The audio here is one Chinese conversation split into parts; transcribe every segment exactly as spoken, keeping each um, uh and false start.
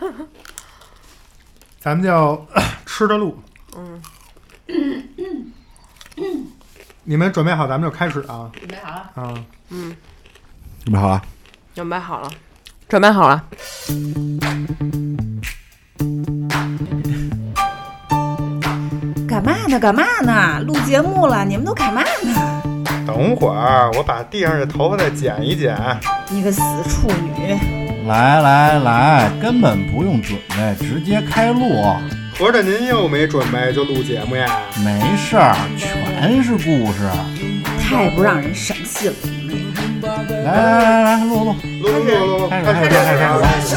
咱们就吃着录。 嗯。 你们准备好，咱们就开始啊！ 准备好了。 啊， 嗯， 准备好了。 准备好了。准备好了。 干嘛呢？干嘛呢？录节目了，你们都干嘛呢？ 等会儿我把地上的头发再剪一剪。 你个死处女！ 来来来，根本不用准备，直接开录。 合着您又没准备就录节目呀？ 没事儿，全是故事。 太不让人省心了，你们！ 来来来来，录录录录录录， 开始开始开始开始。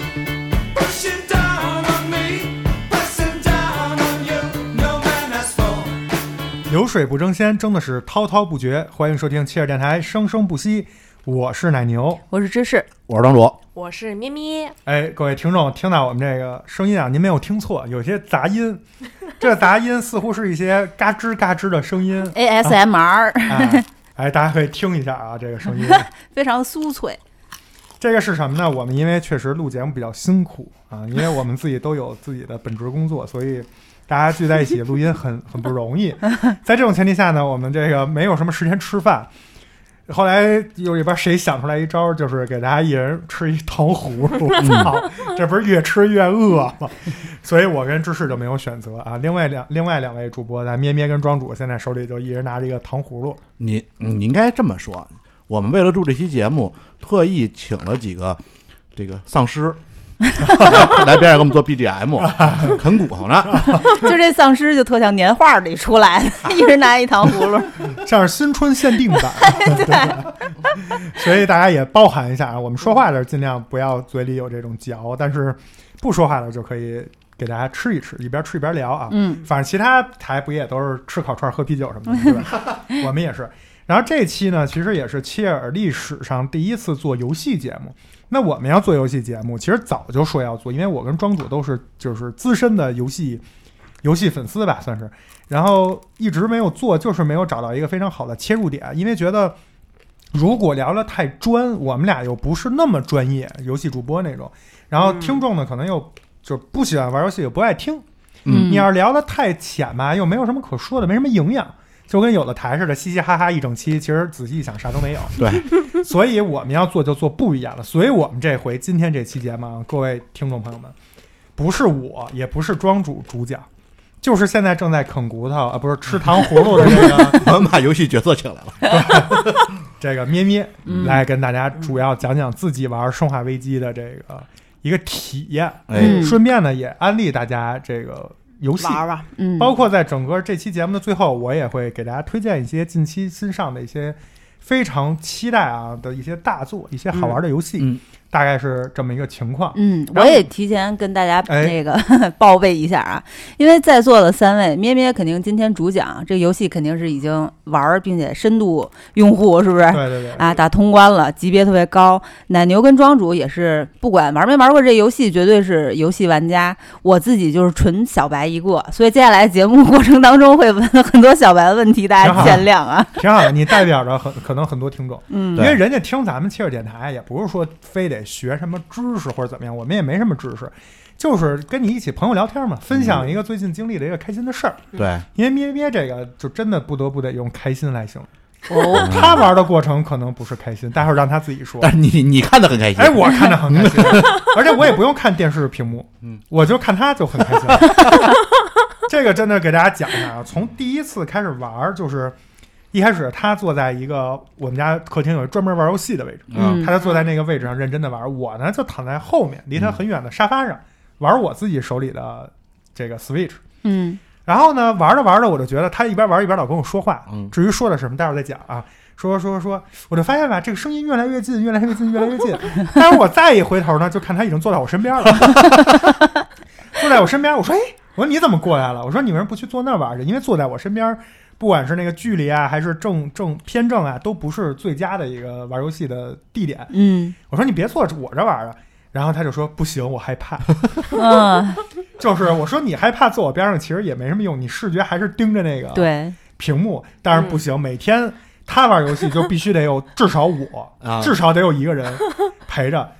流水不争先，争的是滔滔不绝。欢迎收听切尔电台，生生不息。我是奶牛， 我是芝士， 我是张卓， 我是咩咩。 哎，各位听众，听到我们这个声音啊，您没有听错，有些杂音。这杂音似乎是一些嘎吱嘎吱的声音 ，A S M R。 哎, 哎，大家可以听一下啊，这个声音非常酥脆。 这个是什么呢？我们因为确实录节目比较辛苦啊，因为我们自己都有自己的本职工作，所以大家聚在一起录音很很不容易。在这种前提下呢，我们这个没有什么时间吃饭。后来又一边谁想出来一招，就是给大家一人吃一糖葫芦，操、嗯，这不是越吃越饿吗？所以我跟芝士就没有选择啊。另外两另外两位主播，咱咩咩跟庄主现在手里就一人拿着一个糖葫芦。 你你应该这么说，我们为了录这期节目，特意请了几个这个丧尸。来边上给我们做 B G M 啃骨头呢。 就这丧尸就特像年画里出来的，一人拿一糖葫芦， 像是新春限定版。对，所以大家也包含一下啊，我们说话的尽量不要嘴里有这种嚼，但是不说话的就可以给大家吃一吃，一边吃一边聊啊。 嗯， 反正其他台不也都是吃烤串喝啤酒什么的，对吧？我们也是。然后这期呢，其实也是切尔历史上第一次做游戏节目。那我们要做游戏节目，其实早就说要做，因为我跟庄主都是就是资深的游戏游戏粉丝吧，算是。然后一直没有做，就是没有找到一个非常好的切入点，因为觉得如果聊得太专，我们俩又不是那么专业游戏主播那种，然后听众呢可能又就不喜欢玩游戏，又不爱听。 嗯， 你要是聊得太浅吧，又没有什么可说的，没什么营养。就跟有的台似的，嘻嘻哈哈一整期，其实仔细一想啥都没有。 对， 所以我们要做就做不一样的。所以我们这回今天这期节目，各位听众朋友们，不是我，也不是庄主主讲，就是现在正在啃骨头啊，不是吃糖葫芦的这个， 我们把游戏角色请来了。 这个咩咩来跟大家主要讲讲自己玩《生化危机》的这个一个体验， 嗯、 顺便呢也安利大家这个。游戏玩玩， 嗯， 包括在整个这期节目的最后，我也会给大家推荐一些近期新上的一些非常期待啊的一些大作，一些好玩的游戏， 嗯， 大概是这么一个情况。 嗯，我也提前跟大家那个、哎、报备一下啊，因为在座的三位，咩咩肯定今天主讲，这个游戏肯定是已经玩并且深度用户，是不是？ 对对对。 啊，打通关了，级别特别高。奶牛跟庄主也是，不管玩没玩过这游戏，绝对是游戏玩家。我自己就是纯小白一个，所以接下来节目过程当中会问很多小白的问题，大家见谅啊。 挺好的，你代表着很可能很多听众， 嗯， 因为人家听咱们切尔电台，也不是说非得学什么知识或者怎么样，我们也没什么知识。就是跟你一起朋友聊天嘛，分享一个最近经历的一个开心的事儿。 对， 因为咩咩这个就真的不得不得用开心来形容。 哦， 他玩的过程可能不是开心，待会儿让他自己说。 但是你你看得很开心， 哎，我看得很开心，而且我也不用看电视屏幕，嗯，我就看他就很开心。这个真的给大家讲一下啊，从第一次开始玩，就是一开始他坐在一个我们家客厅有专门玩游戏的位置， 嗯， 他就坐在那个位置上认真的玩，我呢就躺在后面离他很远的沙发上、嗯、玩我自己手里的这个 Switch， 嗯。 然后呢，玩着玩着，我就觉得他一边玩一边老跟我说话。 嗯， 至于说的什么，待会儿再讲啊。说说说，我就发现吧，这个声音越来越近，越来越近，越来越近。但是我再一回头呢，就看他已经坐在我身边了，坐在我身边。我说，哎，我说你怎么过来了？我说你为什么不去坐那玩去？因为坐在我身边，不管是那个距离啊，还是正正偏正啊，都不是最佳的一个玩游戏的地点。 嗯， 我说你别坐我这玩啊。然后他就说不行，我害怕。 嗯， 就是我说你害怕坐我边上，其实也没什么用，你视觉还是盯着那个对屏幕。但是不行，嗯、每天他玩游戏就必须得有至少我， 啊、 至少得有一个人陪着。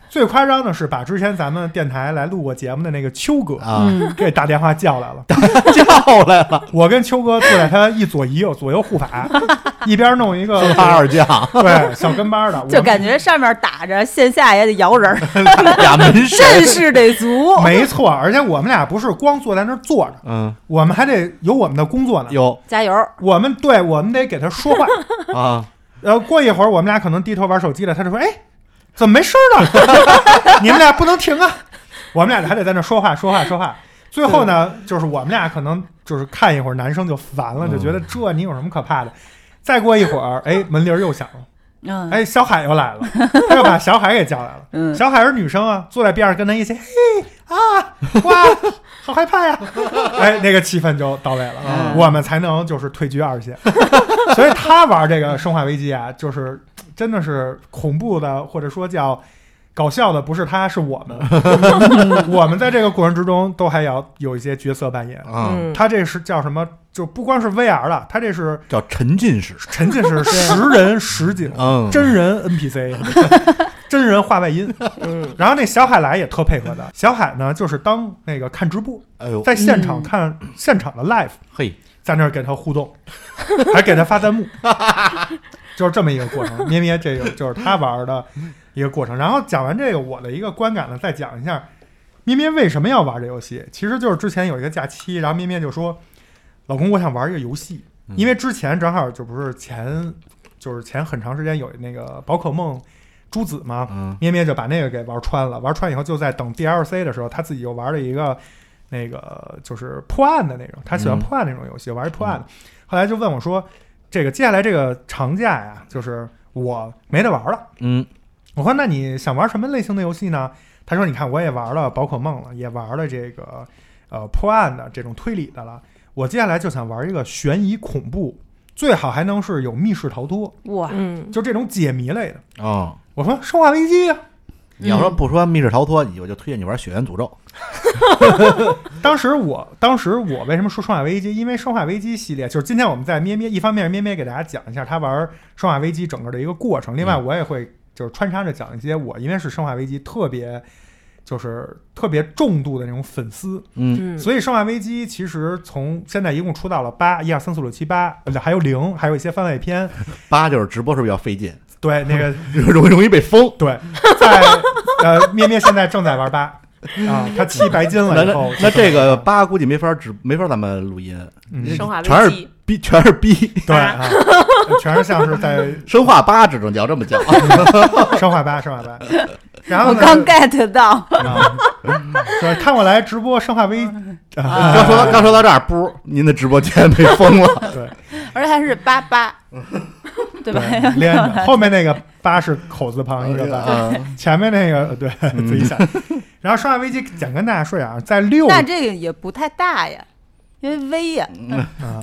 最夸张的是把之前咱们电台来录过节目的那个秋哥啊， 给打电话叫来了， 叫来了， 我跟秋哥坐在他一左一右，左右护法，一边弄一个八二将， 对小跟班的， 就感觉上面打着线下也得摇人儿， 俩门神， 阵势得足。 没错，而且我们俩不是光坐在那儿坐着， 嗯， 我们还得有我们的工作呢。 有加油！ 我们对，我们得给他说话。 啊， 然后过一会儿，我们俩可能低头玩手机了，他就说：“哎，怎么没声了？你们俩不能停啊！”我们俩还得在那说话，说话，说话。最后呢，就是我们俩可能就是看一会儿，男生就烦了，就觉得这你有什么可怕的？再过一会儿，哎，门铃又响了。 嗯， 哎，小海又来了，他又把小海给叫来了。 嗯， 小海是女生啊，坐在边上跟他一起，嘿啊，哇，好害怕呀！哎，那个气氛就到位了， 嗯我们才能就是退居二线。所以他玩这个《生化危机》啊，就是真的是恐怖的，或者说叫搞笑的，不是他，是我们。我们在这个过程之中都还要有一些角色扮演。 啊， 嗯， 他这是叫什么？就不光是 V R 了，他这是叫沉浸式， 沉浸式实人实景， 嗯， 真人 N P C， 真人话外音。 嗯， 然后那小海来也特配合的，小海呢就是当那个看直播， 哎呦， 在现场嗯看现场的 live， 嘿， 在那儿给他互动，还给他发弹幕，就是这么一个过程。咩咩这个就是他玩的一个过程。然后讲完这个，我的一个观感呢，再讲一下咩咩为什么要玩这游戏。其实就是之前有一个假期，然后咩咩就说：“老公，我想玩一个游戏。”因为之前正好就不是前就是前很长时间有那个宝可梦朱子嘛， 嗯， 咩咩就把那个给玩穿了，玩穿以后就在等 D L C 的时候，他自己又玩了一个那个就是破案的那种，他喜欢破案那种游戏，玩一破案的。后来就问我说：“这个接下来这个长假呀，就是我没得玩了。” 嗯， 我说：“那你想玩什么类型的游戏呢？”他说：“你看，我也玩了宝可梦了，也玩了这个呃破案的这种推理的了。我接下来就想玩一个悬疑恐怖，最好还能是有密室逃脱， 哇， 嗯， 就这种解谜类的。” 哦， 我说：“生化危机呀、 你要说不说密室逃脱，我就推荐你玩血缘诅咒。 当时我当时我为什么说生化危机？因为生化危机系列就是今天我们在咩咩，一方面是咩咩给大家讲一下他玩生化危机整个的一个过程，另外我也会就是穿插着讲一些我因为是生化危机特别就是特别重度的那种粉丝， 嗯， 嗯， 所以生化危机其实从现在一共出到了八一二三四五六七八，还有零，还有一些番外篇。 八就是直播是不是比较费劲？ 对，那个容易容易被封。 对，在呃咩咩现在正在玩八。啊，他七白金了那以后那，那这个八估计没法直没法咱们录音， 嗯生化全是危机， 逼，全是逼。 对啊，全是像是在生化八只能叫这么叫。 生化八，生化八。然后呢我刚 get 到， 啊，对，看我来直播生化危， 刚啊， 说到刚说到这儿，不，您的直播间被封了。 对而且还是八八，对吧？ 对，连着后面那个八是口字旁一个八， 嗯前面那个对自己想。然后生化危机讲跟大家说呀，在六那这个也不太大呀，因为微呀， 啊，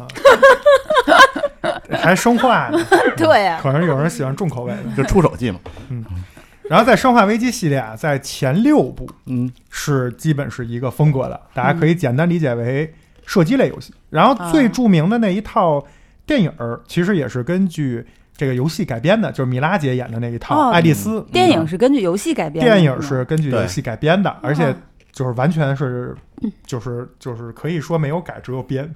还生化呢， 对呀， 可能有人喜欢重口味的。 就出手记嘛。 然后在生化危机系列啊，在前六部嗯， 是基本是一个风格的，大家可以简单理解为射击类游戏。然后最著名的那一套电影儿，其实也是根据这个游戏改编的，就是米拉姐演的那一套《 哦爱丽丝》。 电影是根据游戏改编的， 电影是根据游戏改编的，而且嗯就是完全是，就是就是可以说没有改，只有编。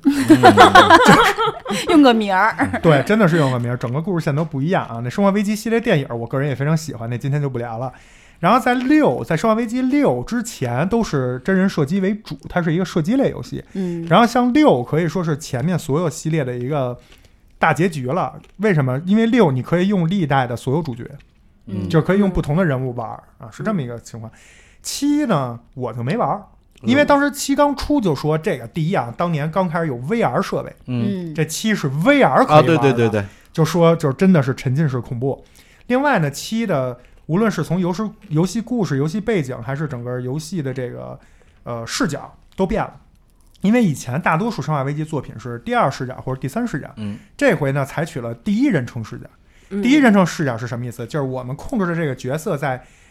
用个名儿， 对，真的是用个名儿，整个故事线都不一样啊。那《生化危机》系列电影，我个人也非常喜欢，那今天就不聊了。然后在六，在《生化危机六》之前都是真人射击为主，它是一个射击类游戏。 嗯， 然后像六可以说是前面所有系列的一个大结局了。为什么？因为六你可以用历代的所有主角， 嗯就可以用不同的人物玩啊，是这么一个情况。七呢，我就没玩，因为当时七刚出就说这个第一啊，当年刚开始有 V R 设备， 嗯嗯， 这七是 V R 可以啊， 玩的， 对对对对， 就说就真的是沉浸式恐怖。另外呢，七的无论是从游戏游戏故事、游戏背景，还是整个游戏的这个呃视角都变了。因为以前大多数生化危机作品是第二视角或者第三视角， 嗯， 这回呢采取了第一人称视角。 嗯第一人称视角是什么意思？就是我们控制的这个角色在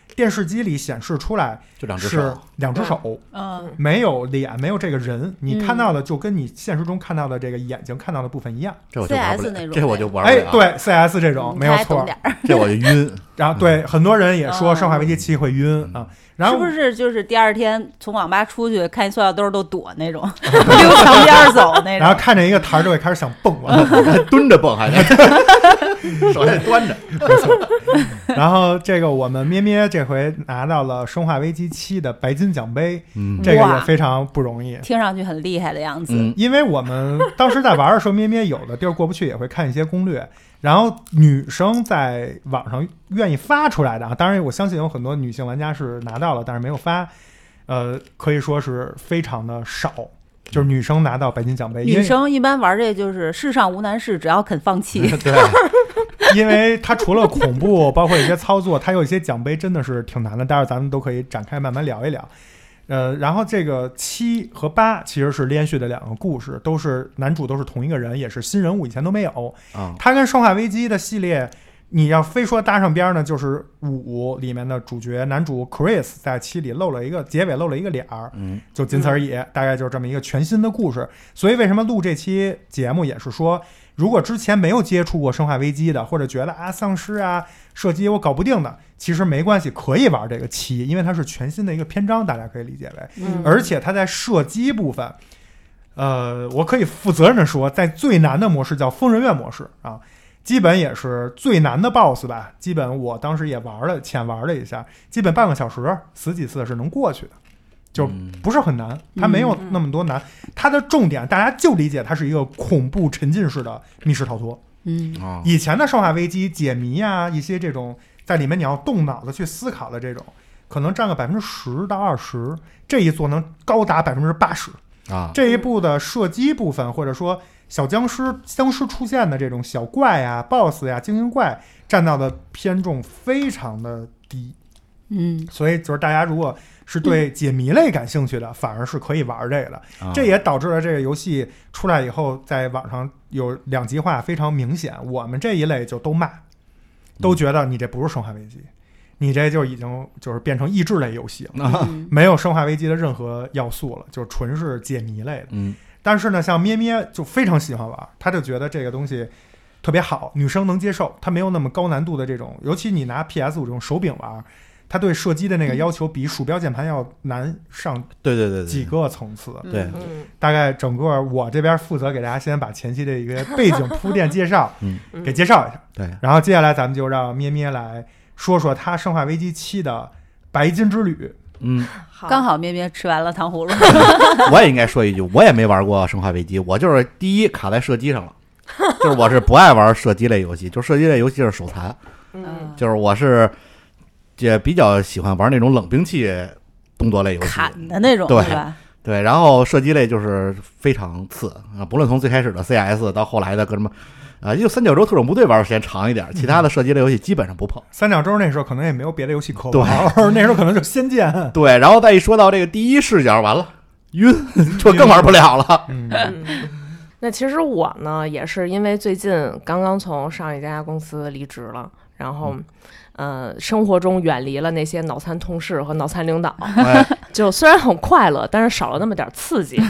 电视机里显示出来就两只是手， 两只手， 嗯没有脸，没有这个人，你嗯看到的就跟你现实中看到的这个眼睛看到的部分一样。 这我就玩不 C S 那了， 种这我就玩不哎了。， 对 C S 这种嗯没有错他还懂点，儿这我就晕。 然后对很多人也说《 哦生化危机七》会晕啊，然后是不是就是第二天从网吧出去看一塑料兜都躲那种，溜墙边走那种？ 然后看见一个台儿就会开始想蹦了。 还蹲着蹦，还得手还端着。 然后这个我们咩咩这回拿到了《生化危机七》的白金奖杯， 嗯这个也哇非常不容易。 听上去很厉害的样子。 嗯因为我们当时在玩的时候，咩咩有的地儿过不去，也会看一些攻略。然后女生在网上愿意发出来的啊，当然我相信有很多女性玩家是拿到了，但是没有发，呃，可以说是非常的少。就是女生拿到白金奖杯，因女为生一般玩这就是世上无难事，只要肯放弃。 对， 因为它除了恐怖，包括一些操作，它有一些奖杯真的是挺难的，待会儿咱们都可以展开慢慢聊一聊。呃，然后这个七和八其实是连续的两个故事，都是男主都是同一个人，也是新人物，以前都没有。 啊， 它跟《生化危机》的系列，你要非说搭上边儿呢，就是五里面的主角男主 Chris 在七里露了一个结尾露了一个脸儿， 嗯就仅此而已，大概就是这么一个全新的故事。所以为什么录这期节目也是说，如果之前没有接触过《生化危机》的，或者觉得啊丧尸啊射击我搞不定的，其实没关系，可以玩这个七，因为它是全新的一个篇章，大家可以理解为， 嗯而且它在射击部分。呃，我可以负责任的说，在最难的模式叫疯人院模式啊，基本也是最难的 BOSS 吧。基本我当时也玩了，浅玩了一下，基本半个小时死几次是能过去的，就嗯不是很难，它没有嗯那么多难。它的重点大家就理解它是一个恐怖沉浸式的密室逃脱。 嗯啊， 以前的生化危机解谜啊，一些这种在里面你要动脑子去思考的这种，可能占个百分之十到二十，这一做能高达百分之八十。 啊， 这一部的射击部分，或者说小僵尸、僵尸出现的这种小怪呀、BOSS 呀、精英怪，占到的偏重非常的低。 嗯所以就是大家如果是对解谜类感兴趣的，反而是可以玩这个的。 啊这也导致了这个游戏出来以后，在网上有两极化非常明显。我们这一类就都骂，都觉得你这不是生化危机，你这就已经就是变成益智类游戏了。 啊， 嗯没有生化危机的任何要素了，就纯是解谜类的。 嗯但是呢，像咩咩就非常喜欢玩，他就觉得这个东西特别好，女生能接受，它没有那么高难度的这种，尤其你拿 P S 五这种手柄玩，它对射击的那个要求比鼠标键盘要难上对对对对， 几个层次。 对嗯大概整个我这边负责给大家先把前期的一个背景铺垫介绍嗯嗯给介绍一下， 对， 然后接下来咱们就让咩咩来说说他《生化危机七》的白金之旅。 嗯， 好刚好咩咩吃完了糖葫芦。 我也应该说一句，我也没玩过《生化危机》，我就是第一卡在射击上了，就是我是不爱玩射击类游戏，就射击类游戏是手残， 嗯就是我是也比较喜欢玩那种冷兵器动作类游戏， 砍的那种对是吧？ 对，然后射击类就是非常次啊，不论从最开始的 C S 到后来的各什么。啊，就三角洲特种部队玩的时间长一点，其他的射击类游戏基本上不碰。 三角洲那时候可能也没有别的游戏可对玩，那时候可能就《仙剑》。 对，然后再一说到这个第一视角，完了晕，就更玩不了了。 嗯， 嗯，那其实我呢，也是因为最近刚刚从上一家公司离职了，然后。呃，生活中远离了那些脑残同事和脑残领导， 哎， 就虽然很快乐，但是少了那么点刺激。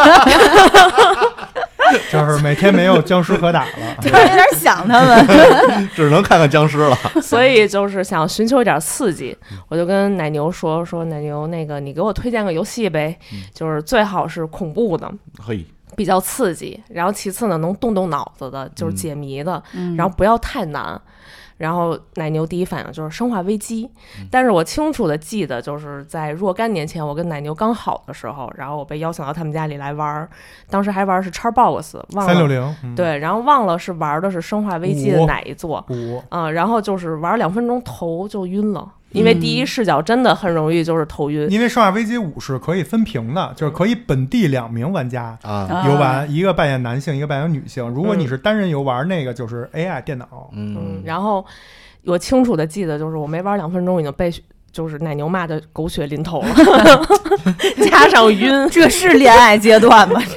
就是每天没有僵尸可打了。 突然有点想他们。 只能看看僵尸了。 所以就是想寻求一点刺激，我就跟奶牛说说奶牛，那个你给我推荐个游戏呗，就是最好是恐怖的， 嘿， 比较刺激，然后其次呢能动动脑子的，就是解谜的， 嗯然后不要太难。然后奶牛第一反应就是《生化危机》，但是我清楚的记得，就是在若干年前，我跟奶牛刚好的时候，然后我被邀请到他们家里来玩，当时还玩的是 Xbox， 忘了三六零，嗯， 对，然后忘了是玩的是《生化危机》的哪一座， 五， 嗯，然后就是玩两分钟头就晕了，因为第一视角真的很容易就是头晕。 因为《生化危机五》是可以分屏的，就是可以本地两名玩家啊， 游玩，一个扮演男性，一个扮演女性。如果你是单人游玩，那个就是 A I 电脑。 嗯嗯，， 然后我清楚的记得，就是我没玩两分钟已经被就是奶牛骂的狗血淋头了，加上晕， 这是恋爱阶段吗？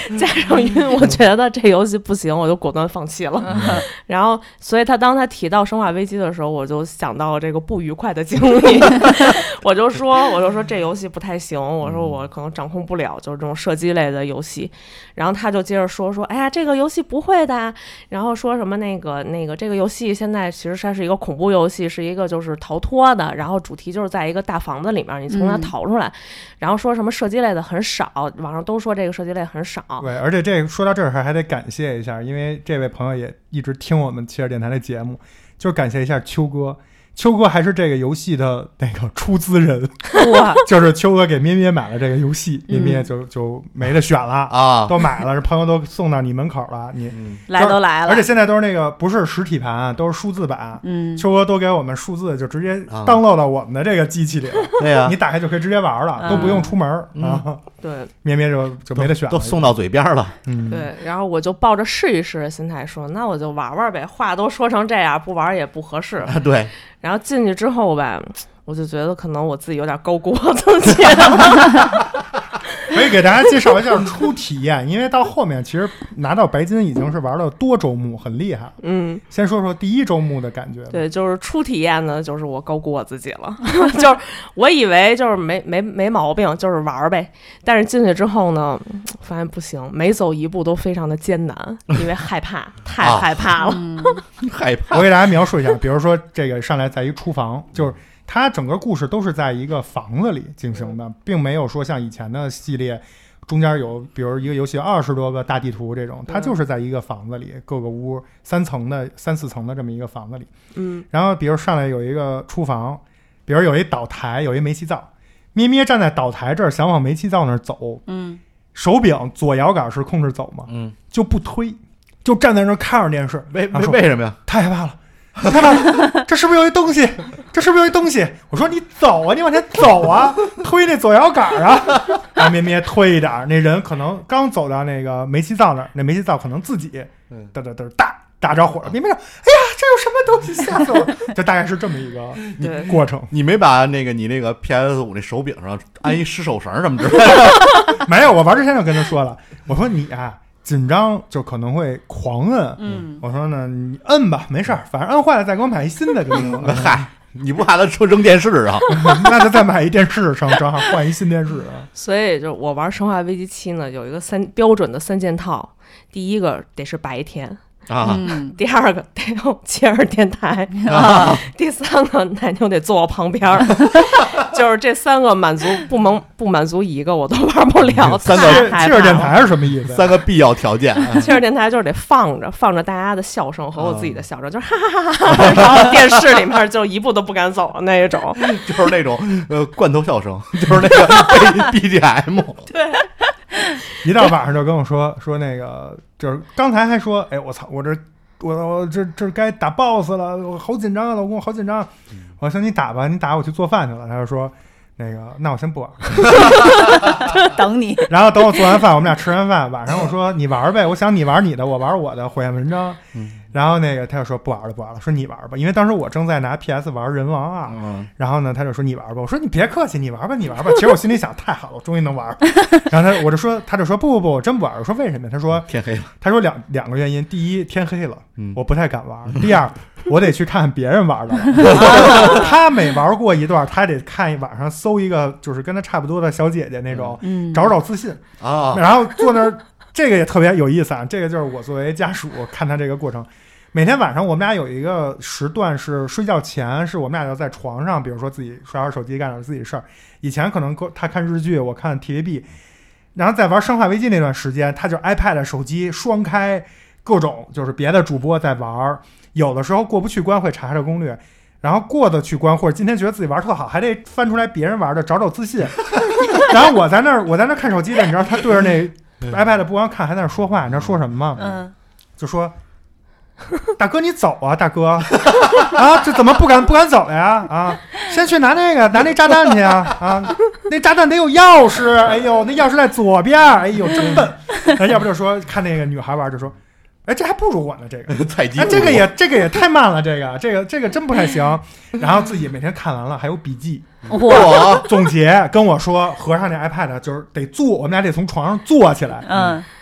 加上晕，我觉得这游戏不行，我就果断放弃了。然后，所以他当他提到《生化危机》的时候，我就想到这个不愉快的经历，我就说，我就说这游戏不太行，我说我可能掌控不了，就是这种射击类的游戏。然后他就接着说说，哎呀，这个游戏不会的，然后说什么那个那个这个游戏现在其实它是一个恐怖游戏，是一个就是逃脱的，然后主题就是在一个大房子里面，你从它逃出来，嗯、然后说什么射击类的很少，网上都说这个射击类很少。 对，而且这个说到这儿还得感谢一下，因为这位朋友也一直听我们汽车电台的节目，就是感谢一下秋哥。秋哥还是这个游戏的那个出资人，哇！就是秋哥给咩咩买了这个游戏，咩咩就就没得选了啊，都买了，这朋友都送到你门口了，你、 嗯、来都来了， 而且现在都是那个不是实体盘，都是数字版。嗯，秋哥都给我们数字，就直接 download 到我们的这个机器里了。对呀、啊，你打开就可以直接玩了，嗯、都不用出门啊。 嗯、对， 咩咩就就没得选了， 都送到嘴边了。 嗯，对，然后我就抱着试一试的心态说，那我就玩玩呗，话都说成这样，不玩也不合适。 啊、对。 然后进去之后吧，我就觉得可能我自己有点高估自己。 可以给大家介绍一下初体验，因为到后面其实拿到白金已经是玩了多周目，很厉害。嗯，先说说第一周目的感觉。 对，就是初体验呢，就是我高估我自己了，就是我以为就是没没没毛病，就是玩呗。但是进去之后呢，发现不行，每走一步都非常的艰难，因为害怕，太害怕了，啊、 害怕。 我给大家描述一下，比如说这个上来在一厨房，就是。它整个故事都是在一个房子里进行的，并没有说像以前的系列中间有比如一个游戏二十多个大地图这种，它就是在一个房子里，各个屋三层的三四层的这么一个房子里。嗯，然后比如上来有一个厨房，比如有一岛台，有一煤气灶，咩咩站在岛台这儿想往煤气灶那儿走，嗯，手柄左摇杆是控制走嘛，嗯，就不推，就站在那儿看着电视。 为为什么呀？ 太害怕了。我看到这是不是有一东西？这是不是有一东西？我说你走啊，你往前走啊，推那左摇杆啊。然后咩咩推一点，那人可能刚走到那个煤气灶那儿，那煤气灶可能自己嘚嘚嘚大打着火了。咩咩说：“哎呀，这有什么东西？吓死我了！”就大概是这么一个过程。 你没把那个你那个 P S 五 那手柄上安一失手绳什么之类的？ 没有，我玩之前就跟他说了，我说你啊。紧张就可能会狂摁，嗯，我说呢，你摁吧，没事儿，反正摁坏了再给我买一新的就行了。 嗨，你不怕他说扔电视啊？ 那就再买一电视上，正好换一新电视啊。 所以就我玩《生化危机七》呢，有一个三标准的三件套，第一个得是白天。啊、嗯，第二个得有切尔电台啊，第三个奶牛得坐我旁边就是这三个满足不能不满足一个我都玩不了。 三个切尔电台是什么意思？ 三个必要条件。 切尔电台就是得放着放着大家的笑声和我自己的笑声，就是哈哈哈哈，然后电视里面就一步都不敢走的那一种， 就是那种呃罐头笑声，就是那个 B G M。 对。 一到晚上就跟我说说那个，就是刚才还说，哎，我操，我这我我这这该打 boss 了，我好紧张啊，老公，好紧张。我说你打吧，你打我去做饭去了。他就说那个，那我先不玩， 等你。 然后等我做完饭，我们俩吃完饭，晚上我说你玩呗，我想你玩你的，我玩我的火焰文章。嗯。然后那个他就说不玩了不玩了，说你玩吧，因为当时我正在拿 P S 玩人王啊，嗯、然后呢他就说你玩吧，我说你别客气，你玩吧你玩吧，其实我心里想太好了，我终于能玩。然后他我就说他就说不不不，我真不玩。我说为什么？他说天黑了。 他说两两个原因，第一天黑了，嗯、我不太敢玩；第二我得去看看别人玩的了。他每玩过一段，他得看网上搜一个就是跟他差不多的小姐姐那种，嗯、找找自信啊，然后坐那儿。这个也特别有意思啊，这个就是我作为家属看他这个过程。每天晚上我们俩有一个时段是睡觉前，是我们俩要在床上，比如说自己刷玩手机干点自己事儿。以前可能他看日剧，我看 T V B， 然后在玩生化危机那段时间，他就 iPad 手机双开，各种就是别的主播在玩，有的时候过不去关会查查攻略，然后过得去关，或者今天觉得自己玩特好，还得翻出来别人玩的找找自信。然后我在那儿我在那儿看手机的，你知道他对着那iPad 不光看还在那说话，你知道说什么吗？嗯，就说大哥你走啊大哥啊，这怎么不敢不敢走呀啊，先去拿那个拿那炸弹去啊啊，那炸弹得有钥匙，哎呦那钥匙在左边，哎呦真笨。要不就说看那个女孩玩就说哎，这还不如我呢，这个菜鸡、 哎，这个也这个也太慢了，这个这个这个真不太行。然后自己每天看完了，还有笔记，我总结跟我说，合上那 iPad 就是得坐，我们俩得从床上坐起来，嗯，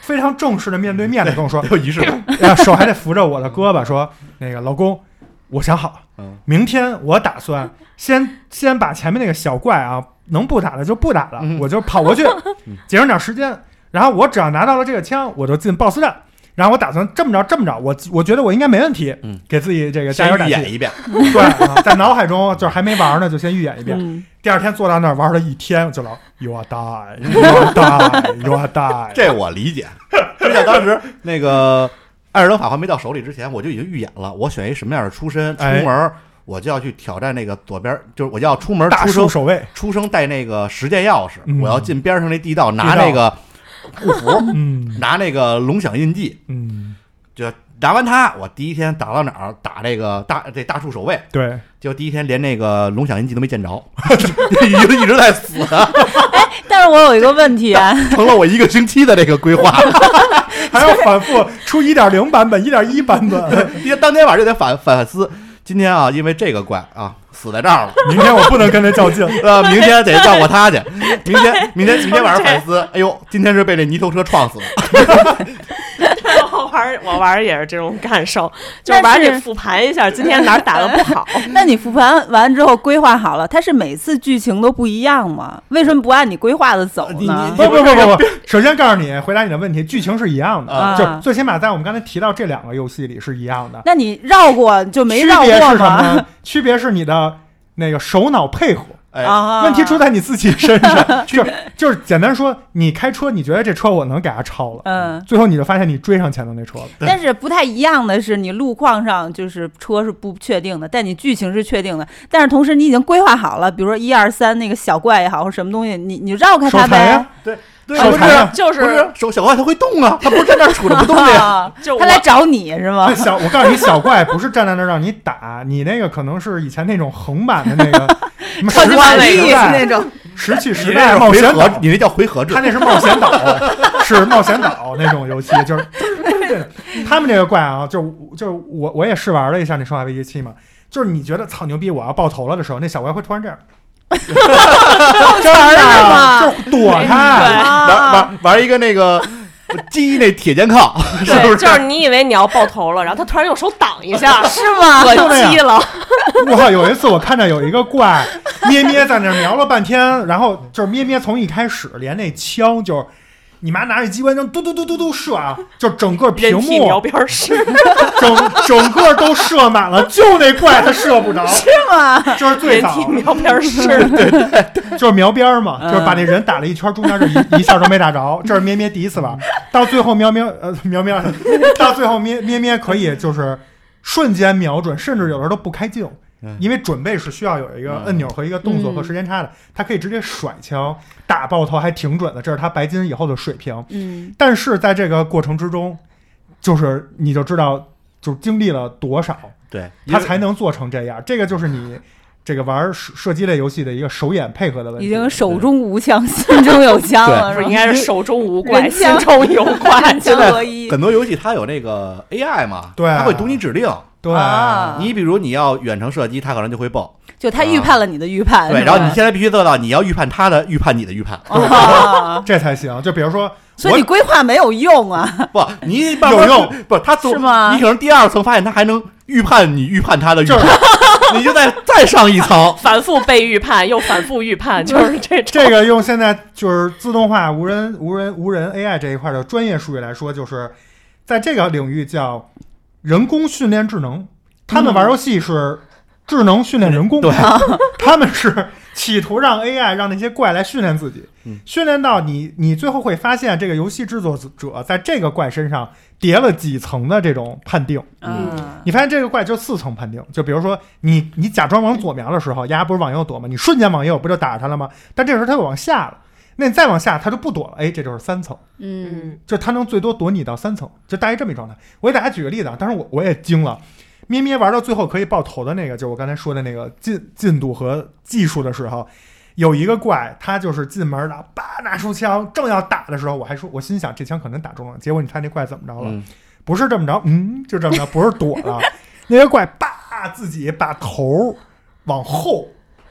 非常正式的面对面的跟我说， 有仪式感， 然后手还得扶着我的胳膊说，那个老公，我想好了， 嗯， 明天我打算先先把前面那个小怪啊，能不打的就不打了， 嗯、 我就跑过去，节省点时间。然后我只要拿到了这个枪，我就进 boss 战。然后我打算这么着这么着，我我觉得我应该没问题， 嗯， 给自己这个加油打气， 演一遍， 对、啊，在脑海中就是还没玩呢，就先预演一遍。 嗯、 第二天坐到那儿玩了一天，就老 you are die you are die you are die， 这我理解。就像当时那个艾尔登法环没到手里之前，我就已经预演了，我选一什么样的出身，出门、哎、我就要去挑战那个左边，就是我就要出门大树守卫， 出生带那个十件钥匙、嗯，我要进边上那地道拿那个。护符， 嗯， 拿那个龙响印记， 嗯， 就拿完它，我第一天打到哪儿打这个大这大树守卫， 对， 就第一天连那个龙响印记都没见着，一直一直在死。 哎，但是我有一个问题啊， 成了我一个星期的这个规划， 还要反复出一点零版本、一点一版本， 因为当天晚上就得反反思。今天啊，因为这个怪啊死在这儿了， 明天我不能跟他较劲， 呃，明天得绕过他去。明天，明天，明天晚上反思，哎呦，今天是被那泥头车撞死了。 我玩我玩也是这种感受，就是玩得复盘一下今天哪儿打的不好。 那你复盘完之后规划好了，它是每次剧情都不一样吗？为什么不按你规划的走呢？ 不不不不不，首先告诉你，回答你的问题，剧情是一样的， 啊、 就最起码在我们刚才提到这两个游戏里是一样的。 那你绕过就没绕过吗？ 区别是什么？区别是你的那个手脑配合。 哎， 问题出在你自己身上，就就是简单说，你开车，你觉得这车我能给它超了， 嗯， 最后你就发现你追上前头那车了。 但是不太一样的是，你路况上就是车是不确定的，但你剧情是确定的。但是同时你已经规划好了，比如说一二三那个小怪也好，或什么东西，你你绕开它呗。 对。对， 不是， 就是手小怪它会动啊，它不是在那儿杵着不动的呀， 就它来找你是吗？ 小，我告诉你，小怪不是站在那儿让你打，你那个可能是以前那种横版的那个什么超级玛丽那种石器时代冒险岛， 你那叫回合制， 他那是冒险岛，是冒险岛那种游戏，就是他们这个怪啊，就就我我也试玩了一下那生化危机七嘛，就是你觉得操牛逼我要爆头了的时候，那小怪会突然这样。 真的吗？ 就躲他， 玩玩玩一个那个鸡那铁肩靠，是不是？ 就是你以为你要爆头了，然后他突然用手挡一下， 是吗？ 可鸡了！ 我靠！有一次我看到有一个怪咩咩在那瞄了半天，然后就是咩咩从一开始连那枪就。你妈拿着机关枪嘟嘟嘟嘟嘟射啊，就整个屏幕瞄边是， 整整个都射满了，就那怪他射不着， 是吗？ 就是最早瞄边是， 对对，就是瞄边嘛，嗯、就是把那人打了一圈，中间这一一下都没打着。这是咩咩第一次玩，到最后喵喵呃喵喵，到最后咩咩咩可以就是瞬间瞄准，甚至有的时候都不开镜。因为准备是需要有一个按钮和一个动作和时间差的，它可以直接甩枪打爆头，还挺准的，这是他白金以后的水平。 嗯， 但是在这个过程之中，就是你就知道，就经历了多少， 对， 他才能做成这样。这个就是你这个玩射击类游戏的一个手眼配合的问题。 已经手中无枪，心中有枪了， 是应该是手中无怪，心心中有怪。 现在很多游戏它有那个 A I 嘛， 对， 它会读你指令。 对、 啊， 你比如你要远程射击，他可能就会报， 就他预判了你的预判， 啊、对，然后你现在必须做到，你要预判他的预判你的预判， 啊、 这才行。就比如说， 所以你规划没有用啊， 不，你有用， 不，他做是吗？ 你可能第二层发现他还能预判你预判他的预判，你就再再上一层， 反复被预判又反复预判，就是这种。 这个用现在就是自动化无人无人无人 A I 这一块的专业术语来说，就是在这个领域叫。人工训练智能，他们玩游戏是智能训练人工， 对， 他们是企图让 A I 让那些怪来训练自己，嗯、训练到你，你最后会发现这个游戏制作者在这个怪身上叠了几层的这种判定。 嗯， 你发现这个怪就四层判定，就比如说你你假装往左瞄的时候，丫不是往右躲吗？你瞬间往右不就打他了吗？但这时候他又往下了。那你再往下，他就不躲了，哎，这就是三层， 嗯， 就他能最多躲你到三层，就大概这么一状态。我给大家举个例子啊，当时我我也惊了，咩咩玩到最后可以爆头的那个，就是我刚才说的那个进进度和技术的时候，有一个怪，他就是进门了，叭拿出枪，正要打的时候，我还说，我心想这枪可能打中了，结果你猜那怪怎么着了？嗯、不是这么着，嗯，就这么着，不是躲了，那个怪叭自己把头往后。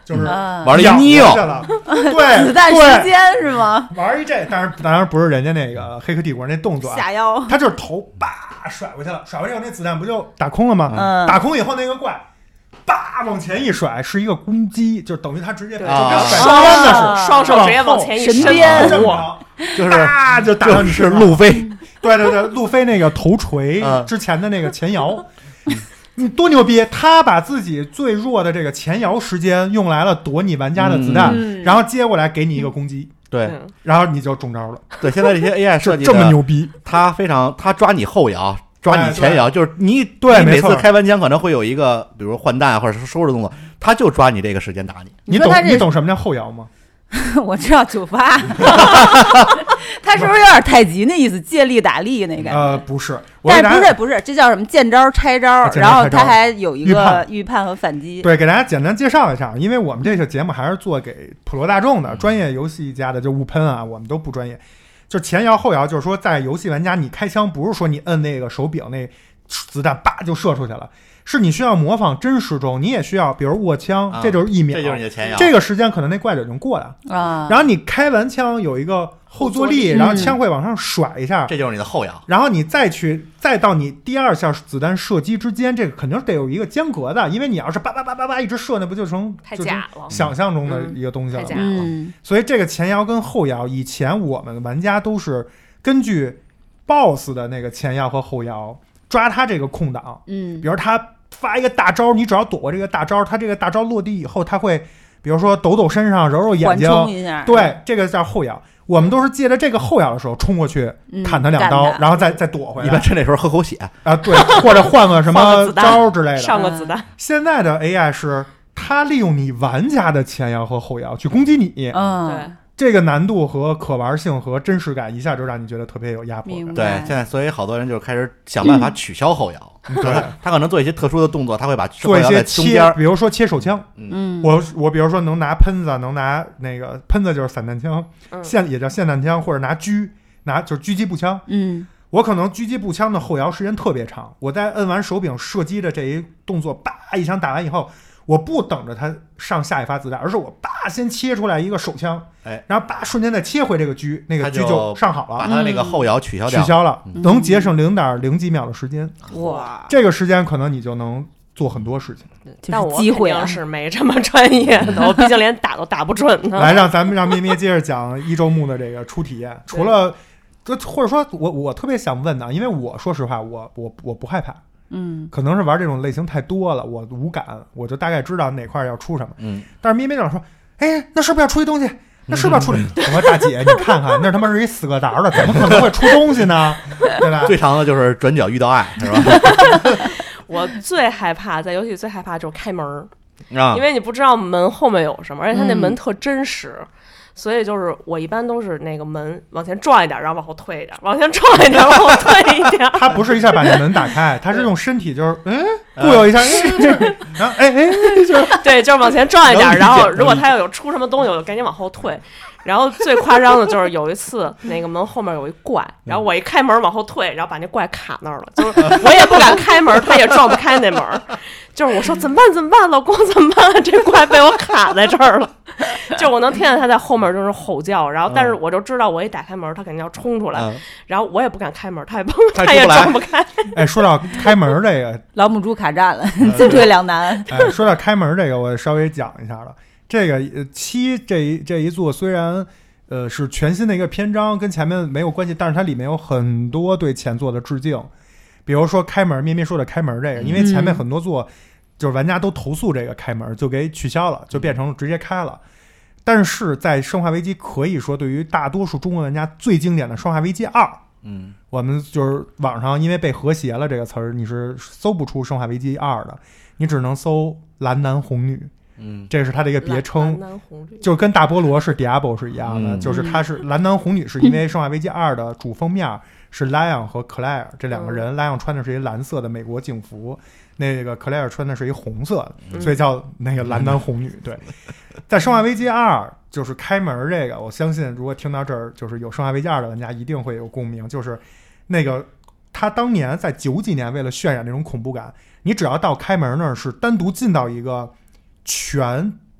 就是啊玩了一养腻去了，对， 子弹时对， 间是吗？ 玩一这，当然当然不是人家那个黑客帝国那动作啊， 下腰， 他就是头叭甩过去了，甩过去以后那子弹不就打空了吗？ 嗯， 打空以后那个怪。叭往前一甩是一个攻击，就等于他直接把对就跟甩双鞭的是双手直接往前一神伸， 鞭这么哇， 着， 就是啪就打到你就是身上路飞， 对对对，路飞那个头锤嗯之前的那个前摇，你多牛逼！他把自己最弱的这个前摇时间用来了躲你玩家的子弹， 嗯然后接过来给你一个攻击， 对嗯然后你就中招了， 对，现在这些 A I 设计这么的， 牛逼。 它非常，它抓你后摇，抓你前摇，就是你对没错你每次开完枪可能会有一一个，比如换弹或者是收拾动作，他就抓你这个时间打你。 你懂你说他这你懂什么叫后摇吗？ 我知道九八，他是不是有点太极那意思，借力打力那感觉？ 呃，不是，我但给大家是不是不是，这叫什么见招拆招啊，见招然后拆招他还有一个预判预判和反击。 对，给大家简单介绍一下，因为我们这个节目还是做给普罗大众的，专业游戏家的就勿喷啊，我们都不专业。就前摇后摇，就是说在游戏玩家你开枪，不是说你摁那个手柄那子弹叭就射出去了，是你需要模仿真实中，你也需要，比如握枪， 啊这就是一秒， 这就是你的前摇。 这个时间可能那怪就已经过了， 啊， 然后你开完枪有一个后坐力， 后坐力然后枪会往上甩一下， 这就是你的后摇。 然后你再去再到你第二下子弹射击之间，这个肯定得有一个间隔的，因为你要是叭叭叭叭叭一直射，那不就成太就成假了。 想象中的一个东西了吗？ 嗯太假了嗯所以这个前摇跟后摇，以前我们玩家都是根据 B O S S 的那个前摇和后摇抓他这个空档， 嗯比如他发一个大招，你只要躲过这个大招，他这个大招落地以后，他会比如说抖抖身上，揉揉眼缓睛， 冲一下， 对，这个叫后摇。我们都是借着这个后摇的时候冲过去嗯砍他两刀， 干他然后再再躲回来一般趁那时候喝口血， 啊，对，或者换个什换么个子弹招之类的。 上个子弹， 现在的 A I 是它利用你玩家的前摇和后摇去攻击你， 嗯， 对， 这个难度和可玩性和真实感一下就让你觉得特别有压迫感。 明白对，现在所以好多人就开始想办法取消后摇。 对， 他可能做一些特殊的动作，他会把做一后摇在些切中间，。 比如说切手枪， 嗯， 我我比如说能拿喷子，能拿那个喷子就是散弹枪， 嗯霰也叫霰弹枪，或者拿狙拿就是狙击步枪。 嗯我可能狙击步枪的后摇时间特别长，我在摁完手柄射击的这一动作，叭一枪打完以后，我不等着它上下一发子弹，而是我叭先切出来一个手枪， 哎， 然后叭瞬间再切回这个狙，那个它就狙就上好了， 把他的那个后摇取消掉。 取消了， 嗯能节省零点零几秒的时间。 哇， 这个时间可能你就能做很多事情。 但我机会啊肯定是没这么专业的，我毕竟连打都打不准呢。 来，让咱们让咩咩接着讲一周目的这个初体验。除了，这或者说我我特别想问的，因为我说实话，我我我不害怕， 嗯可能是玩这种类型太多了，我无感，我就大概知道哪块要出什么。 嗯， 但是咩咩老说，哎，那是不是要出一东西？那是不是要出来？我说大姐，你看看，那他妈是一死个档的，怎么可能会出东西呢？对吧？ 最长的就是转角遇到爱，是吧？ 我最害怕在游戏最害怕就是开门儿， 啊因，为你不知道门后面有什么，而且它那嗯门特真实。所以就是我一般都是那个门往前撞一点，然后往后退一点，往前撞一点，往后退一点。 他不是一下把那门打开，他是用身体就是嗯固有一下，哎然后哎哎就是对，就是往前撞一点， 能理解然后能理解如果他要有出什么东西，我就赶紧往后退。然后最夸张的就是有一次，那个门后面有一怪，然后我一开门往后退，然后把那怪卡那儿了，就是我也不敢开门，他也撞不开那门。就是我说怎么办怎么办，老公怎么办？这怪被我卡在这儿了。就我能听见他在后面就是吼叫，然后但是我就知道我一打开门，他肯定要冲出来， 嗯然后我也不敢开门，他也不他他也出不来撞不开。 哎，说到开门这个， 老母猪卡站了，进退两难。 哎，说到开门这个，我稍微讲一下了。这个呃七这一这一座虽然呃是全新的一个篇章，跟前面没有关系，但是它里面有很多对前作的致敬。比如说开门，咩咩说的开门这个，因为前面很多座就是玩家都投诉这个开门，就给取消了，就变成直接开了。但是在《生化危机》可以说对于大多数中国玩家最经典的《生化危机二》， 嗯， 我们就是网上因为被和谐了这个词儿，你是搜不出《生化危机二》的，你只能搜蓝男红女， 嗯， 这个是它的一个别称蓝，蓝红绿就跟大菠萝是 Diablo 是一样的， 嗯就是它是蓝男红女，是因为《生化危机二》的主封面是 Lion 和 Claire 这两个人、 嗯、 ，Lion 穿的是一蓝色的美国警服，那个 Claire 穿的是一红色的， 嗯所以叫那个蓝男红女。对，在《生化危机二》就是开门这个，我相信如果听到这儿，就是有《生化危机二》的玩家一定会有共鸣，就是那个他当年在九几年为了渲染那种恐怖感，你只要到开门那儿是单独进到一个全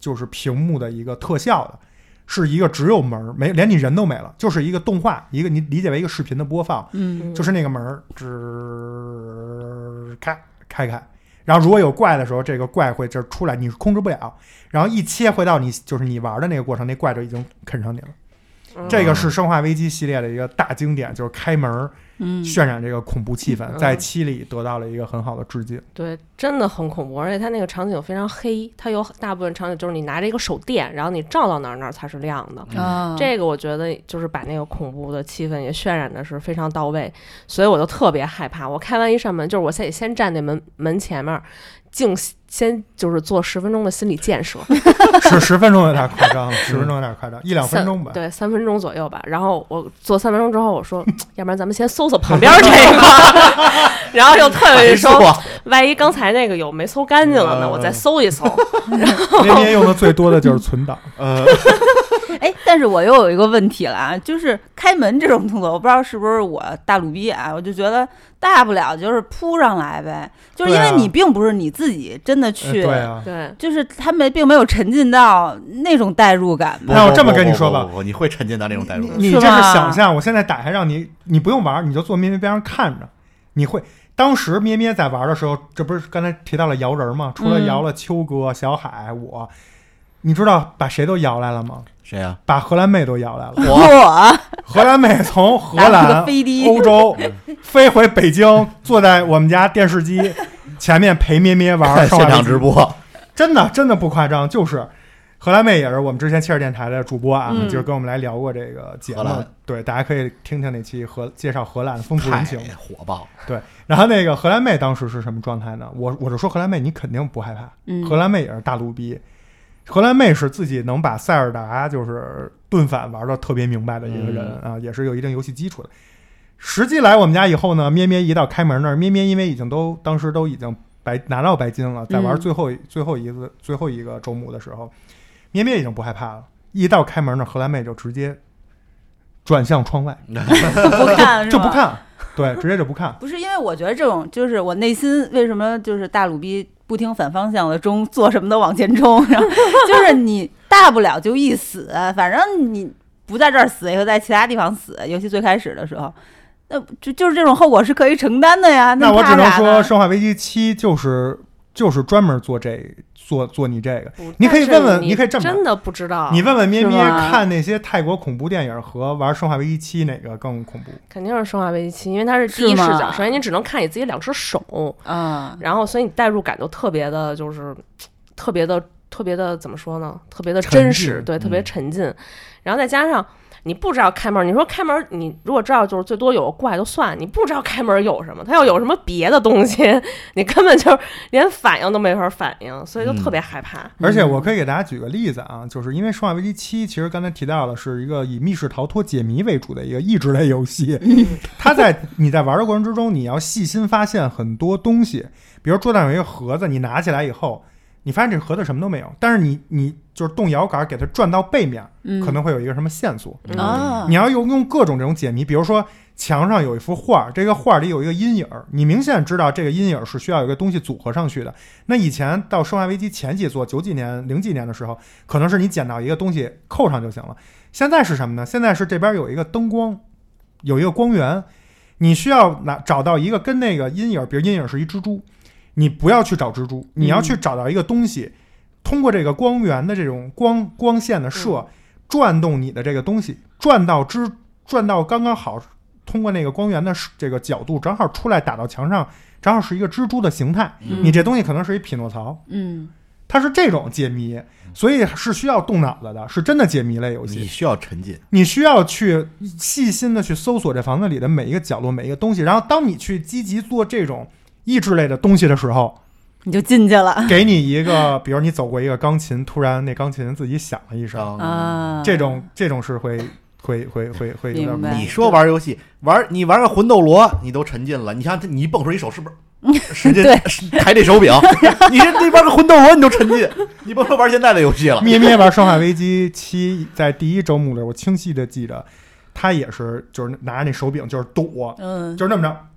就是屏幕的一个特效的，是一个只有门没连你人都没了，就是一个动画，一个你理解为一个视频的播放， 嗯， 就是那个门吱开开开，然后如果有怪的时候，这个怪会这出来，你控制不了，然后一切回到你就是你玩的那个过程，那怪就已经啃上你了。 嗯、 这个是《生化危机》系列的一个大经典，就是开门。 嗯， 渲染这个恐怖气氛， 嗯、 在七里得到了一个很好的致敬。 对，真的很恐怖，而且它那个场景非常黑，它有大部分场景就是你拿着一个手电，然后你照到哪儿哪儿才是亮的。 嗯、 这个我觉得就是把那个恐怖的气氛也渲染的是非常到位，所以我就特别害怕。我开完一扇门，就是我先先站那门门前面，静先就是做十分钟的心理建设。 是十分钟有点夸张，十分钟有点夸张，一两分钟吧。 对，三分钟左右吧。然后我做三分钟之后，我说，要不然咱们先搜搜旁边这个，然后又特别说，万一刚才那个有没搜干净了呢，我再搜一搜。然后那边用的最多的就是存档。 呃， 哎，但是我又有一个问题了啊，就是开门这种动作，我不知道是不是我大鲁逼啊，我就觉得大不了就是扑上来呗，就是因为你并不是你自己真的去， 对啊， 对， 就是他们并没有沉浸到那种代入感吧。 那我这么跟你说吧， 不不不不你会沉浸到那种代入感。 你这是想象，我现在打开让你，你不用玩，你就坐咩咩边上看着，你会。当时咩咩在玩的时候，这不是刚才提到了摇人吗？除了摇了秋哥、小海，我，你知道把谁都摇来了吗？ 谁呀、啊？ 把荷兰妹都摇来了。 我荷兰妹从荷兰、欧洲飞回北京，坐在我们家电视机前面陪咩咩玩现场直播， 真的真的不夸张，就是荷兰妹也是我们之前切尔电台的主播啊， 嗯、 就是跟我们来聊过这个节目，对，大家可以听听那期荷介绍荷兰风土人情， 火爆。 对，然后那个荷兰妹当时是什么状态呢？我我就说荷兰妹你肯定不害怕， 嗯、 荷兰妹也是大鲁逼。荷兰妹是自己能把塞尔达就是盾反玩的特别明白的一个人、嗯、啊，也是有一定游戏基础的。实际来我们家以后呢，咩咩一到开门那儿，咩咩因为已经都当时都已经白拿到白金了，在玩最后、嗯、最后一个最后一个周目的时候，咩咩已经不害怕了。一到开门那儿，荷兰妹就直接转向窗外， 不看就不看，对，直接就不看。 不是因为我觉得这种就是我内心为什么就是大鲁逼。不听反方向的钟，做什么都往前冲，然后就是你大不了就一死，反正你不在这儿死，也会在其他地方死。尤其最开始的时候，那就就是这种后果是可以承担的呀。 那我只能说，《生化危机七》就是就是专门做这做做你这个。你可以问问，你可以这么真的不知道。 你问问咩咩，看那些泰国恐怖电影和玩《生化危机七》哪个更恐怖？ 肯定是《生化危机七》，因为它是第一视角，首先你只能看你自己两只手， 嗯， 然后所以你代入感就特别的，就是特别的特别的怎么说呢？特别的真实，对，特别沉浸，嗯、然后再加上。你不知道开门，你说开门，你如果知道就是最多有个怪就算，你不知道开门有什么，它要有什么别的东西，你根本就连反应都没法反应，所以就特别害怕。 嗯、而且我可以给大家举个例子啊，就是因为《生化危机七》其实刚才提到的是一个以密室逃脱解谜为主的一个益智类游戏，它在你在玩的过程之中，你要细心发现很多东西，比如桌上有一个盒子，你拿起来以后。你发现这个盒子什么都没有，但是你你就是动摇杆给它转到背面、嗯、可能会有一个什么线索、 嗯、 你要用用各种这种解谜，比如说墙上有一幅画，这个画里有一个阴影，你明显知道这个阴影是需要有一个东西组合上去的。那以前到生化危机前几座九几年零几年的时候，可能是你捡到一个东西扣上就行了，现在是什么呢？现在是这边有一个灯光，有一个光源，你需要拿找到一个跟那个阴影，比如阴影是一蜘蛛，你不要去找蜘蛛，你要去找到一个东西、嗯、通过这个光源的这种光光线的射、嗯、转动你的这个东西，转到蜘转到刚刚好通过那个光源的这个角度正好出来打到墙上，正好是一个蜘蛛的形态、嗯、你这东西可能是一匹诺曹， 嗯， 它是这种解谜，所以是需要动脑子的，是真的解谜类游戏。 你需要沉浸， 你需要去细心的去搜索这房子里的每一个角落每一个东西，然后当你去积极做这种益智类的东西的时候， 你就进去了。 给你一个，比如你走过一个钢琴，突然那钢琴自己响了一声啊， 这种这种是会会会会会有点。 你说玩游戏玩你玩个魂斗罗，你都沉浸了，你看你一蹦出一手是不是？使劲抬这手柄，你这你玩个魂斗罗你都沉浸，你甭说玩现在的游戏了。 咩咩玩《生化危机七》在第一周目的，我清晰的记得，他也是就是拿着那手柄就是躲， 嗯， 就是那么着。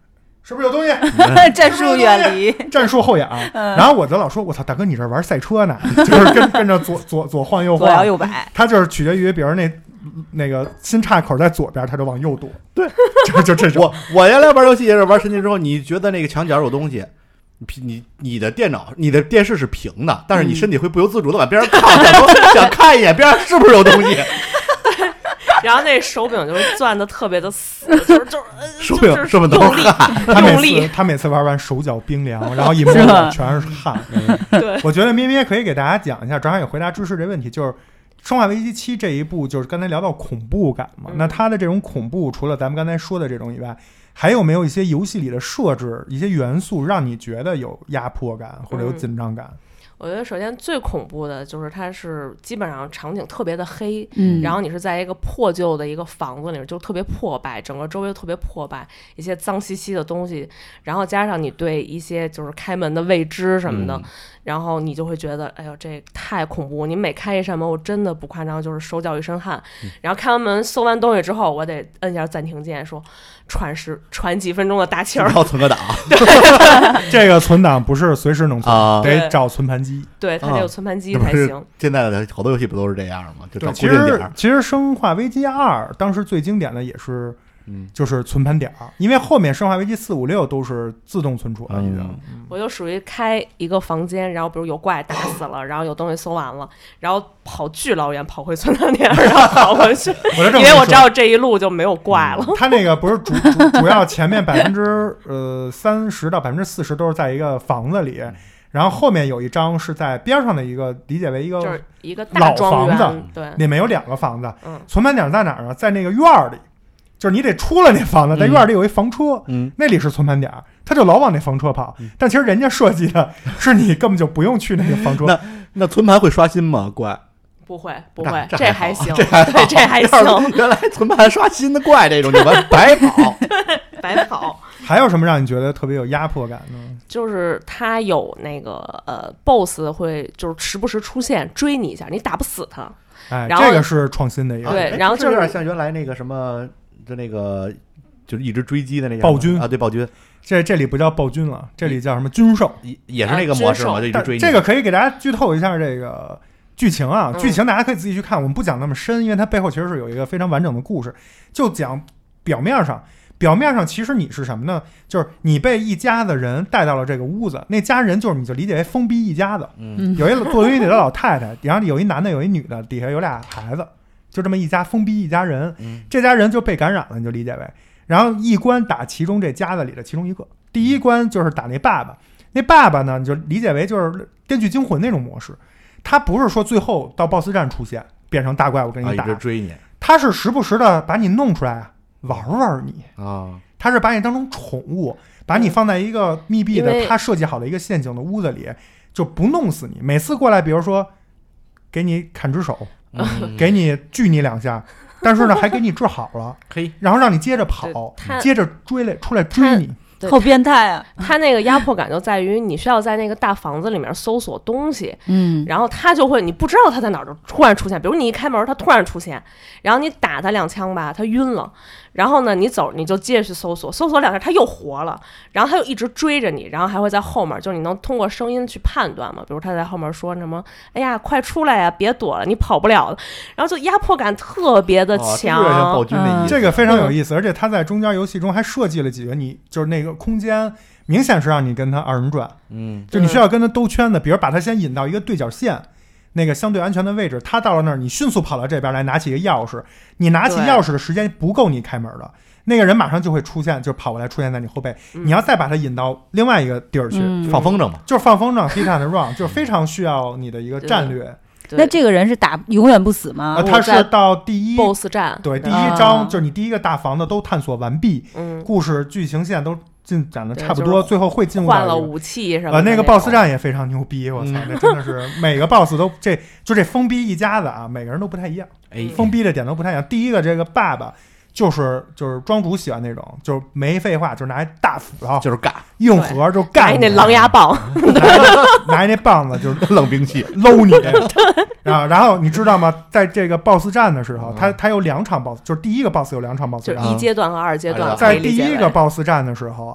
是不是有东西？ 战术远离， 战术后仰。然后我就老说，我操，大哥，你这玩赛车呢？就是跟跟着左左左晃右晃， 左摇右摆。 他就是取决于，比如那那个新岔口在左边，他就往右躲。 对， 就就这种。 我我原来玩游戏也是玩神奇之后，你觉得那个墙角有东西。你你的电脑、你的电视是平的，但是你身体会不由自主的往边上靠，想说想看一眼边上是不是有东西。 然后那手柄就是攥的特别的死，就是就是手柄手柄都是汗。 他每次他每次玩完手脚冰凉，然后一摸全是汗。 对， 我觉得咩咩可以给大家讲一下，正好也回答芝士这问题，就是《生化危机七》这一部，就是刚才聊到恐怖感嘛，那它的这种恐怖，除了咱们刚才说的这种以外。还有没有一些游戏里的设置、一些元素，让你觉得有压迫感或者有紧张感？ 嗯、我觉得首先最恐怖的就是它是基本上场景特别的黑， 嗯， 然后你是在一个破旧的一个房子里面，就特别破败，整个周围特别破败，一些脏兮兮的东西，然后加上你对一些就是开门的未知什么的。嗯，然后你就会觉得，哎呦，这太恐怖！你每开一扇门，我真的不夸张，就是手脚一身汗。嗯、然后开完门、搜完东西之后，我得摁下暂停键，说喘十喘几分钟的大气儿。 然后存个档。 这个存档不是随时能存， 啊、 得找存盘机。 对，它得有存盘机才行。 啊、现在的好多游戏不都是这样吗？就找固定点。 其实，其实《生化危机二》当时最经典的也是。嗯，就是存盘点儿，因为后面生化危机四五六都是自动存储了，已经。 嗯、我就属于开一个房间，然后比如有怪打死了，然后有东西搜完了，然后跑巨老远跑回存盘点，然后跑回去，因为我知道这一路就没有怪了。 嗯、他那个不是主主主要前面百分之呃三十到百分之四十都是在一个房子里。然后后面有一章是在边上的一个，理解为一个就是一个大老房子， 对， 里面有两个房子。 嗯， 存盘点在哪儿呢？在那个院儿里。就是你得出了那房子，在院里有一房车， 嗯， 那里是存盘点，他就老往那房车跑。嗯、但其实人家设计的是你根本就不用去那个房车。 那那存盘会刷新吗？怪， 不会不会， 这这还行， 这还对，这还行。 原来存盘刷新的怪这种，你们白跑， 白跑。 还有什么让你觉得特别有压迫感呢？ 就是他有那个呃 ，boss 会就是时不时出现追你一下，你打不死他。 哎， 然后这个是创新的一个。 对， 哎、 然后就是有点像原来那个什么。就那个，就是一直追击的那个暴君啊，对暴君， 这这里不叫暴君了，这里叫什么军兽， 也也是那个模式嘛， 啊、 就一直追你。 这个可以给大家剧透一下这个剧情啊， 嗯、 剧情大家可以自己去看，我们不讲那么深，因为它背后其实是有一个非常完整的故事，就讲表面上。表面上其实你是什么呢？就是你被一家子人带到了这个屋子，那家人就是你就理解为封闭一家子， 嗯， 有一做游戏里的老太太，然后有一男的有一女的，底下有俩孩子。就这么一家封闭一家人， 嗯、 这家人就被感染了，你就理解为，然后一关打其中这家子里的其中一个，第一关就是打那爸爸，那爸爸呢，你就理解为就是《电锯惊魂》那种模式，他不是说最后到 boss 战出现变成大怪物跟你打， 啊、一直追你， 他是时不时的把你弄出来玩玩你啊， 他是把你当成宠物，把你放在一个密闭的他设计好的一个陷阱的屋子里，就不弄死你，每次过来，比如说给你砍只手。 嗯、 给你锯你两下，但是呢还给你治好了， 嘿， 然后让你接着跑，接着追来出来追你， 好变态啊！ 他那个压迫感就在于你需要在那个大房子里面搜索东西， 嗯， 然后他就会你不知道他在哪儿就突然出现，比如你一开门他突然出现，然后你打他两枪吧，他晕了，然后呢你走你就接着去搜索，搜索两下他又活了，然后他又一直追着你，然后还会在后面，就是你能通过声音去判断嘛，比如他在后面说什么，哎呀快出来呀，别躲了，你跑不了了，然后就压迫感特别的强， 哦、这, 嗯、这个非常有意思，而且他在中间游戏中还设计了几个你就是那个空间明显是让你跟他二人转， 嗯， 就你需要跟他兜圈的，比如把他先引到一个对角线那个相对安全的位置，他到了那儿你迅速跑到这边来拿起一个钥匙，你拿起钥匙的时间不够你开门的，那个人马上就会出现，就跑过来出现在你后背， 嗯、 你要再把他引到另外一个地儿去， 嗯、放风筝嘛， 就是放风筝 hit and run， 就是非常需要你的一个战略。 那这个人是打永远不死吗？ 呃、他是到第一 boss 战， 对，第一章、啊、就是你第一个大房子都探索完毕， 嗯， 故事剧情线都进展的差不多，最后会进入换了武器什么的。 呃，那个 boss 战也非常牛逼，我操，嗯、那真的是每个 boss 都这就这封逼一家子啊，每个人都不太一样， 哎， 封逼的点都不太一样。第一个这个爸爸就是就是庄主喜欢那种，就是没废话，就是拿一大斧头， 就是干硬核就干， 拿一那狼牙棒， 拿一那棒子就是冷兵器搂你啊。然后你知道吗？在这个 boss 战的时候，他他有两场 boss， 就是第一个 boss 有两场 boss 战， 就是一阶段和二阶段。 在第一个 boss 战的时候，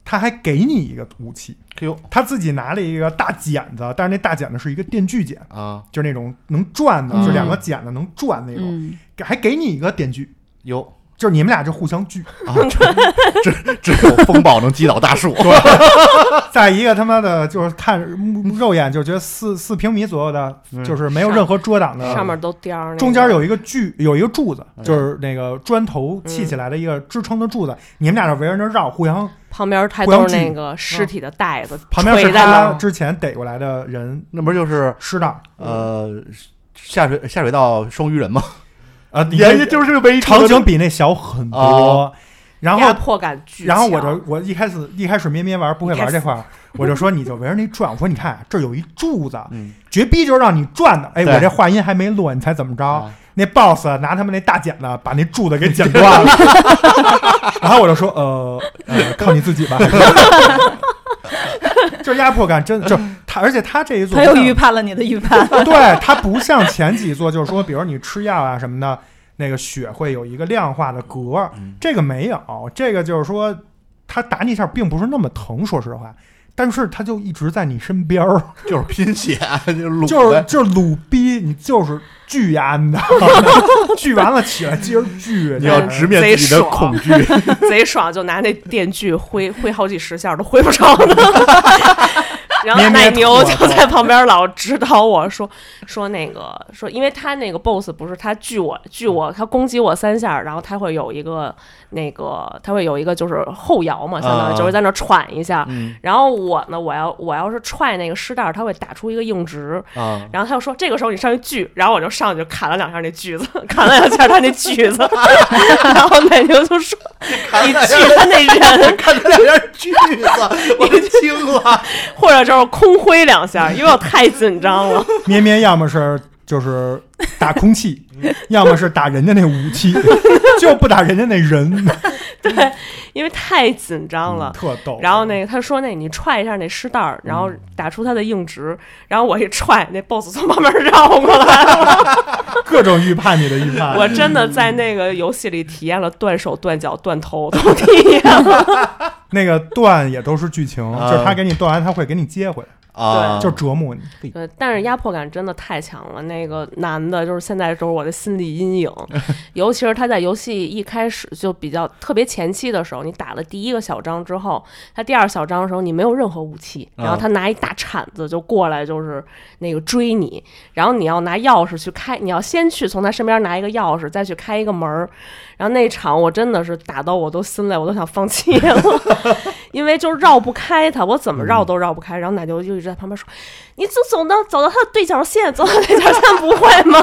他还给你一个武器， 哎呦他自己拿了一个大剪子，但是那大剪子是一个电锯剪啊， 就是那种能转的， 嗯、 就两个剪子能转那种， 嗯、 还给你一个电锯， 有。 就是你们俩就互相锯啊，只只有风暴能击倒大树。 再一个他妈的，就是看肉眼就觉得四四平米左右的，就是没有任何遮挡的， 上面都颠儿， 中间有一个锯，有一个柱子，就是那个砖头砌起来的一个支撑的柱子，你们俩就围着那绕，互相。 旁边还都是那个尸体的袋子， 旁边是他之前逮过来的人， 那不就是尸袋？ 呃，下水下水道双鱼人吗？ 啊， 也就是这个场景比那小很多， 哦、 然后压迫感巨强。 然后我就我一开始一开始咩咩玩不会玩这块儿，我就说你就围着那转，我说你看这儿有一柱子， 嗯、 绝逼就是让你转的。哎，我这话音还没落，你猜怎么着？啊、那 boss 拿他们那大剪子把那柱子给剪断了，然后我就说呃呃，靠你自己吧。就是压迫感真就他，而且他这一座他又预判了你的预判。 对，他不像前几座，就是说，比如你吃药啊什么的，那个血会有一个量化的格， 嗯、 这个没有。这个就是说，他打你一下并不是那么疼，说实话，但是他就一直在你身边儿， 就是拼血，就是撸， 就是就是鲁逼，你就是巨压的，锯完了起来接着锯， 你要直面自己的恐惧， 贼爽，就拿那电锯挥挥好几十下都挥不着呢。然后奶牛就在旁边老指导我说说那个说，因为他那个 boss 不是他锯我锯我，他攻击我三下，然后他会有一个那个他会有一个就是后摇嘛，相当于就是在那喘一下。 嗯、 然后我呢，我要我要是踹那个尸袋，他会打出一个硬直。 啊、 然后他就说这个时候你上去锯，然后我就上去砍了两下那锯子，砍了两下他那锯子。然后奶牛就说你锯他那人， 砍他两下锯子，我都惊了。 或者就是空挥两下，因为我太紧张了。 咩咩要么是就是打空气，要么是打人家那武器，就不打人家那人。 对，因为太紧张了， 嗯、特逗。 然后那个他说那你踹一下那尸袋，然后打出他的硬直，然后我一踹，那 boss 从旁边绕过来了。 各种预判你的预判， 我真的在那个游戏里体验了断手、断脚、断头都体验了。 那个断也都是剧情， 啊、 就是他给你断完，他会给你接回来。 啊， 就折磨你。 对，但是压迫感真的太强了。那个男的，就是现在就是我的心理阴影，尤其是他在游戏一开始就比较特别前期的时候，你打了第一个小章之后，他第二小章的时候你没有任何武器，然后他拿一大铲子就过来，就是那个追你，然后你要拿钥匙去开，你要先去从他身边拿一个钥匙，再去开一个门，然后那场我真的是打到我都心累，我都想放弃了，因为就绕不开他，我怎么绕都绕不开。然后奶牛就一直在旁边说：“你就走到走到他的对角线，走到对角线不会吗？”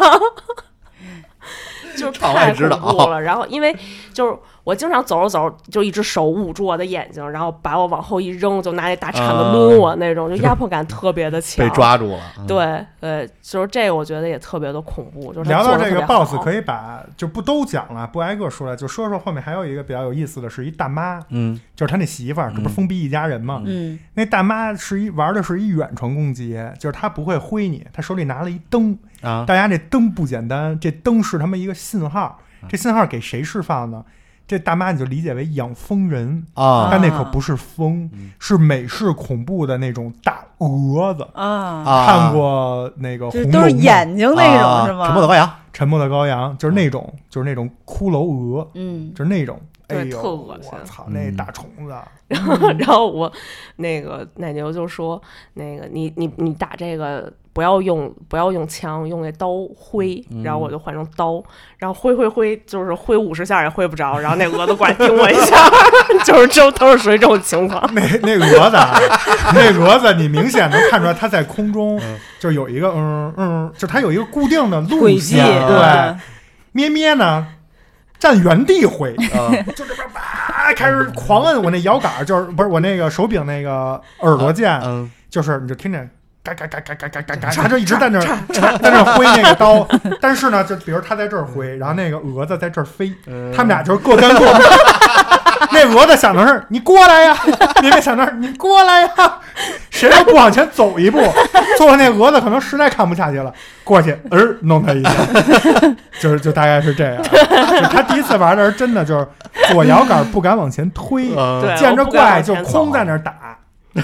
就是太恐怖了。然后因为就是我经常走着走着就一只手捂住我的眼睛，然后把我往后一扔，就拿那大铲子抡我那种，呃、就压迫感特别的强， 被抓住了。 嗯、对对，就是这个我觉得也特别的恐怖。就是聊到这个 boss 可以把就不都讲了，不挨个说了，就说说后面还有一个比较有意思的是一大妈， 嗯， 就是他那媳妇儿，这不是封闭一家人吗？ 嗯， 那大妈是一玩的是一远程攻击，就是他不会挥你，他手里拿了一灯啊， 大家这灯不简单，这灯是他们一个信号，这信号给谁释放呢？这大妈你就理解为养蜂人啊， 但那可不是蜂， 嗯、 是美式恐怖的那种大蛾子啊。 看过那个红都是眼睛那种、啊、是吗？ 沉默的羔羊， 沉默的羔羊就是那种，嗯、就是那种骷髅蛾， 嗯， 就是那种，哎呦， 特恶心！ 我操，那大虫子。 然后，然后我那个奶牛就说：“那个你你你打这个不要用不要用枪，用那刀挥。”然后我就换成刀，然后挥挥挥，就是挥五十下也挥不着。然后那蛾子过来叮我一下，就是就都是属于这种情况。 那那蛾子，那蛾子，你明显能看出来它在空中就有一个嗯嗯，就它有一个固定的路线。对，咩咩呢？站原地挥， 嗯、 就这边叭开始狂摁我那摇杆，就是不是我那个手柄那个耳朵键， 嗯、 就是你就听见嘎嘎嘎嘎嘎嘎嘎嘎，他就一直在那在那挥那个刀，但是呢，就比如他在这儿挥，然后那个蛾子在这儿飞， 嗯、 他们俩就是各干各的。那蛾子想的是你过来呀，你别想着你过来呀，谁都不往前走一步。最后那蛾子可能实在看不下去了，过去呃弄他一下，就是就大概是这样。就他第一次玩的时候真的就是左摇杆不敢往前推， 呃对见着怪就空在那儿打。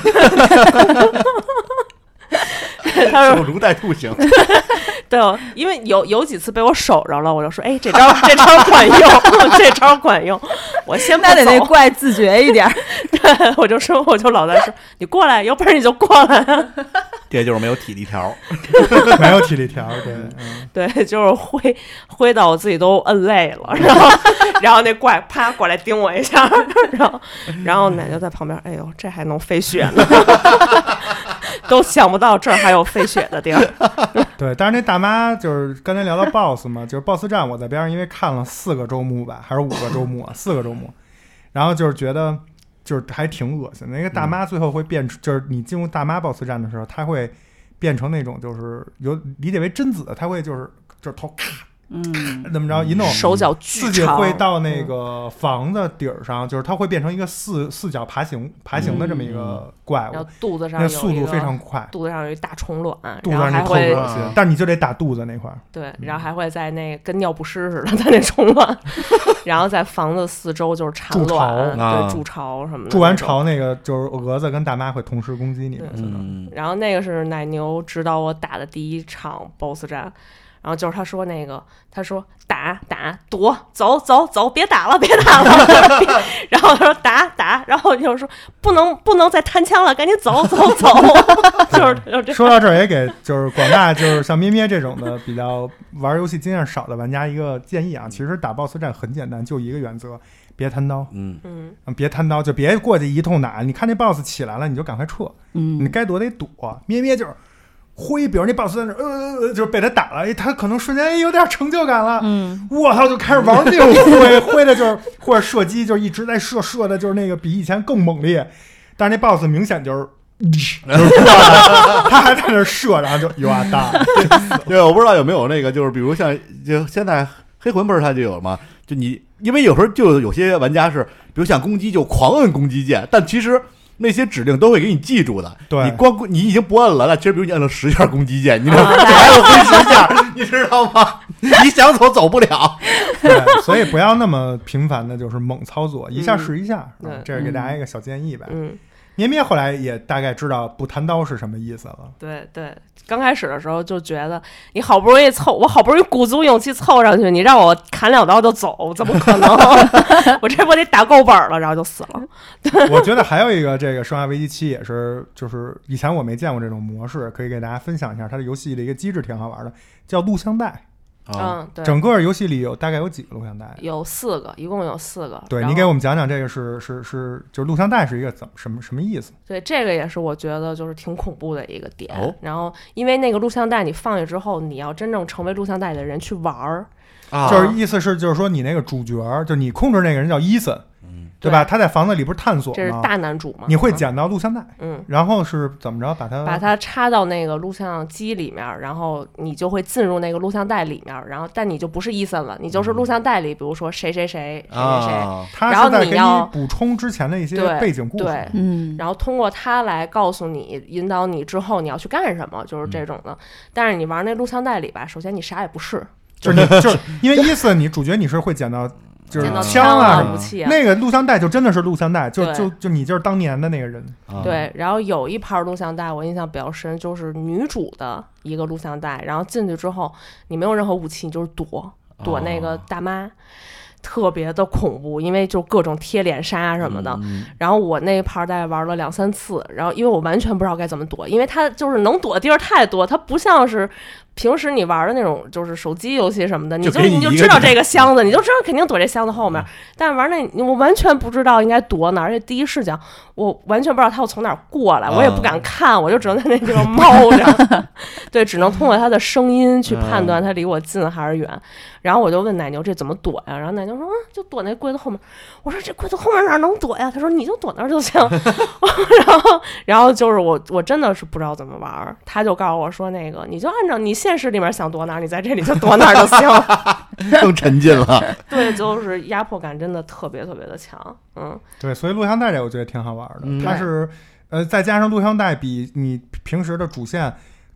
他说守株待兔型。 对，因为有有几次被我守着了，我就说，哎，这招这招管用，这招管用，我先不那得那走。 怪自觉一点。 对，我就说，我就老在说，你过来，有本事你就过来。 这就是没有体力条。 没有体力条，对，嗯， 对，就是挥挥到我自己都摁累了，然后然后那怪啪过来叮我一下，然后然后奶就在旁边，哎呦，这还能飞雪呢，都想不到这儿还有飞雪的地儿。 对。但是那大妈就是刚才聊到 boss 嘛，就是 boss 战，我在边上因为看了四个周目吧，还是五个周目啊，四个周目，然后就是觉得就是还挺恶心的。那个大妈最后会变，就是你进入大妈 boss 战的时候，她会变成那种就是有理解为贞子，她会就是就是头咔嗯， 那么着一弄， 手脚巨自己长， 会到那个房子底儿上，就是它会变成一个四四脚爬行爬行的这么一个怪物然后，肚子上那有一个速度非常快， 肚子上有一大虫卵， 肚子然后还上那特别会恶心，但是你就得打肚子那块儿。 对，然后还会在那跟尿不湿似的，在那虫卵，然后在房子四周就是产筑巢卵， 啊对，筑巢什么的。 筑完，巢那个就是蛾子跟大妈会同时攻击你们， 对可能嗯， 然后那个是奶牛指导我打的第一场 BOSS 战。然后就是他说那个，他说打打躲走走走，别打了别打了，别然后他说打打，然后就是说不能不能再弹枪了，赶紧走走走，就是就是这。 说到这儿，也给就是广大就是像咩咩这种的比较玩游戏经验少的玩家一个建议啊，其实打 BOSS 战很简单，就一个原则，别贪刀， 嗯， 嗯， 嗯别贪刀，就别过去一通打。你看那 BOSS 起来了，你就赶快撤，你嗯， 该躲得躲。咩咩就是挥，比如那 BOSS 在那儿呃，就是被他打了，哎，他可能瞬间哎有点成就感了， 嗯， 我操，就开始玩命挥，挥的就是或者射击，就是一直在射，射的就是那个比以前更猛烈。但是那 BOSS 明显就是。就是过来，他还在那射，然后就有啊大， 对，我不知道有没有那个，就是比如像就现在黑魂不是它就有吗？就你因为有时候就有些玩家是，比如想攻击就狂摁攻击键，但其实那些指令都会给你记住的。 对你光你已经不摁了，那其实比如你摁了十下攻击键，你这还有挥十下，你知道吗？你想走走不了。 对，所以不要那么频繁的，就是猛操作，一下是一下。 嗯啊这是给大家一个小建议呗。 嗯， 咩咩后来也大概知道不弹刀是什么意思了。 对对，刚开始的时候就觉得你好不容易凑，我好不容易鼓足勇气凑上去，你让我砍两刀就走，怎么可能？我这不得打够本了，然后就死了。 我觉得还有一个这个《生化危机七》也是，就是以前我没见过这种模式，可以给大家分享一下它的游戏的一个机制，挺好玩的，叫录像带。 啊， 嗯，对， 整个游戏里有大概有几个录像带？ 有四个，一共有四个。 对， 然后你给我们讲讲这个是是是，就是录像带是一个怎么什么什么意思？ 对，这个也是我觉得就是挺恐怖的一个点。 哦然后，因为那个录像带你放下之后，你要真正成为录像带的人去玩儿， 啊就是意思是就是说你那个主角，就你控制那个人叫伊森， 嗯， 对吧？他在房子里不是探索这是吗？ 大男主嘛？ 你会捡到录像带， 嗯， 然后是怎么着把它把它插到那个录像机里面，然后你就会进入那个录像带里面，然后但你就不是伊森了，你就是录像带里，比如说谁谁谁谁谁谁， 啊， 他然后是在给你要补充之前的一些对背景故事。 对， 嗯， 然后通过它来告诉你、引导你之后你要去干什么，就是这种的。但是你玩那录像带里吧，首先你啥也不是， 就是你就是因为伊森，你主角你是会捡到就是捡到枪啊什么的， 武器啊。 那个录像带就真的是录像带，就对就就你就是当年的那个人。 啊， 对，然后有一盘录像带我印象比较深，就是女主的一个录像带，然后进去之后你没有任何武器，你就是躲躲那个大妈，特别的恐怖，因为就各种贴脸杀什么的。 嗯然后我那盘带玩了两三次，然后因为我完全不知道该怎么躲，因为它就是能躲的地儿太多，它不像是平时你玩的那种就是手机游戏什么的，你就就给你一个你就知道这个箱子，你就知道肯定躲这箱子后面。但是玩那我完全不知道应该躲哪儿，而且第一视角我完全不知道他要从哪儿过来，我也不敢看，我就只能在那地方猫着，对，只能通过他的声音去判断他离我近还是远。然后我就问奶牛这怎么躲呀？然后奶牛说、嗯、就躲那柜子后面。我说这柜子后面哪能躲呀？他说你就躲那儿就行。然后然后就是我我真的是不知道怎么玩，他就告诉我说那个你就按照你现实里面想躲哪儿，你在这里就躲哪儿就行。 更沉浸了。 对，就是压迫感真的特别特别的强。嗯， 对，所以录像带这我觉得挺好玩的， 嗯它是呃再加上录像带比你平时的主线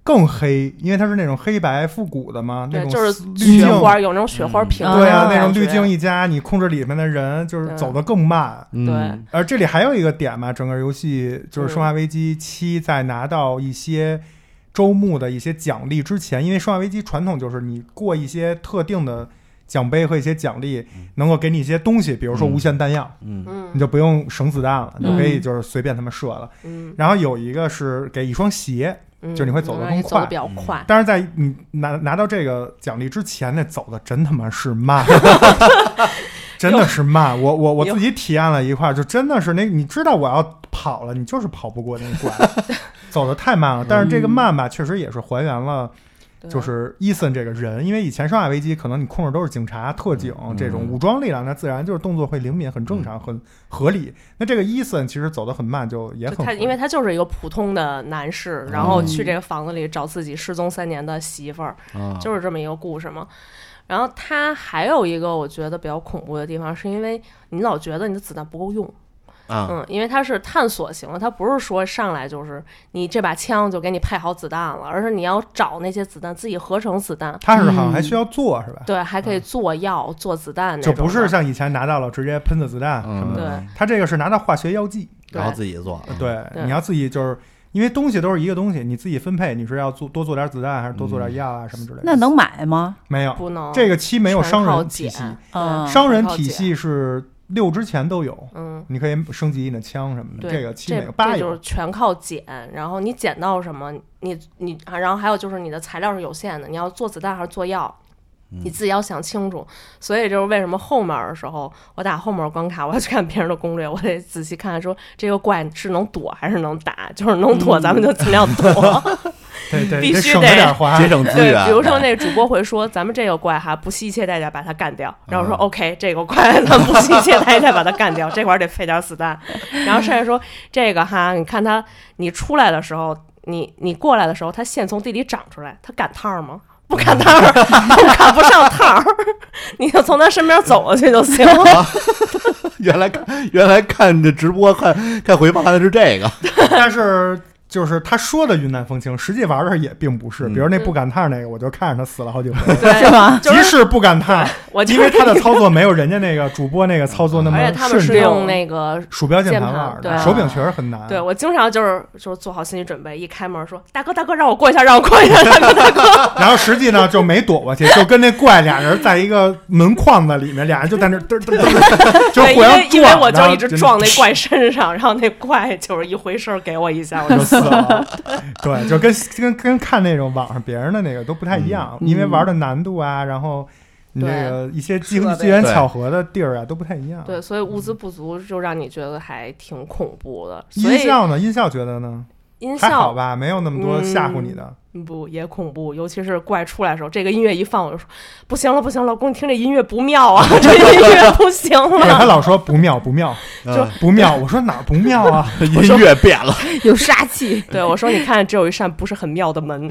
更黑，因为它是那种黑白复古的嘛，那对， 种就是滤镜雪花，有那种雪花屏、 嗯对啊，那种感觉滤镜一加，你控制里面的人就是走得更慢。 嗯对而这里还有一个点嘛，整个游戏就是《生化危机七》在拿到一些周目的一些奖励之前，因为《生化危机》传统就是你过一些特定的奖杯和一些奖励，能够给你一些东西，比如说无限弹药， 嗯嗯你就不用省子弹了， 嗯你就可以就是随便他们射了。 嗯， 然后有一个是给一双鞋， 嗯就是你会走得更快嗯走得比较快。 但是在你拿拿到这个奖励之前，那走的真他妈是慢。真的是慢，我我我自己体验了一块，就真的是那，你知道我要跑了，你就是跑不过那个怪，走的太慢了。但是这个慢吧，确实也是还原了，就是伊森这个人，因为以前生化危机可能你控制都是警察、特警这种武装力量，那自然就是动作会灵敏，很正常，很合理。那这个伊森其实走得很慢，就也很就他，因为他就是一个普通的男士，然后去这个房子里找自己失踪三年的媳妇儿， 啊就是这么一个故事嘛。然后他还有一个我觉得比较恐怖的地方，是因为你老觉得你的子弹不够用。 啊， 嗯，因为它是探索型的，它不是说上来就是你这把枪就给你配好子弹了，而是你要找那些子弹，自己合成子弹。 他是好像还需要做、嗯、是吧？ 对，还可以做药、嗯、做子弹那种， 就不是像以前拿到了直接喷的子弹什么的。 对， 他这个是拿到化学药剂， 然后自己做。 对， 对你要自己就是。因为东西都是一个东西，你自己分配，你是要做多做点子弹，还是多做点药啊、嗯、什么之类的？ 那能买吗？ 没有， 不能。 这个期没有商人体系， 嗯、 商人体系是六之前都有， 嗯， 你可以升级你的枪什么的。 这个期没有，八有， 这就是全靠捡。然后你捡到什么，你你，然后还有就是你的材料是有限的，你要做子弹还是做药？你自己要想清楚，所以就是为什么后面的时候，我打后面关卡，我要去看别人的攻略，我得仔细看说这个怪是能躲还是能打，就是能躲咱们就尽量躲， 嗯、对对， 必须得点花， 节省资源。 比如说那主播会说，咱们这个怪哈不惜一切代价把它干掉，然后说、嗯、OK 这个怪咱们不惜一切代价把它干掉，这块得费点子弹，然后甚至说这个哈，你看他你出来的时候，你你过来的时候，他线从地里长出来，他赶趟吗？不赶趟儿，赶不上趟儿，你就从他身边走过去就行了。 啊、原来看，原来看这直播看看回放看的是这个， 但是就是他说的云淡风轻，实际玩的也并不是。比如那不赶趟那个，我就看着他死了好几回， 对吗？ 即使不赶趟， 我因为他的操作没有人家那个主播那个操作那么顺畅。 而且他们是用那个鼠标键盘玩的，手柄确实很难。 对，我经常就是就是做好心理准备，一开门说大哥大哥让我过一下，让我过一下，大哥大哥。 然后实际呢就没躲过去，就跟那怪俩人在一个门框子里面，俩人就在那嘚嘚嘚，就互相撞。 因为我就一直撞那怪身上，然后那怪就是一回身给我一下，我就死了。 对，就跟跟跟看那种网上别人的那个都不太一样，嗯、因为玩的难度啊，然后你这个一些机机缘巧合的地儿啊都不太一样。 对，所以物资不足就让你觉得还挺恐怖的。 音效呢？音效觉得呢？ 音效还好吧，没有那么多吓唬你的。 嗯、不，也恐怖，尤其是怪出来的时候，这个音乐一放，我就说不行了，不行了，老公，你听这音乐不妙啊，这音乐不行了。 对，他老说不妙，不妙，就不妙。我说哪儿不妙啊？ 音乐变了， 有杀气。 对，我说你看，只有一扇不是很妙的门。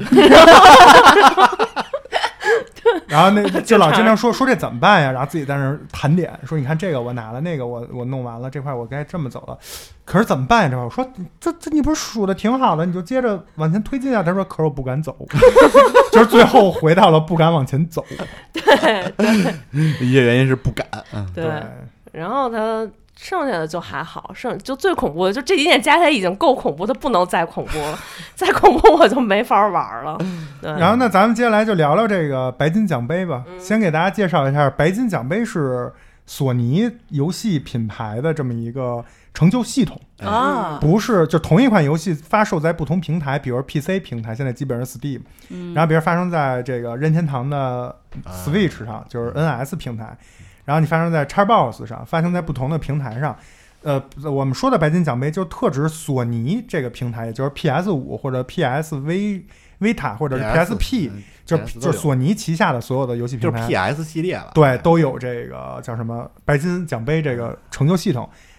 然后那就老经常说说这怎么办呀？然后自己在那盘点，说你看这个我拿了，那个我我弄完了，这块我该这么走了。可是怎么办呀？这块我说这这你不是数的挺好的，你就接着往前推进啊。他说可是我不敢走，就是最后回到了不敢往前走。 对对， 一些原因是不敢。嗯、 对，然后他。剩下的就还好，剩就最恐怖的就这几点加起来已经够恐怖，它不能再恐怖了，再恐怖我就没法玩了。对， 然后那咱们接下来就聊聊这个白金奖杯吧。嗯、先给大家介绍一下，白金奖杯是索尼游戏品牌的这么一个成就系统啊， 不是就同一款游戏发售在不同平台，比如 P C 平台，现在基本是 Steam，、嗯、然后比如发生在这个任天堂的 Switch 上，啊、就是 N S 平台。然后你发生在 Xbox 上，发生在不同的平台上，呃，我们说的白金奖杯就特指索尼这个平台，也就是 P S 五 或者 P S V Vita 或者是 P S P， 就就索尼旗下的所有的游戏平台， 就是 P S 系列了， 对，都有这个叫什么白金奖杯这个成就系统。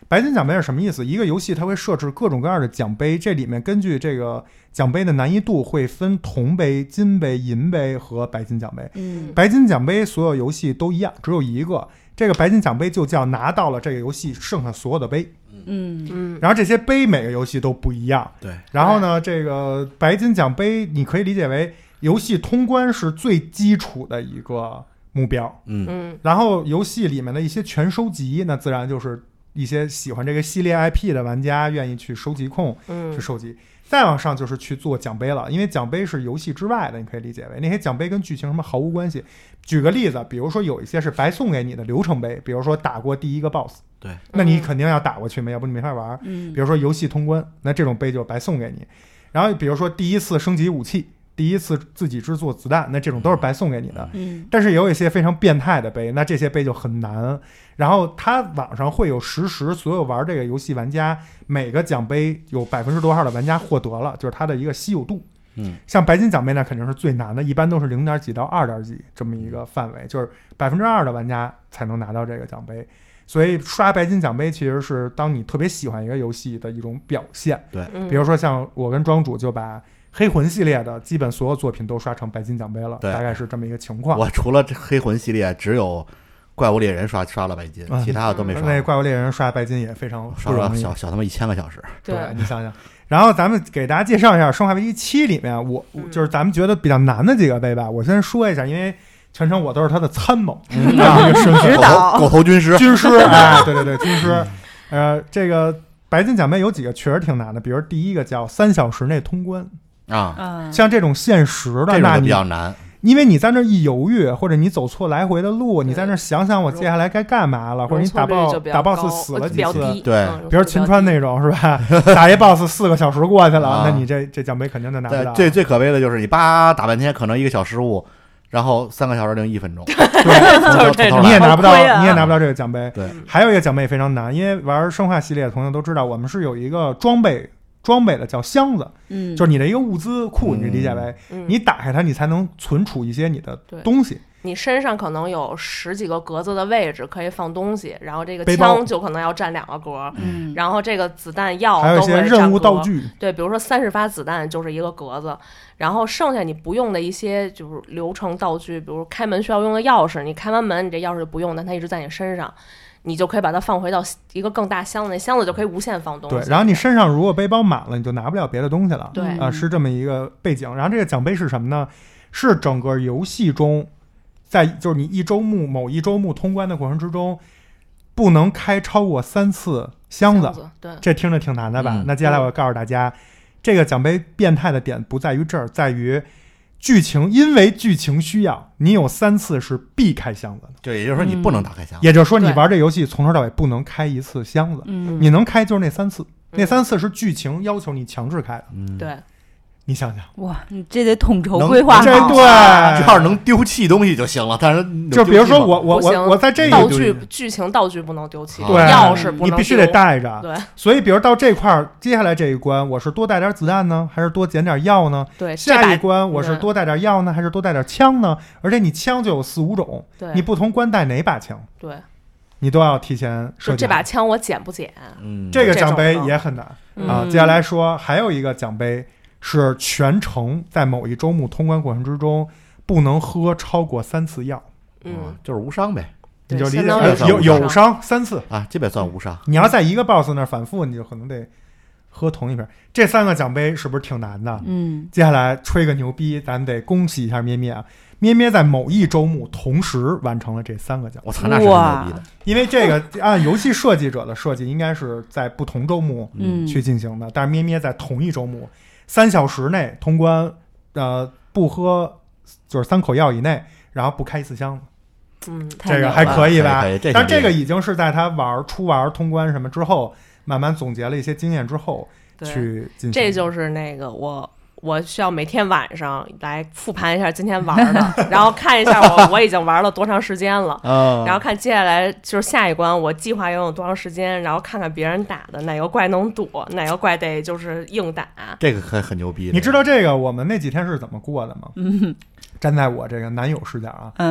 白金奖杯是什么意思？一个游戏它会设置各种各样的奖杯，这里面根据这个奖杯的难易度会分铜杯、金杯、银杯和白金奖杯。 嗯， 白金奖杯所有游戏都一样，只有一个。这个白金奖杯就叫拿到了这个游戏剩下所有的杯。 嗯嗯， 然后这些杯每个游戏都不一样。 对。 然后呢，这个白金奖杯你可以理解为游戏通关是最基础的一个目标。 嗯嗯， 然后游戏里面的一些全收集，那自然就是一些喜欢这个系列 I P 的玩家愿意去收集控， 嗯去收集。再往上就是去做奖杯了，因为奖杯是游戏之外的，你可以理解为那些奖杯跟剧情什么毫无关系。举个例子，比如说有一些是白送给你的流程杯，比如说打过第一个 boss， 对， 那你肯定要打过去嘛，要不你没法玩。 嗯， 比如说游戏通关，那这种杯就白送给你。然后比如说第一次升级武器，第一次自己制作子弹，那这种都是白送给你的。 嗯， 但是也有一些非常变态的杯，那这些杯就很难。然后它网上会有实时，所有玩这个游戏玩家每个奖杯有百分之多少的玩家获得了，就是它的一个稀有度。 嗯， 像白金奖杯呢，肯定是最难的，一般都是零点几到二点几这么一个范围，就是百分之二的玩家才能拿到这个奖杯。所以刷白金奖杯其实是当你特别喜欢一个游戏的一种表现。 对， 嗯比如说像我跟庄主就把黑魂系列的基本所有作品都刷成白金奖杯了， 对大概是这么一个情况。 我除了这黑魂系列，只有怪物猎人刷刷了白金， 嗯其他的都没刷。 那怪物猎人刷白金也非常不刷了容易， 小小他妈一千个小时。 对你想想。然后咱们给大家介绍一下《生化危机七》里面，我嗯就是咱们觉得比较难的几个杯吧。我先说一下，因为全程我都是他的参谋， 嗯这样一个身份指导狗头军师， 军师，哎，对对对，军师。呃，这个白金奖杯有几个确实挺难的，比如第一个叫三小时内通关， 啊， 嗯， 像这种限时的， 这种就比那你较难。 因为你在那一犹豫，或者你走错来回的路，你在那想想我接下来该干嘛了，或者你打 boss 打 boss 死了几次， 对， 比如秦川那种是吧？打一 boss 四个小时过去了， 啊那你这这奖杯肯定就拿不到。 最最可悲的就是你叭打半天，可能一个小失误，然后三个小时零一分钟， 对， 就是这种你也拿不到， 好亏啊你也拿不到这个奖杯。 对， 还有一个奖杯也非常难，因为玩生化系列的朋友都知道，我们是有一个装备装备的叫箱子， 嗯， 就是你的一个物资库， 嗯你理解为嗯你打开它，你才能存储一些你的对东西。 你身上可能有十几个格子的位置可以放东西，然后这个背包枪就可能要占两个格， 嗯， 然后这个子弹药还有一些都会占任务格道具， 对，比如说三十发子弹就是一个格子，然后剩下你不用的一些就是流程道具，比如开门需要用的钥匙，你开完门你这钥匙就不用，但它一直在你身上，你就可以把它放回到一个更大箱子，那箱子就可以无限放东西。 对，然后你身上如果背包满了，你就拿不了别的东西了。 对啊、是这么一个背景。然后这个奖杯是什么呢？是整个游戏中，在就是你一周目某一周目通关的过程之中，不能开超过三次箱子。 箱子对， 这听着挺难的吧？ 嗯那接下来我告诉大家，这个奖杯变态的点不在于这儿，在于剧情，因为剧情需要，你有三次是必开箱子的。 就也就是说你不能打开箱， 也就是说，你对玩这游戏从头到尾不能开一次箱子， 嗯， 你能开就是那三次， 嗯那三次是剧情要求你强制开的。 嗯， 对， 你想想， 哇，你这得统筹能规划好， 这对， 只要是能丢弃东西就行了。但是就比如说我我不行我我在这道个具剧情道具不能丢弃， 对钥匙不能你必须得丢。 带着。 对所以，比如到这块儿，接下来这一关，我是多带点子弹呢，还是多捡点药呢？ 对， 下一这把关我是多带点药呢，还是多带点枪呢？而且你枪就有四五种， 对你不同关带哪把枪， 对， 你都要提前设计。 就这把枪我捡不捡？ 嗯， 这个奖杯这种也很难嗯啊。接下来说，还有一个奖杯是全程在某一周目通关过程之中不能喝超过三次药， 嗯， 就是无伤呗你就理解相当于为有是无有伤三次。 啊，这也算无伤。 你要在一个 boss 那儿反复，你就可能得喝同一瓶。这三个奖杯是不是挺难的？ 嗯， 接下来吹个牛逼，咱们得恭喜一下咩咩啊！咩咩在某一周目同时完成了这三个奖， 我操，那是牛逼的。 因为这个按游戏设计者的设计，应该是在不同周目嗯去进行的，但是咩咩在同一周目三小时内通关，呃，不喝就是三口药以内，然后不开一次箱子。 嗯， 这个太牛了还可以吧？ 可以可以这挺但这个厉害已经是在他玩初玩通关什么之后，慢慢总结了一些经验之后对， 去进行。 这就是那个我。我需要每天晚上来复盘一下今天玩的，然后看一下我我已经玩了多长时间了， 啊， 然后看接下来就是下一关我计划要用多长时间，然后看看别人打的哪个怪能躲，哪个怪得就是硬打。 这个很很牛逼的。 你知道这个我们那几天是怎么过的吗？ 嗯站在我这个男友视角啊， 嗯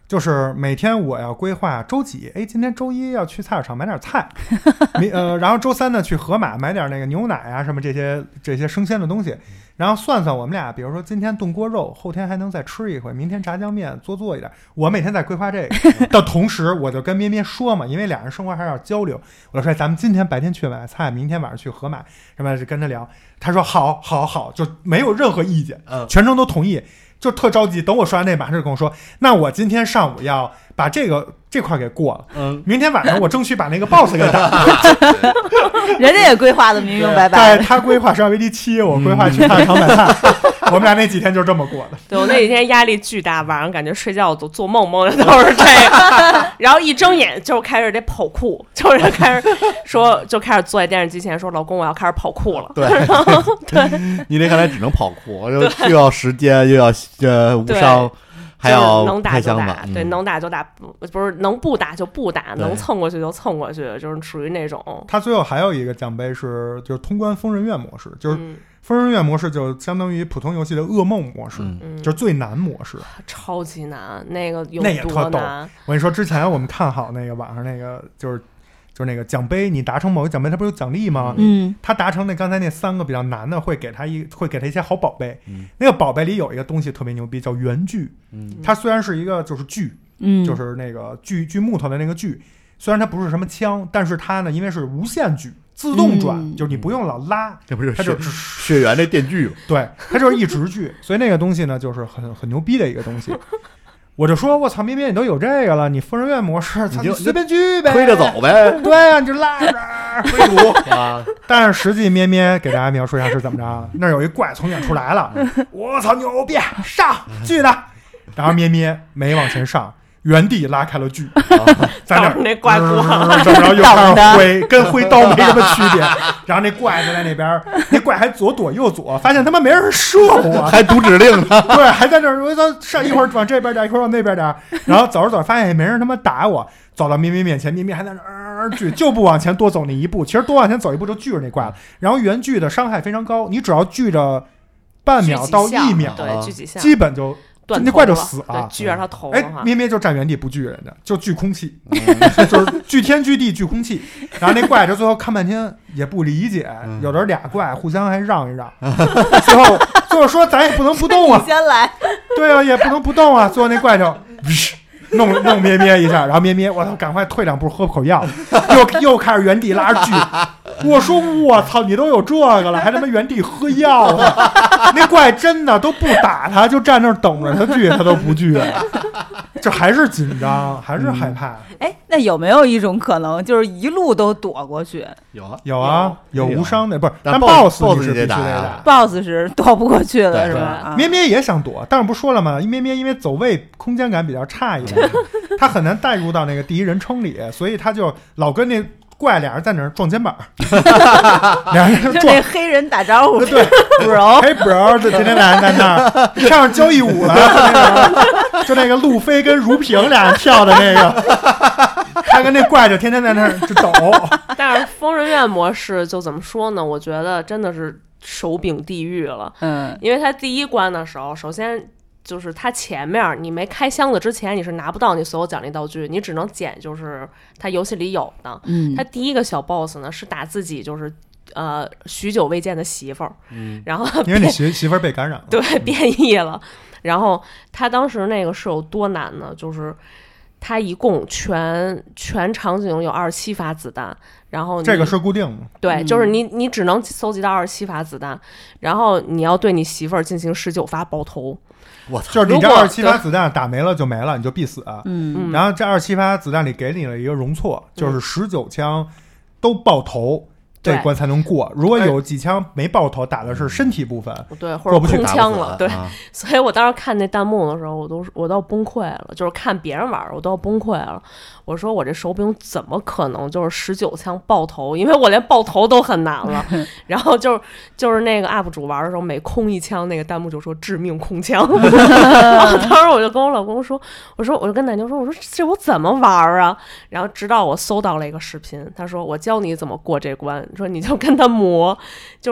就是每天我要规划周几，哎，今天周一要去菜市场买点菜，呃，然后周三呢去盒马买点那个牛奶啊什么这些这些生鲜的东西，然后算算我们俩，比如说今天炖锅肉，后天还能再吃一回，明天炸酱面多做一点，我每天在规划这个的同时，我就跟咩咩说嘛，因为俩人生活还是要交流，我就说咱们今天白天去买菜，明天晚上去盒马，什么就跟他聊，他说好好好，就没有任何意见，全程都同意。就特着急，等我说完那马上就跟我说，那我今天上午要把这个这块给过了，嗯，明天晚上我争取把那个 boss 给打了。 人家也规划的明明白白。 对，他规划上围棋七，我规划去菜市场买菜，我们俩那几天就这么过的。 对，我那几天压力巨大，晚上感觉睡觉都做梦梦的都是这个，然后一睁眼就开始得跑酷，就是开始说就开始坐在电视机前说，老公我要开始跑酷了。 对， 对， 你那看来只能跑酷，又又要时间又要呃无伤。还要能打就打， 嗯、 对，能打就打，不不是能不打就不打，能蹭过去就蹭过去，就是属于那种。 他最后还有一个奖杯是，就是通关疯人院模式，就是疯人院模式就相当于普通游戏的噩梦模式，嗯、就是最难模式， 超级难，那个有那也特逗。 难我跟你说，之前我们看好那个网上那个就是。就是那个奖杯，你达成某个奖杯，它不是有奖励吗？ 嗯， 他达成那刚才那三个比较难的，会给他一会给他一些好宝贝。嗯，那个宝贝里有一个东西特别牛逼，叫圆锯。嗯，它虽然是一个就是锯，嗯，就是那个锯锯木头的那个锯，虽然它不是什么枪，但是它呢，因为是无线锯，自动转，嗯、就是你不用老拉， 这不是它就血缘那电锯， 对，它就是一直锯，所以那个东西呢，就是很很牛逼的一个东西。我就说，我操，咩咩你都有这个了，你疯人院模式， 你就随便锯呗， 推着走呗。 对啊，你就拉着推图啊。 但是实际咩咩给大家描述一下是怎么着？那有一怪从远处来了，我操，牛逼，上锯的。然后咩咩没往前上，原地拉开了锯，在那那怪过， 然后又开始挥，跟挥刀没什么区别。然后那怪就在那边，那怪还左躲右左，发现他妈没人射我， 还读指令呢。 对，还在那儿，我操，上一会儿往这边点，一会儿往那边点。然后走着走着，发现也没人他妈打我，走到咩咩面前，咩咩还在那儿锯，就不往前多走那一步。其实多往前走一步就锯着那怪了。然后原锯的伤害非常高，你只要锯着半秒到一秒， 对，锯几下， 基本就。那怪就死了， 锯着他头。 哎，咩咩就站原地不锯人家，就锯空气，嗯、就是锯天锯地锯空气。然后那怪就最后看半天也不理解，嗯、有的俩怪互相还让一让，最后最后说咱也不能不动啊， 你先来， 对啊，也不能不动啊。最后那怪就弄弄咩咩一下，然后咩咩我操，赶快退两步喝口药，又又开始原地拉着锯。我说我操，你都有这个了，还他妈原地喝药呢？那怪真的都不打他，就站那儿等着他锯，他都不锯，这还是紧张，还是害怕。 哎、嗯，那有没有一种可能，就是一路都躲过去？ 有啊， 有啊，有无伤的，不是，但 boss 你是必须得打 ，boss 是躲不过去的，是吧？ 咩咩也想躲，但是不说了吗？咩咩因为走位空间感比较差一点，他很难带入到那个第一人称里，所以他就老跟那。怪俩人在那儿撞肩膀，俩人就那黑人打招呼， 对 ，bro， 嘿 bro， 就天天俩人在那儿跳上交谊舞了，就那个路飞跟如萍俩人跳的那个，他跟那怪就天天在那儿就抖。 但是疯人院模式就怎么说呢？我觉得真的是手柄地狱了，嗯，因为他第一关的时候，首先。就是它前面你没开箱子之前你是拿不到你所有奖励道具，你只能捡就是它游戏里有的。嗯，它第一个小 boss 呢是打自己就是呃许久未见的媳妇儿，嗯，然后因为你媳媳妇儿被感染了， 对，变异了。然后他当时那个是有多难呢？就是他一共全全场景有二十七发子弹，然后这个是固定的， 对， 嗯、 就是你你只能搜集到二十七发子弹，然后你要对你媳妇儿进行十九发爆头。 我操！ 就是你这二十七发子弹打没了就没了，你就必死。 嗯， 然后这二十七发子弹里给你了一个容错，嗯、就是十九枪都爆头，这关才能过。如果有几枪没爆头，打的是身体部分， 对，或者空枪了，对。啊、所以我当时看那弹幕的时候，我都我都要崩溃了，就是看别人玩，我都要崩溃了。我说我这手柄怎么可能就是十九枪爆头？因为我连爆头都很难了。然后就是就是那个 U P 主玩的时候，每空一枪，那个弹幕就说致命空枪。然后当时我就跟我老公说，我说我就跟奶牛说，我说这我怎么玩啊？然后直到我搜到了一个视频，他说我教你怎么过这关，说你就跟他磨，就是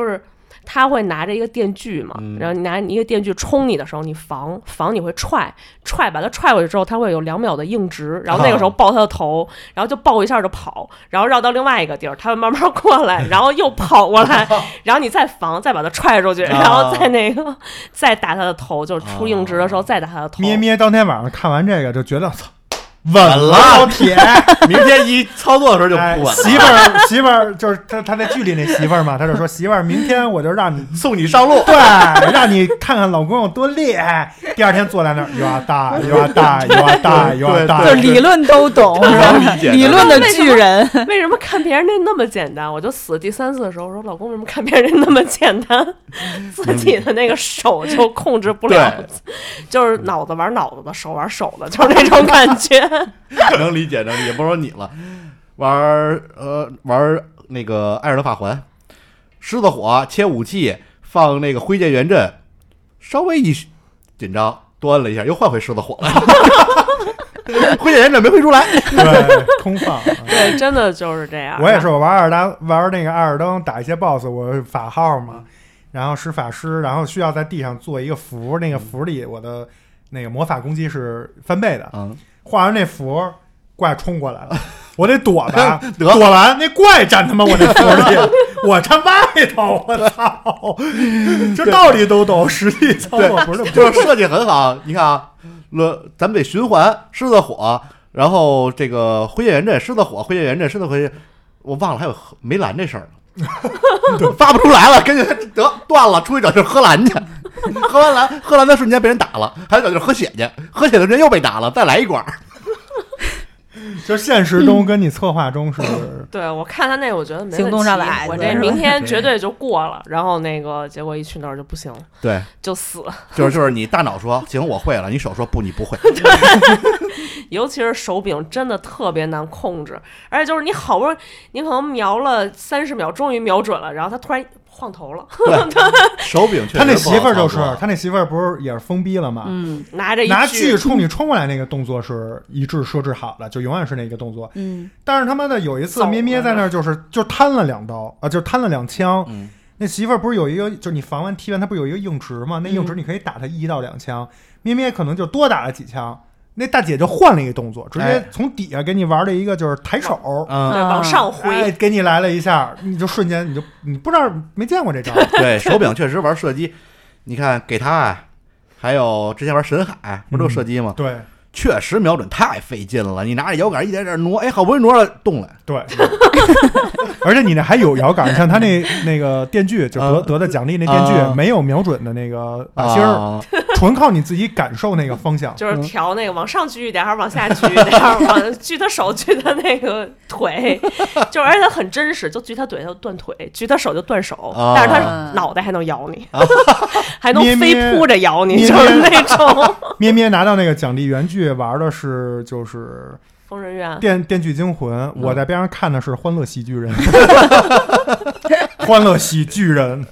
他会拿着一个电锯嘛， 嗯、 然后你拿一个电锯冲你的时候，你防防你会踹踹，把他踹过去之后，他会有两秒的硬直，然后那个时候抱他的头，啊、然后就抱一下就跑，然后绕到另外一个地儿，他会慢慢过来，然后又跑过来，然后你再防，再把他踹出去，然后再那个、啊、再打他的头，就是出硬直的时候再打他的头。 咩咩当天晚上看完这个就觉得操。稳了， 老铁！ 明天一操作的时候就不稳了。 哎、媳妇儿，媳妇儿就是他，他在剧里那媳妇儿嘛，他就说：“媳妇儿，明天我就让你送你上路， 对，让你看看老公有多厉害。”第二天坐在那儿，有啊大，有啊大，有啊大，有啊大， 就理论都懂，理论的巨人。 为什么看别人那那么简单？我就死第三次的时候说，老公为什么看别人那么简单，自己的那个手就控制不了，就是脑子玩脑子的，手玩手的，就是那种感觉。 能理解，能理解。不说你了，玩呃玩那个艾尔登法环，狮子火切武器，放那个挥剑元阵，稍微一紧张，端了一下，又换回狮子火了。挥剑元阵没挥出来， 对，空放。 对，真的就是这样。 我也是，我玩艾尔登玩那个艾尔登打一些 boss， 我法号嘛，然后使法师，然后需要在地上做一个符，那个符里我的那个魔法攻击是翻倍的。 嗯。 画完那符，怪冲过来了，我得躲吧，躲完那怪站他妈我那符里，我站外头，我操！这道理都懂，实际操作不是， 就是设计很好。你看啊，咱们得循环狮子火，然后这个挥剑元阵，狮子火，挥剑元阵，狮子火，我忘了还有梅兰这事儿了，发不出来了，跟着得断了，出去找地儿喝蓝去。喝完蓝，喝蓝的瞬间被人打了，还得找地儿喝血去，喝血的人又被打了，再来一管。 就现实中跟你策划中是， 对我看他那，我觉得没问题， 行动上的孩子， 我这明天绝对就过了。然后那个结果一去那儿就不行了， 对， 就死。 就是就是你大脑说行我会了，你手说不你不会。 尤其是手柄真的特别难控制，而且就是你好不容易，你可能瞄了三十秒，终于瞄准了，然后他突然晃头了。 对，手柄确实他那媳妇儿就是他那媳妇儿不是也是封逼了吗？ 嗯，拿着一拿锯冲你冲过来那个动作是一致设置好的，就永远是那个动作。 嗯， 但是他妈的有一次咩咩在那儿就是就摊了两刀啊，就摊了两枪。 嗯， 那媳妇儿不是有一个就是你防完踢完他不是有一个硬直吗？那硬直你可以打他一到两枪，咩咩可能就多打了几枪。那大姐就换了一个动作，直接从底下给你玩了一个就是抬手， 嗯， 对，往上挥， 哎，给你来了一下，你就瞬间你就你不知道没见过这招。 对，手柄确实玩射击，你看给他啊，还有之前玩神海不都射击吗？ 嗯、对， 确实瞄准太费劲了，你拿着摇杆一点点挪，哎，好不容易挪了动了。 对，而且你那还有摇杆，像他那那个电锯就得、嗯、得的奖励那电锯、啊、没有瞄准的那个靶心儿。啊纯靠你自己感受那个方向， 就是调那个往上举一点还是往下举一点，往举他手举他那个腿，就是而且他很真实，就举他腿就断腿，举他手就断手，啊、但是他脑袋还能咬你，啊、还能飞扑着咬你， 咩咩就是那种。 咩咩拿到那个奖励原剧玩的是就是疯人院电电锯惊魂、嗯，我在边上看的是欢乐喜剧人，欢乐喜剧人。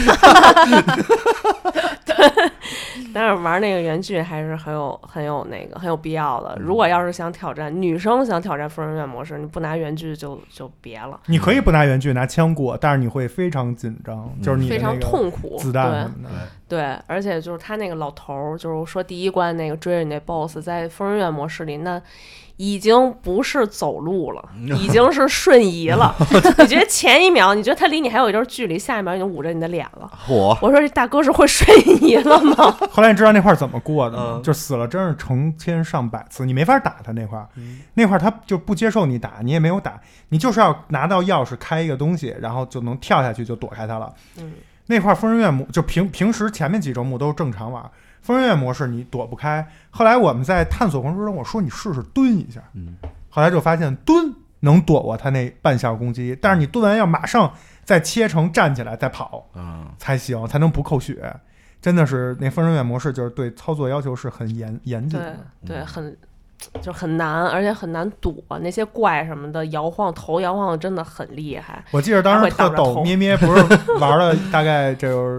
但是玩那个原剧还是很有很有那个很有必要的。如果要是想挑战女生想挑战疯人院模式，你不拿原剧就就别了。 你可以不拿原剧拿枪过，但是你会非常紧张，嗯、就是你非常痛苦， 子弹什么的。 对，对，而且就是他那个老头，就是说第一关那个追着你那 boss， 在疯人院模式里那。已经不是走路了，已经是瞬移了。你觉得前一秒，你觉得他离你还有一段距离，下一秒已经捂着你的脸了。 我我说这大哥是会瞬移了吗？ 后来你知道那块怎么过的吗？嗯、就死了真是成千上百次，你没法打他那块、嗯，那块他就不接受你打，你也没有打，你就是要拿到钥匙开一个东西，然后就能跳下去就躲开他了。 嗯， 那块疯人院模就平平时前面几周目都是正常玩。疯人院模式你躲不开，后来我们在探索过程中，我说你试试蹲一下， 嗯， 后来就发现蹲能躲过他那半效攻击，但是你蹲完要马上再切成站起来再跑， 嗯， 才行，才能不扣血。真的是那疯人院模式就是对操作要求是很严严谨的， 对对，很就很难，而且很难躲。那些怪什么的摇晃头摇晃的真的很厉害。 我记得当时特逗，咩咩不是玩了大概就是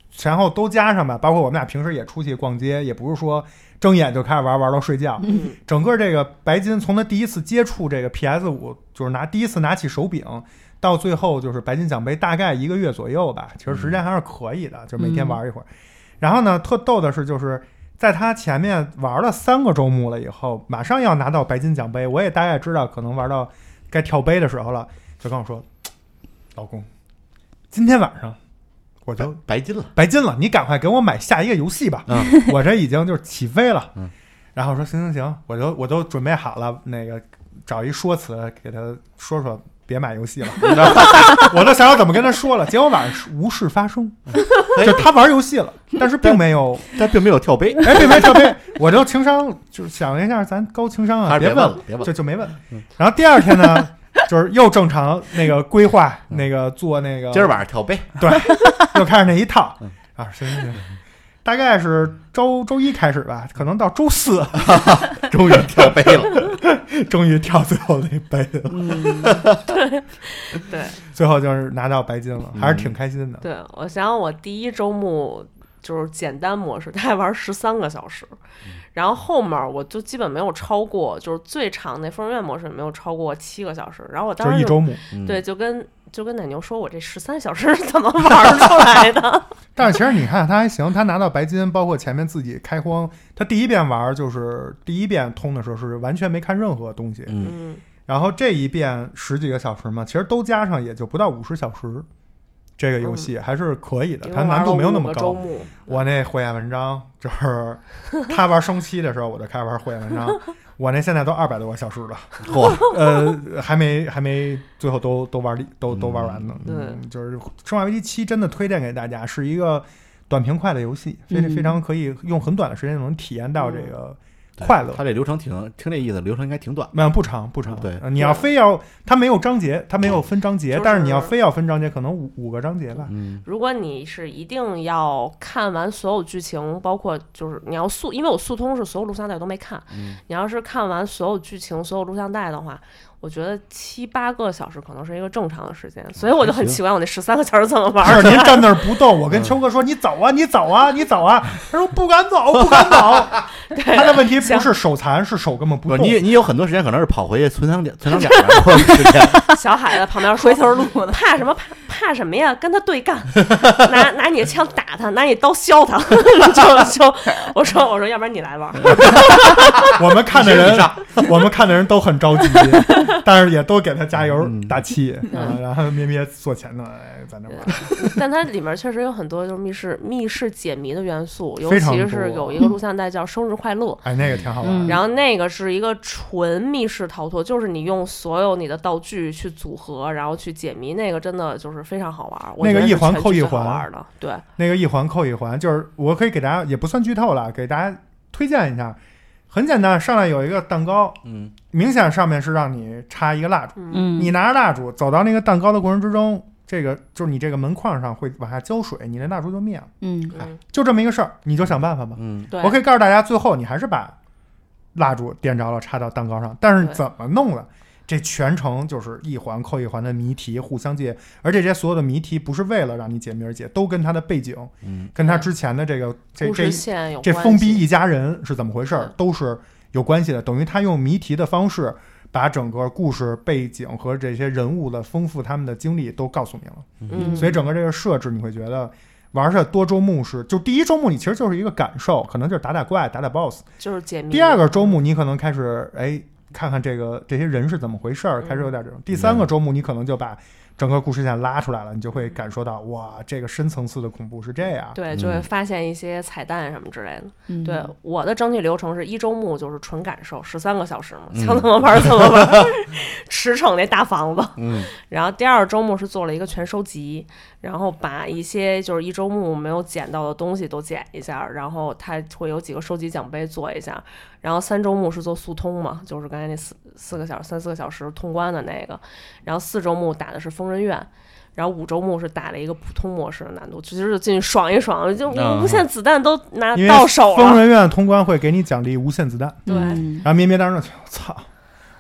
前后都加上吧，包括我们俩平时也出去逛街，也不是说睁眼就开始玩玩到睡觉。 嗯， 整个这个白金从他第一次接触这个 P S 五，就是拿第一次拿起手柄，到最后就是白金奖杯大概一个月左右吧，其实时间还是可以的，就每天玩一会儿。然后呢，特逗的是就是在他前面玩了三个周目了以后，马上要拿到白金奖杯，我也大概知道可能玩到该跳杯的时候了，就跟我说，老公，今天晚上我就白金了， 白金了，你赶快给我买下一个游戏吧。 嗯， 我这已经就是起飞了。 嗯， 然后我说行行行，我就我都准备好了，那个找一说辞给他说说，别买游戏了。我都想要怎么跟他说了，结果晚上无事发生，就他玩游戏了，但是并没有， 但并没有跳杯， 哎，并没有跳杯。我就情商就是想了一下，咱高情商啊， 还是别问别问了别问了就就没问。然后第二天呢，就是又正常那个规划，那个做那个， 今儿晚上跳杯， 对，又开始那一套嗯啊，行行行，大概是周周一开始吧，可能到周四， 终于跳杯了。 终于跳最后那杯了， 嗯，对对最后就是拿到白金了， 嗯还是挺开心的。 对，我想想，我第一周目就是简单模式，大概玩十三个小时，然后后面我就基本没有超过，就是最长那疯人院模式没有超过七个小时。然后我当时就一周目， 嗯对，就跟就跟奶牛说，我这十三小时怎么玩出来的？ 但是其实你看他还行，他拿到白金，包括前面自己开荒，他第一遍玩就是第一遍通的时候是完全没看任何东西， 嗯， 嗯， 然后这一遍十几个小时嘛，其实都加上也就不到五十小时。这个游戏还是可以的，它难度没有那么高。我那火焰文章就是他玩升七的时候，我就开始玩火焰文章。我那现在都二百多个小时了， 嚯， 呃，还没还没最后都都玩都都玩完呢。 嗯， 就是《生化危机七》真的推荐给大家，是一个短平快的游戏，非常非常可以用很短的时间能体验到这个快乐。 他这流程挺听这意思，流程应该挺短， 没有不长不长。 对呃你要非要它没有章节，它没有分章节， 就是但是你要非要分章节，可能五五个章节吧。 嗯， 如果你是一定要看完所有剧情，包括就是你要速，因为我速通是所有录像带都没看， 嗯你要是看完所有剧情、所有录像带的话，我觉得七八个小时可能是一个正常的时间，所以我就很奇怪，我那十三个小时怎么玩？ 是您站那儿不动，我跟秋哥说：“你走啊，你走啊，你走啊。”他说：“不敢走，不敢走。”他的问题不是手残，是手根本不不， 动。 你你有很多时间可能是跑回去存档点、存档点儿或者时间， 小海在旁边说回头路呢， 怕什么怕怕什么呀？跟他对干，拿拿你的枪打他，拿你刀削他，就就我说我说，要不然你来玩。 我们看的人，我们看的人都很着急，但是也都给他加油嗯打气啊。然后咩咩坐前头，哎，在那玩。 但它里面确实有很多就是密室密室解谜的元素，尤非常多其是有一个录像带叫《生日快乐》。 哎，那个挺好玩的。 嗯然后那个是一个纯密室逃脱，就是你用所有你的道具去组合，然后去解谜，那个真的就是非常好玩。我觉得是那个一环全剧最好扣一环玩的，对， 那个一环扣一环，就是我可以给大家也不算剧透了，给大家推荐一下。很简单，上来有一个蛋糕， 嗯， 明显上面是让你插一个蜡烛， 嗯嗯， 你拿着蜡烛走到那个蛋糕的过程之中，这个就是你这个门框上会往下浇水，你那蜡烛就灭了， 嗯嗯， 就这么一个事儿，你就想办法吧。 嗯， 对， 我可以告诉大家，最后你还是把蜡烛点着了，插到蛋糕上，但是对怎么弄的？这全程就是一环扣一环的谜题互相解，而且这些所有的谜题不是为了让你解谜而解，都跟他的背景、 嗯， 跟他之前的这个这故这事线有这关系疯逼一家人是怎么回事儿嗯， 都是有关系的。等于他用谜题的方式，把整个故事背景和这些人物的丰富他们的经历都告诉你了。 嗯， 所以整个这个设置，你会觉得玩的多周目是，就第一周目你其实就是一个感受，可能就是打打怪、打打 BOSS。 就是解谜。 第二个周目你可能开始哎看看这个这些人是怎么回事儿， 嗯开始有点这种。第三个周目你可能就把整个故事线拉出来了，你就会感受到哇，这个深层次的恐怖是这样。 对，就会发现一些彩蛋什么之类的。 嗯对，我的整体流程是一周目就是纯感受，十三个小时嘛， 嗯想怎么玩怎么玩，驰骋那大房子。 嗯， 然后第二周目是做了一个全收集，然后把一些就是一周目没有捡到的东西都捡一下，然后它会有几个收集奖杯做一下。然后三周目是做速通嘛，就是刚才那四四个小时三四个小时通关的那个。然后四周目打的是疯人院。然后五周目是打了一个普通模式的难度，其实就进去爽一爽，就无限子弹都拿到手了。 疯人院通关会给你奖励无限子弹， 对， 嗯然后咩咩当时就操，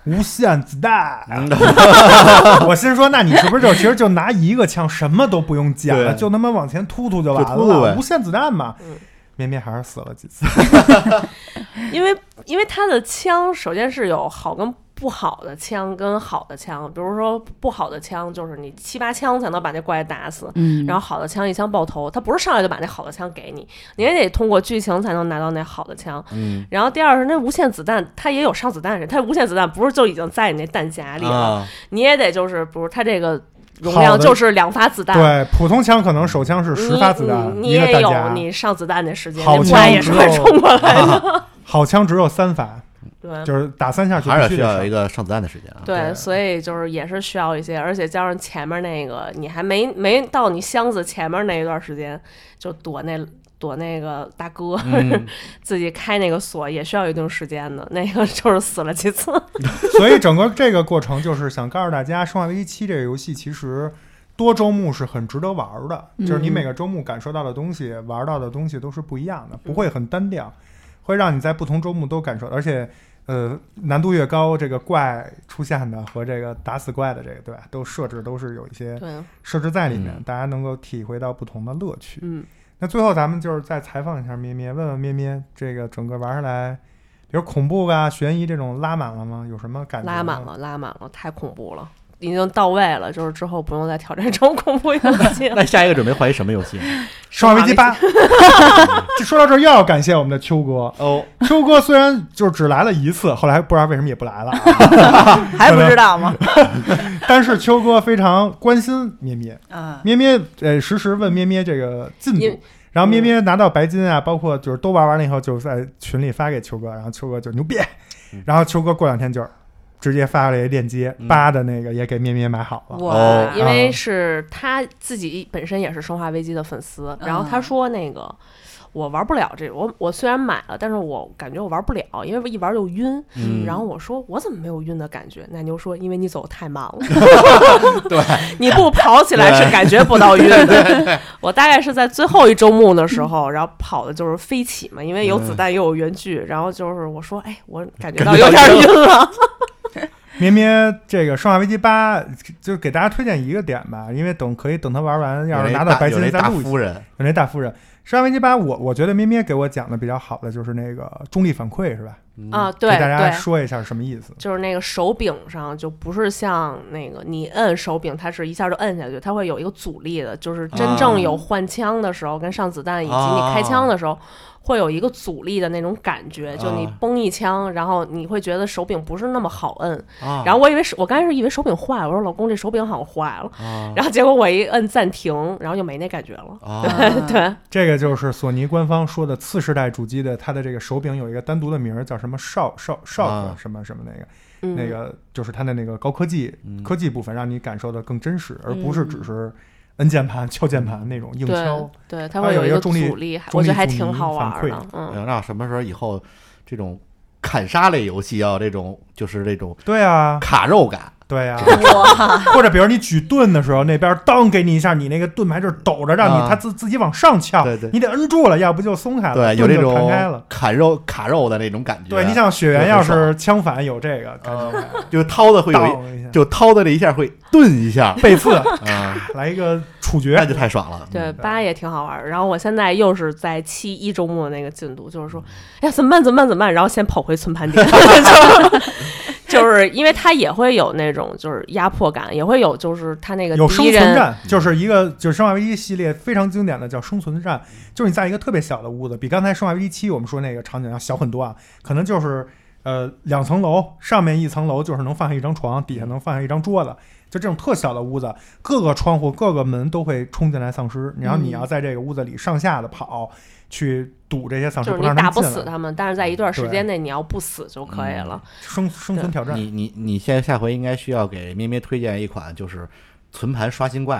无限子弹。我心说，那你是不是就其实就拿一个枪，什么都不用捡了，就他妈往前突突就完了，无限子弹嘛。嗯，绵绵还是死了几次， 因为因为他的枪首先是有好跟不好的枪跟好的枪，比如说不好的枪就是你七八枪才能把那怪打死，嗯，然后好的枪一枪爆头，他不是上来就把那好的枪给你，你也得通过剧情才能拿到那好的枪，嗯，然后第二是那无限子弹，它也有上子弹人，它无限子弹不是就已经在你那弹夹里了，啊、你也得就是比如它这个。容量就是两发子弹， 对，普通枪可能手枪是十发子弹， 你, 你也有你上子弹的时间， 好枪也是会冲过来的。 啊、好枪只有三发， 对， 就是打三下就还是需要有一个上子弹的时间啊。 对，所以就是也是需要一些，而且加上前面那个，你还没没到你箱子前面那一段时间，就躲那。躲那个大哥、嗯、自己开那个锁也需要一定时间的，那个就是死了几次。 所以整个这个过程就是想告诉大家，《生化危机七》这个游戏其实多周目是很值得玩的、嗯、就是你每个周目感受到的东西、玩到的东西都是不一样的，不会很单调，会让你在不同周目都感受，而且呃难度越高，这个怪出现的和这个打死怪的这个对吧，都设置都是有一些设置在里面、嗯、大家能够体会到不同的乐趣。 嗯， 那最后咱们就是再采访一下咩咩，问问咩咩，这个整个玩下来，比如恐怖啊、悬疑这种拉满了吗？有什么感觉？ 拉满了，拉满了，太恐怖了，已经到位了，就是之后不用再挑战这种恐怖游戏了。 那下一个准备换一什么游戏？ 生化危机八。这说到这儿又要感谢我们的秋哥哦，秋哥虽然就只来了一次，后来不知道为什么也不来了， 还不知道吗？ 但是秋哥非常关心咩咩啊，咩咩呃实时问咩咩这个进度，然后咩咩拿到白金啊，包括就是都玩完了以后，就在群里发给秋哥，然后秋哥就牛逼，然后秋哥过两天就直接发了一链接，八的那个也给咩咩买好了。 哇、哦，因为是他自己本身也是生化危机的粉丝，然后他说那个。我玩不了这个，我我虽然买了，但是我感觉我玩不了，因为我一玩就晕。嗯、然后我说我怎么没有晕的感觉？奶牛说因为你走太慢了， 对， 你不跑起来是感觉不到晕的。我大概是在最后一周目的时候，然后跑的就是飞起嘛，因为有子弹又有原剧，然后就是我说哎，我感觉到有点晕了。 咩咩，这个《生化危机八》就给大家推荐一个点吧，因为等可以等他玩完，要是拿到白金再录一期。有那大夫人。《生化危机八》，我我觉得咩咩给我讲的比较好的就是那个中立反馈，是吧？ 啊，对， 给大家说一下什么意思？ 就是那个手柄上就不是像那个你摁手柄，它是一下就摁下去，它会有一个阻力的，就是真正有换枪的时候、啊、跟上子弹以及你开枪的时候。啊会有一个阻力的那种感觉，就你崩一枪，然后你会觉得手柄不是那么好摁。啊、然后我以为我刚开始以为手柄坏了，我说老公这手柄好像坏了。啊、然后结果我一摁暂停，然后就没那感觉了。啊、对对， 这个就是索尼官方说的次世代主机的它的这个手柄有一个单独的名儿，叫什么少少少什么什么那个。嗯、那个就是它的那个高科技、嗯、科技部分，让你感受的更真实，而不是只是摁键盘、敲键盘那种硬敲。 对，对它会有一个重力阻力，我觉得还挺好玩的。 嗯，那什么时候以后这种砍杀类游戏啊，这种就是这种对啊卡肉感。 对呀、啊，或者比如你举盾的时候，那边当给你一下，你那个盾牌就是抖着，让你、啊、它自自己往上翘， 对对， 你得摁住了，要不就松开了， 对，有这种弹开了， 砍肉卡肉的那种感觉。 对，你想雪原要是枪反有这个， 啊、就掏的会有一，就掏的这一下会顿一下， 背刺啊，来一个处决， 那就太爽了。 对，八也挺好玩。然后我现在又是在七一周末的那个进度，就是说，哎呀，怎么办？怎么办？怎么办？然后先跑回存盘点。就是因为它也会有那种就是压迫感，也会有就是它那个有生存战，就是一个就是生化危机系列非常经典的叫生存战，就是你在一个特别小的屋子，比刚才生化危机七我们说那个场景要小很多啊，可能就是呃两层楼，上面一层楼就是能放下一张床，底下能放下一张桌子，就这种特小的屋子，各个窗户各个门都会冲进来丧尸，然后你要在这个屋子里上下的跑。去堵这些丧尸， 就是你打不死他们，但是在一段时间内你要不死就可以了。 生生存挑战。 你你你现在下回应该需要给咩咩推荐一款就是存盘刷新怪的，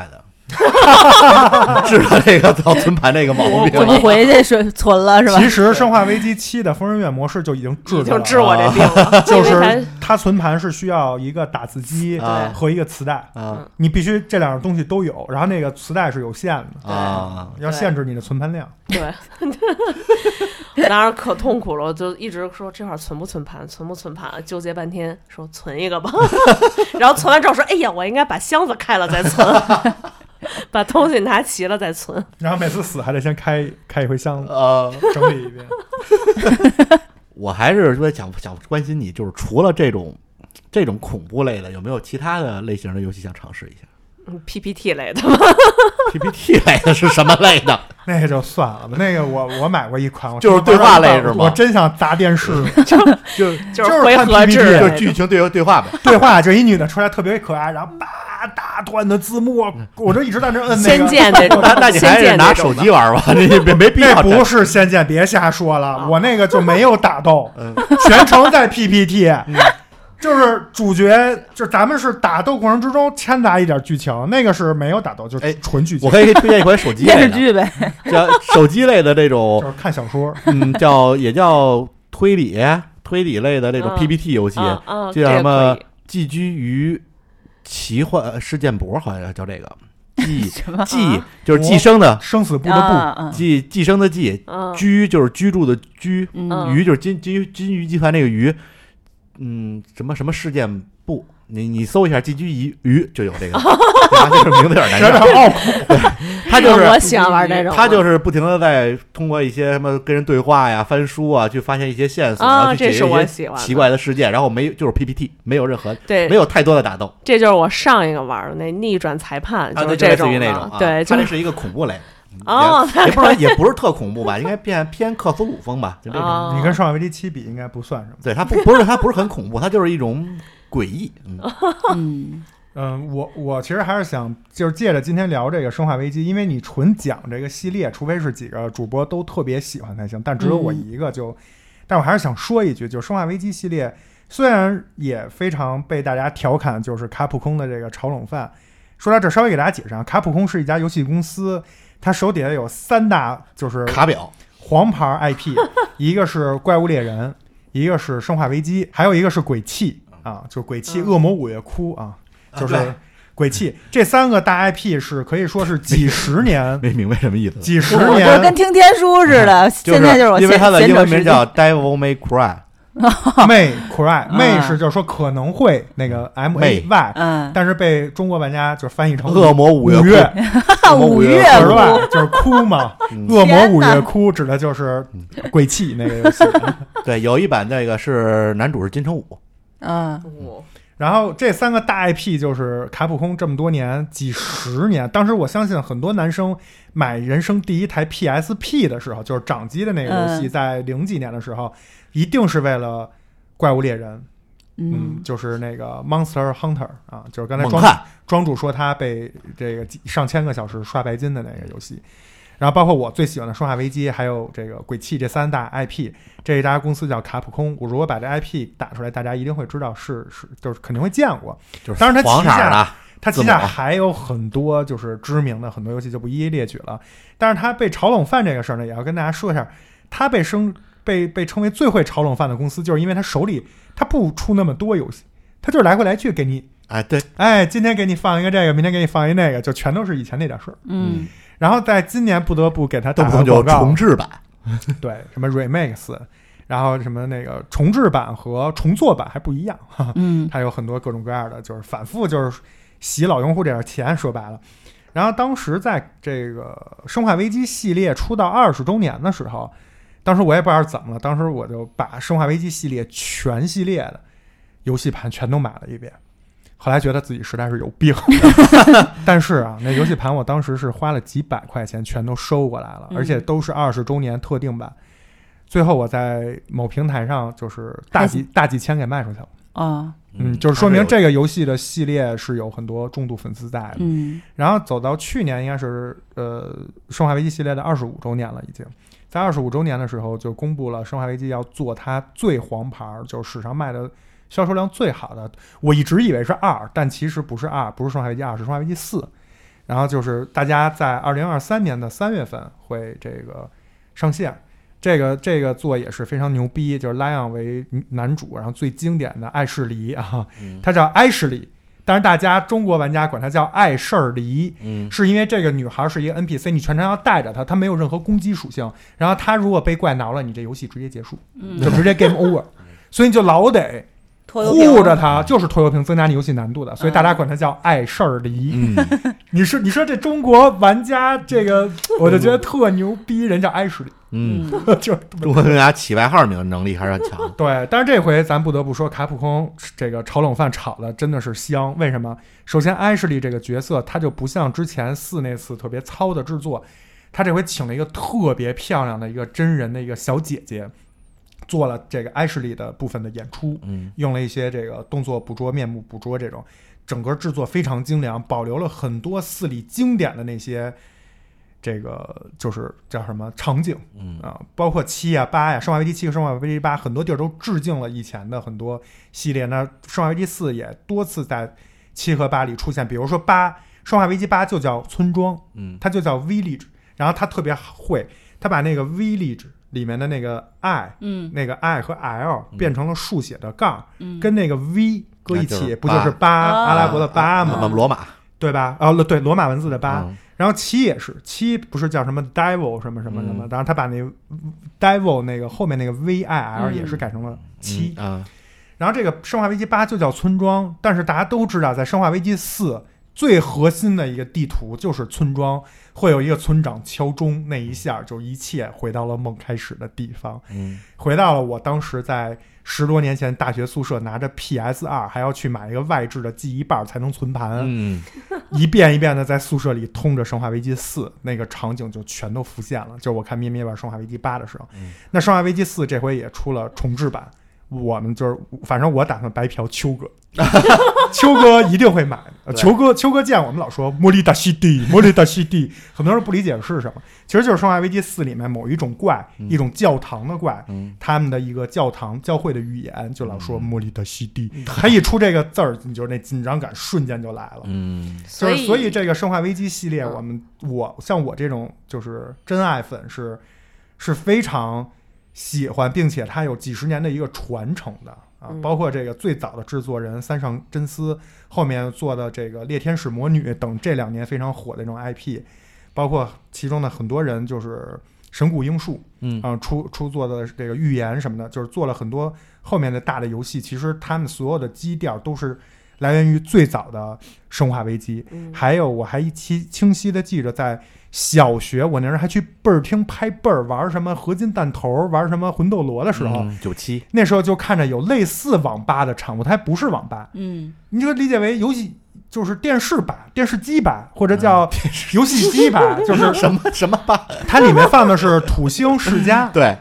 治了这个造存盘这个毛病怎么回去是存了是吧？ 其实《生化危机七》的疯人院模式就已经治已经了， 治我这病了， 就是它存盘是需要一个打字机啊和一个磁带， 啊你必须这两样东西都有，然后那个磁带是有限的， 啊！ 要限制你的存盘量。 对，当时可痛苦了，我就一直说这会儿存不存盘，存不存盘，纠结半天，说存一个吧。然后存完之后说，哎呀，我应该把箱子开了再存，把东西拿齐了再存。 然后每次死还得先开开一回箱子， 呃， 整理一遍。 我还是说想想关心你，就是除了这种这种恐怖类的，有没有其他的类型的游戏想尝试一下嗯 P P T 类的吗？ ？P P T 类的是什么类的？ 那个就算了吧，那个我我买过一款，我就是对话类是吗我真想砸电视， 就就是回合制就是看 P P T 的那种， 就是剧情对对话呗。 对话，就一女的出来特别可爱，然后叭大段的字幕，我就一直在那摁那仙个。 剑那种， 那那你还是仙剑拿手那种的机玩吧，你没没必要那这。 不是仙剑，别瞎说了， 啊我那个就没有打斗， 嗯全程在 P P T。就是主角，就咱们是打斗过程之中掺杂一点剧情，那个是没有打斗，就是哎纯剧情。 我可以推荐一款手机电类的， 视剧呗。 叫手机类的这种就是看小说， 嗯，叫也叫推理推理类的这种嗯 P P T 游戏， 嗯嗯， 就叫这个什么可以寄居于奇幻事件簿，好像叫这个寄什么寄就是寄生的生死簿的簿， 啊嗯寄寄生的寄， 嗯居就是居住的居， 嗯鱼就是金金金鱼集团那个鱼，嗯，什么什么事件簿，你你搜一下寄居鱼鱼就有这个，对吧？就是名字有点难有点念。 拗口。 他就是我喜欢玩这种的， 他就是不停的在通过一些什么跟人对话呀、翻书啊，去发现一些线索，然啊， 后去这是解决一些我喜欢的奇怪的事件，然后没就是 P P T，没有任何对没，有太多的打斗， 这就是我上一个玩的那逆转裁判， 啊， 就是对，就类似这种的， 于那种啊， 对，就是他这是一个恐怖类。 哦， 也也不是也不是特恐怖吧，应该偏偏克苏鲁风吧，就这种。 哦你跟《生化危机七》比，应该不算什么。 对，它不不是它不是很恐怖，它就是一种诡异。嗯， 嗯嗯，我我其实还是想，就是借着今天聊这个《生化危机》，因为你纯讲这个系列，除非是几个主播都特别喜欢才行，但只有我一个就，但我还是想说一句，就是《生化危机》系列虽然也非常被大家调侃，就是卡普空的这个炒冷饭。说到这，稍微给大家解释啊，卡普空是一家游戏公司，它手底下有三大就是卡表黄牌 I P， 一个是怪物猎人，一个是生化危机，还有一个是鬼泣啊，就是鬼泣、 嗯恶魔五月哭啊，就是对鬼泣。这三个大 I P 是可以说是几十年、 没明白什么意思。 几十我就年跟听天书似的， 就现在就是我因为它的贤英文名叫者 Devil May Cry， May Cry 嗯 May 是就是说可能会那个 M A Y， 嗯， 但是被中国玩家就翻译成恶魔五五月月哭，恶魔五月月是哭吧？就是哭嘛， 嗯恶魔五月哭指的就是鬼泣那个游戏。 对，有一版那个是男主是金城武， 嗯哦然后这三个大 I P 就是卡普空这么多年几十年，当时我相信很多男生买人生第一台 P S P 的时候，就是掌机的那个游戏， 嗯在零几年的时候，一定是为了怪物猎人，嗯， 嗯就是那个 Monster Hunter 啊，就是刚才庄猛汉庄主说他被这个几上千个小时刷白金的那个游戏。然后包括我最喜欢的《生化危机》还有这个《鬼泣》这三大 I P， 这一家公司叫卡普空。我如果把这 I P 打出来，大家一定会知道是是，就是肯定会见过。 就是当然它黄色旗下的， 它旗下字母还有很多就是知名的很多游戏就不一一列举了。但是它被炒冷饭这个事儿呢，也要跟大家说一下，它被升被被称为最会炒冷饭的公司，就是因为它手里它不出那么多游戏，它就是来回来去给你， 哎，对， 哎，今天给你放一个这个，明天给你放一那个，就全都是以前那点事儿。 嗯然后在今年不得不给它打动不动就个广告， 重制版， 对，什么 remix， 然后什么那个重制版和重做版还不一样，哈哈， 嗯它有很多各种各样的，就是反复就是洗老用户这点钱，说白了。然后当时在这个《生化危机》系列出到二十周年的时候，当时我也不知道怎么了，当时我就把《生化危机》系列全系列的游戏盘全都买了一遍。后来觉得自己实在是有病，但是啊，那游戏盘我当时是花了几百块钱全都收过来了， 嗯而且都是二十周年特定版。最后我在某平台上就是大几大几千给卖出去了。 哦嗯，就是说明这个游戏的系列是有很多重度粉丝在的。 嗯然后走到去年，应该是呃《生化危机》系列的二十五周年了，已经在二十五周年的时候就公布了《生化危机》要做它最黄牌，就是史上卖的销售量最好的。我一直以为是二，但其实不是二，不是《生化危机二》，是《生化危机四》。 然后就是大家在二零二三年的三月份会这个上线。这个这个作也是非常牛逼，就是莱昂为男主，然后最经典的艾什莉啊，他叫艾什莉，但是大家中国玩家管他叫艾事儿梨， 嗯， 是因为这个女孩是一个 N P C， 你全程要带着她，她没有任何攻击属性，然后她如果被怪挠了，你这游戏直接结束， 嗯就直接 game over，所以你就老得拖油瓶护着它，就是拖油瓶增加你游戏难度的，所以大家管它叫碍事儿梨。 嗯， 你说你说这中国玩家这个，我就觉得特牛逼，人叫碍事梨， 嗯， 就中国玩家起外号名能力还是很强。 对。但是这回咱不得不说，卡普空这个炒冷饭炒的真的是香。为什么？首先，艾什莉这个角色，他就不像之前四那次特别糙的制作，他这回请了一个特别漂亮的一个真人的一个小姐姐。做了这个艾什莉的部分的演出， 嗯， 用了一些这个动作捕捉、面部捕捉这种，整个制作非常精良，保留了很多四里经典的那些这个就是叫什么场景， 嗯啊，包括七呀、八呀，生化危机七和生化危机八，很多地儿都致敬了以前的很多系列。那生化危机四也多次在七和八里出现，比如说八，生化危机八就叫村庄， 嗯， 它就叫 village， 然后它特别会，它把那个 village里面的那个 i， 嗯， 那个 i 和 l 变成了竖写的杠， 嗯， 跟那个 v 搁一起， 那就是不就是八、 啊阿拉伯的八吗？ 啊罗马， 对吧？哦，对，罗马文字的八。 嗯然后七也是，七不是叫什么 devil 什么什么什么， 嗯然后他把那 devil 那个后面那个 v i l 嗯也是改成了七。 嗯啊， 然后这个生化危机八就叫村庄，但是大家都知道，在生化危机四最核心的一个地图就是村庄，会有一个村长敲钟，那一下就一切回到了梦开始的地方， 嗯， 回到了我当时在十多年前大学宿舍拿着 P S 二，还要去买一个外置的记忆棒才能存盘， 嗯， 一遍一遍的在宿舍里通着生化危机四，那个场景就全都浮现了。就是我看咩咩玩生化危机八的时候， 嗯， 那生化危机四这回也出了重制版，我们就是反正我打算白嫖秋哥，秋哥一定会买的。秋哥秋哥见我们老说莫里达西蒂，莫里达西蒂，很多人不理解是什么，其实就是生化危机四里面某一种怪， 嗯一种教堂的怪， 嗯， 他们的一个教堂教会的语言就老说莫里达西蒂，他一出这个字儿，你就是那紧张感瞬间就来了。 嗯， 就是所以所以这个生化危机系列， 嗯我们我像我这种就是真爱粉是是非常喜欢，并且它有几十年的一个传承的啊， 嗯包括这个最早的制作人三上真司，后面做的这个猎天使魔女等这两年非常火的这种 I P， 包括其中的很多人就是神谷英树， 嗯啊，出出做的这个预言什么的，就是做了很多后面的大的游戏，其实他们所有的基调都是来源于最早的生化危机。 嗯还有我还清清晰的记着，在小学我那时候还去倍儿厅拍倍儿玩什么合金弹头，玩什么魂斗罗的时候， 九七， 那时候就看着有类似网吧的场物，它还不是网吧， 嗯， 你就理解为游戏。就是电视版、电视机版，或者叫游戏机版，就是什么什么吧？ 它里面放的是土星世家对，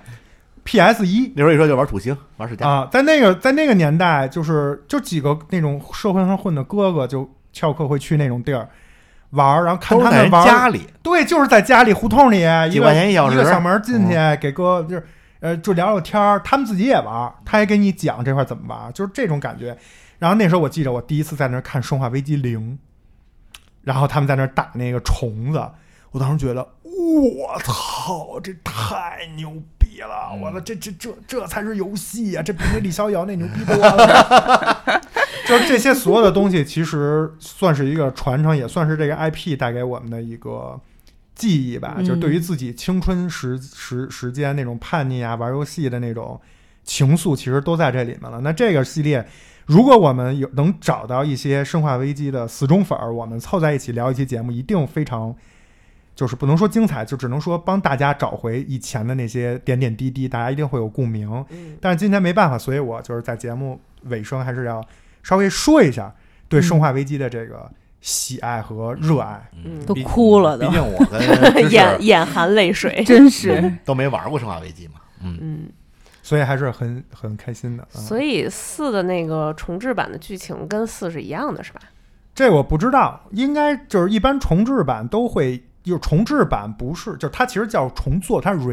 P S 一那时候一说就玩土星，玩世嘉， 啊，在那个在那个年代，就是就几个那种社会上混的哥哥，就翘课会去那种地儿玩，然后看都是在人他们玩。 家里， 对，就是在家里胡同里一几个块钱一小时一个小门进去，给哥就是呃就聊聊天儿，他们自己也玩，他也给你讲这块怎么玩，就是这种感觉。然后那时候我记着，我第一次在那儿看《生化危机零》，然后他们在那儿打那个虫子，我当时觉得，我操，这太牛逼了！我的这这这这才是游戏呀、啊，这比那李逍遥那牛逼多了。就是这些所有的东西，其实算是一个传承，也算是这个 I P 带给我们的一个记忆吧。 嗯、 就是对于自己青春时时时间那种叛逆啊，玩游戏的那种情愫，其实都在这里面了。那这个系列。如果我们有能找到一些生化危机的死忠粉儿，我们凑在一起聊一期节目，一定非常，就是不能说精彩，就只能说帮大家找回以前的那些点点滴滴，大家一定会有共鸣。 嗯， 但是今天没办法，所以我就是在节目尾声还是要稍微说一下对生化危机的这个喜爱和热爱。 嗯都哭了都毕竟我跟眼眼含泪水， 真是都没玩过生化危机嘛，嗯， 嗯。 所以还是很很开心的。嗯、 所以四的那个重置版的剧情跟四是一样的，是吧？ 这我不知道，应该就是一般重置版都会，就是重置版不是，就是它其实叫重做，它是 re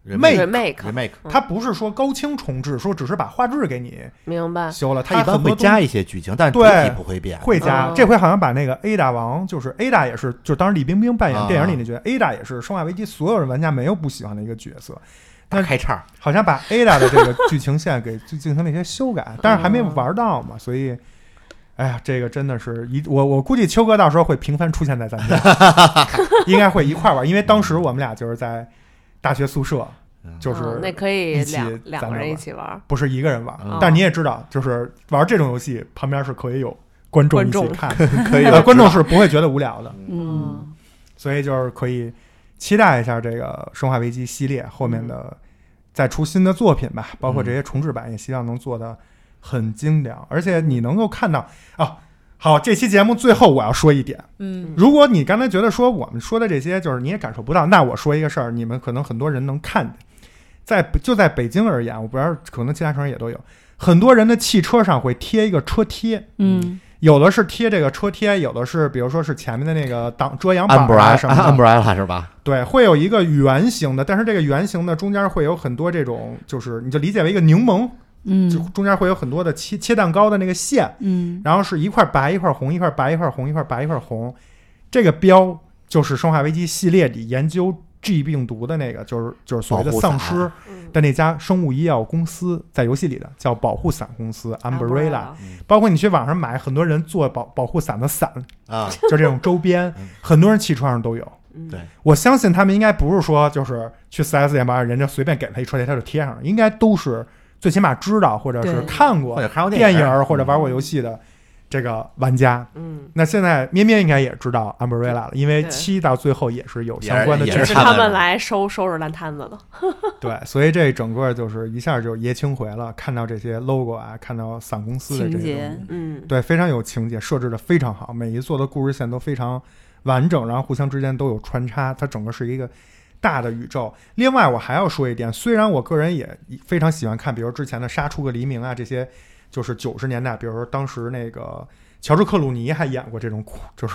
make remake remake， 它不是说高清重置，说只是把画质给你明白。 修了， 它一般很多会加一些剧情，但主对体不会变。 会加。 哦这回好像把那个 Ada 王，就是 Ada 也是，就当时李冰冰扮演电影里那角色、 啊、 Ada 也是生化危机所有人玩家没有不喜欢的一个角色。 大开叉， 好像把 Ada 的这个剧情线给进行了一些修改，但是还没玩到嘛，所以。哎呀，这个真的是一我我估计秋哥到时候会频繁出现在咱家，应该会一块玩，因为当时我们俩就是在大学宿舍，就是、 嗯、那可以一起两两个人一起玩， 不是一个人玩。 嗯、 但你也知道，就是玩这种游戏旁边是可以有观众一起看， 可以呃，观众是不会觉得无聊的。 嗯， 所以就是可以期待一下这个《生化危机》系列后面的再出新的作品吧，包括这些重制版，也希望能做的。很精良，而且你能够看到啊。好，这期节目最后我要说一点， 嗯， 如果你刚才觉得说我们说的这些就是你也感受不到，那我说一个事儿，你们可能很多人能看见，在就在北京而言，我不知道可能其他城市也都有，很多人的汽车上会贴一个车贴， 嗯， 有的是贴这个车贴，有的是比如说是前面的那个挡遮阳板啊什么的 umbrella 是吧？ 对，会有一个圆形的，但是这个圆形的中间会有很多这种，就是你就理解为一个柠檬。 嗯， 就中间会有很多的切切蛋糕的那个线， 嗯， 然后是一块白一块红，一块白一块红，一块白一块红。这个标就是《生化危机》系列里研究 G 病毒的那个，就是就是所谓的丧尸的那家生物医药公司，在游戏里的叫保护伞公司 Umbrella。包括你去网上买，很多人做保保护伞的伞啊， 就这种周边，很多人汽车上都有。 对， 我相信他们应该不是说就是去 四 S 店把人家随便给他一车贴他就贴上了，应该都是。最起码知道或者是看过电影或者玩过游戏的这个玩家， 嗯， 那现在咩咩应该也知道 Umbrella 了，因为七到最后也是有相关的剧情， 是他们来收收拾烂摊子的。 对，所以这整个就是一下就爷青回了，看到这些 logo 啊，看到伞公司的这些东西， 嗯， 对，非常有情节，设置的非常好，每一座的故事线都非常完整，然后互相之间都有穿插，它整个是一个。大的宇宙。另外我还要说一点，虽然我个人也非常喜欢看比如之前的杀出个黎明啊，这些就是九十年代，比如说当时那个乔治克鲁尼还演过这种就是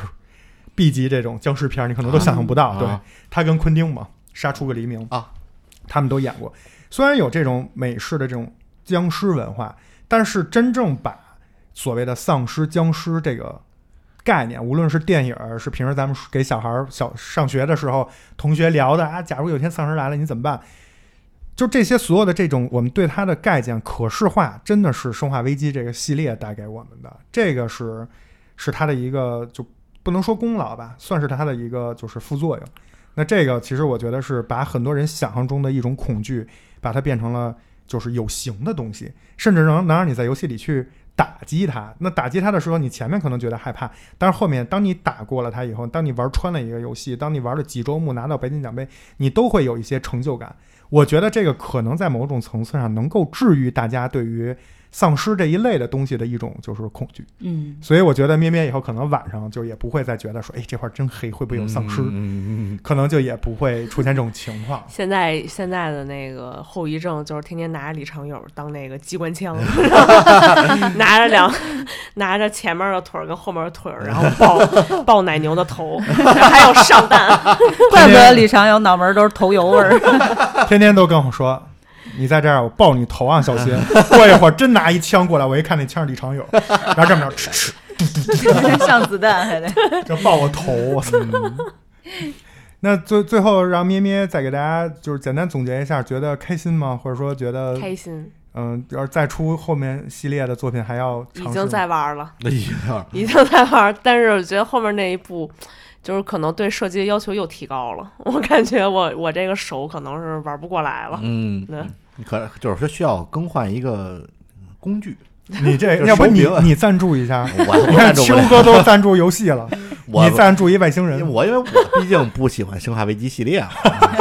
B 级这种僵尸片，你可能都想象不到、啊、对，他跟昆汀嘛，杀出个黎明啊， 他们都演过。虽然有这种美式的这种僵尸文化，但是真正把所谓的丧尸僵尸这个概念，无论是电影是平时咱们给小孩小上学的时候同学聊的啊，假如有天丧尸来了你怎么办，就这些所有的这种我们对它的概念可视化，真的是生化危机这个系列带给我们的，这个是是它的一个就不能说功劳吧，算是它的一个就是副作用。那这个其实我觉得是把很多人想象中的一种恐惧把它变成了就是有形的东西，甚至能能让你在游戏里去打击它。那打击它的时候，你前面可能觉得害怕，但是后面当你打过了它以后，当你玩穿了一个游戏，当你玩了几周目拿到白金奖杯，你都会有一些成就感。我觉得这个可能在某种层次上能够治愈大家对于丧尸这一类的东西的一种就是恐惧。 嗯， 所以我觉得咩咩以后可能晚上就也不会再觉得说，哎，这块真黑，会不会有丧尸？ 嗯嗯嗯， 可能就也不会出现这种情况。 现在现在的那个后遗症就是天天拿着李长友当那个机关枪，拿着两拿着前面的腿跟后面的腿，然后抱抱奶牛的头，还有上弹。 怪不得李长友脑门都是头油味儿， 天天都跟我说。你在这儿，我爆你头啊，小心！过一会儿真拿一枪过来，我一看那枪是李长友，然后这么着，吃吃， 上子弹还得就爆我头，我操！那最最后让咩咩再给大家就是简单总结一下，觉得开心吗？或者说觉得开心？ 嗯，要是再出后面系列的作品，还要已经在玩了， 已经已经在玩，但是我觉得后面那一步。就是可能对射击的要求又提高了，我感觉我我这个手可能是玩不过来了。 嗯， 对， 可就是说需要更换一个工具。 你这要不你你赞助一下？ 我你看秋哥都赞助游戏了，你赞助一外星人。 我因为我毕竟不喜欢生化危机系列啊。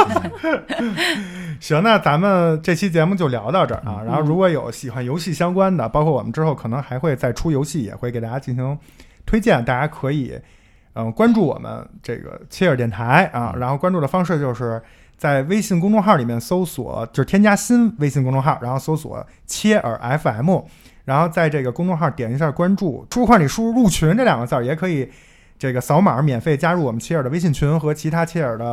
行，那咱们这期节目就聊到这儿啊。然后如果有喜欢游戏相关的，包括我们之后可能还会再出游戏，也会给大家进行推荐，大家可以。嗯，关注我们这个切尔电台啊，然后关注的方式就是在微信公众号里面搜索，就是添加新微信公众号，然后搜索切尔 F M， 然后在这个公众号点一下关注，出块里输入入群这两个字，也可以这个扫码免费加入我们切尔的微信群和其他切尔的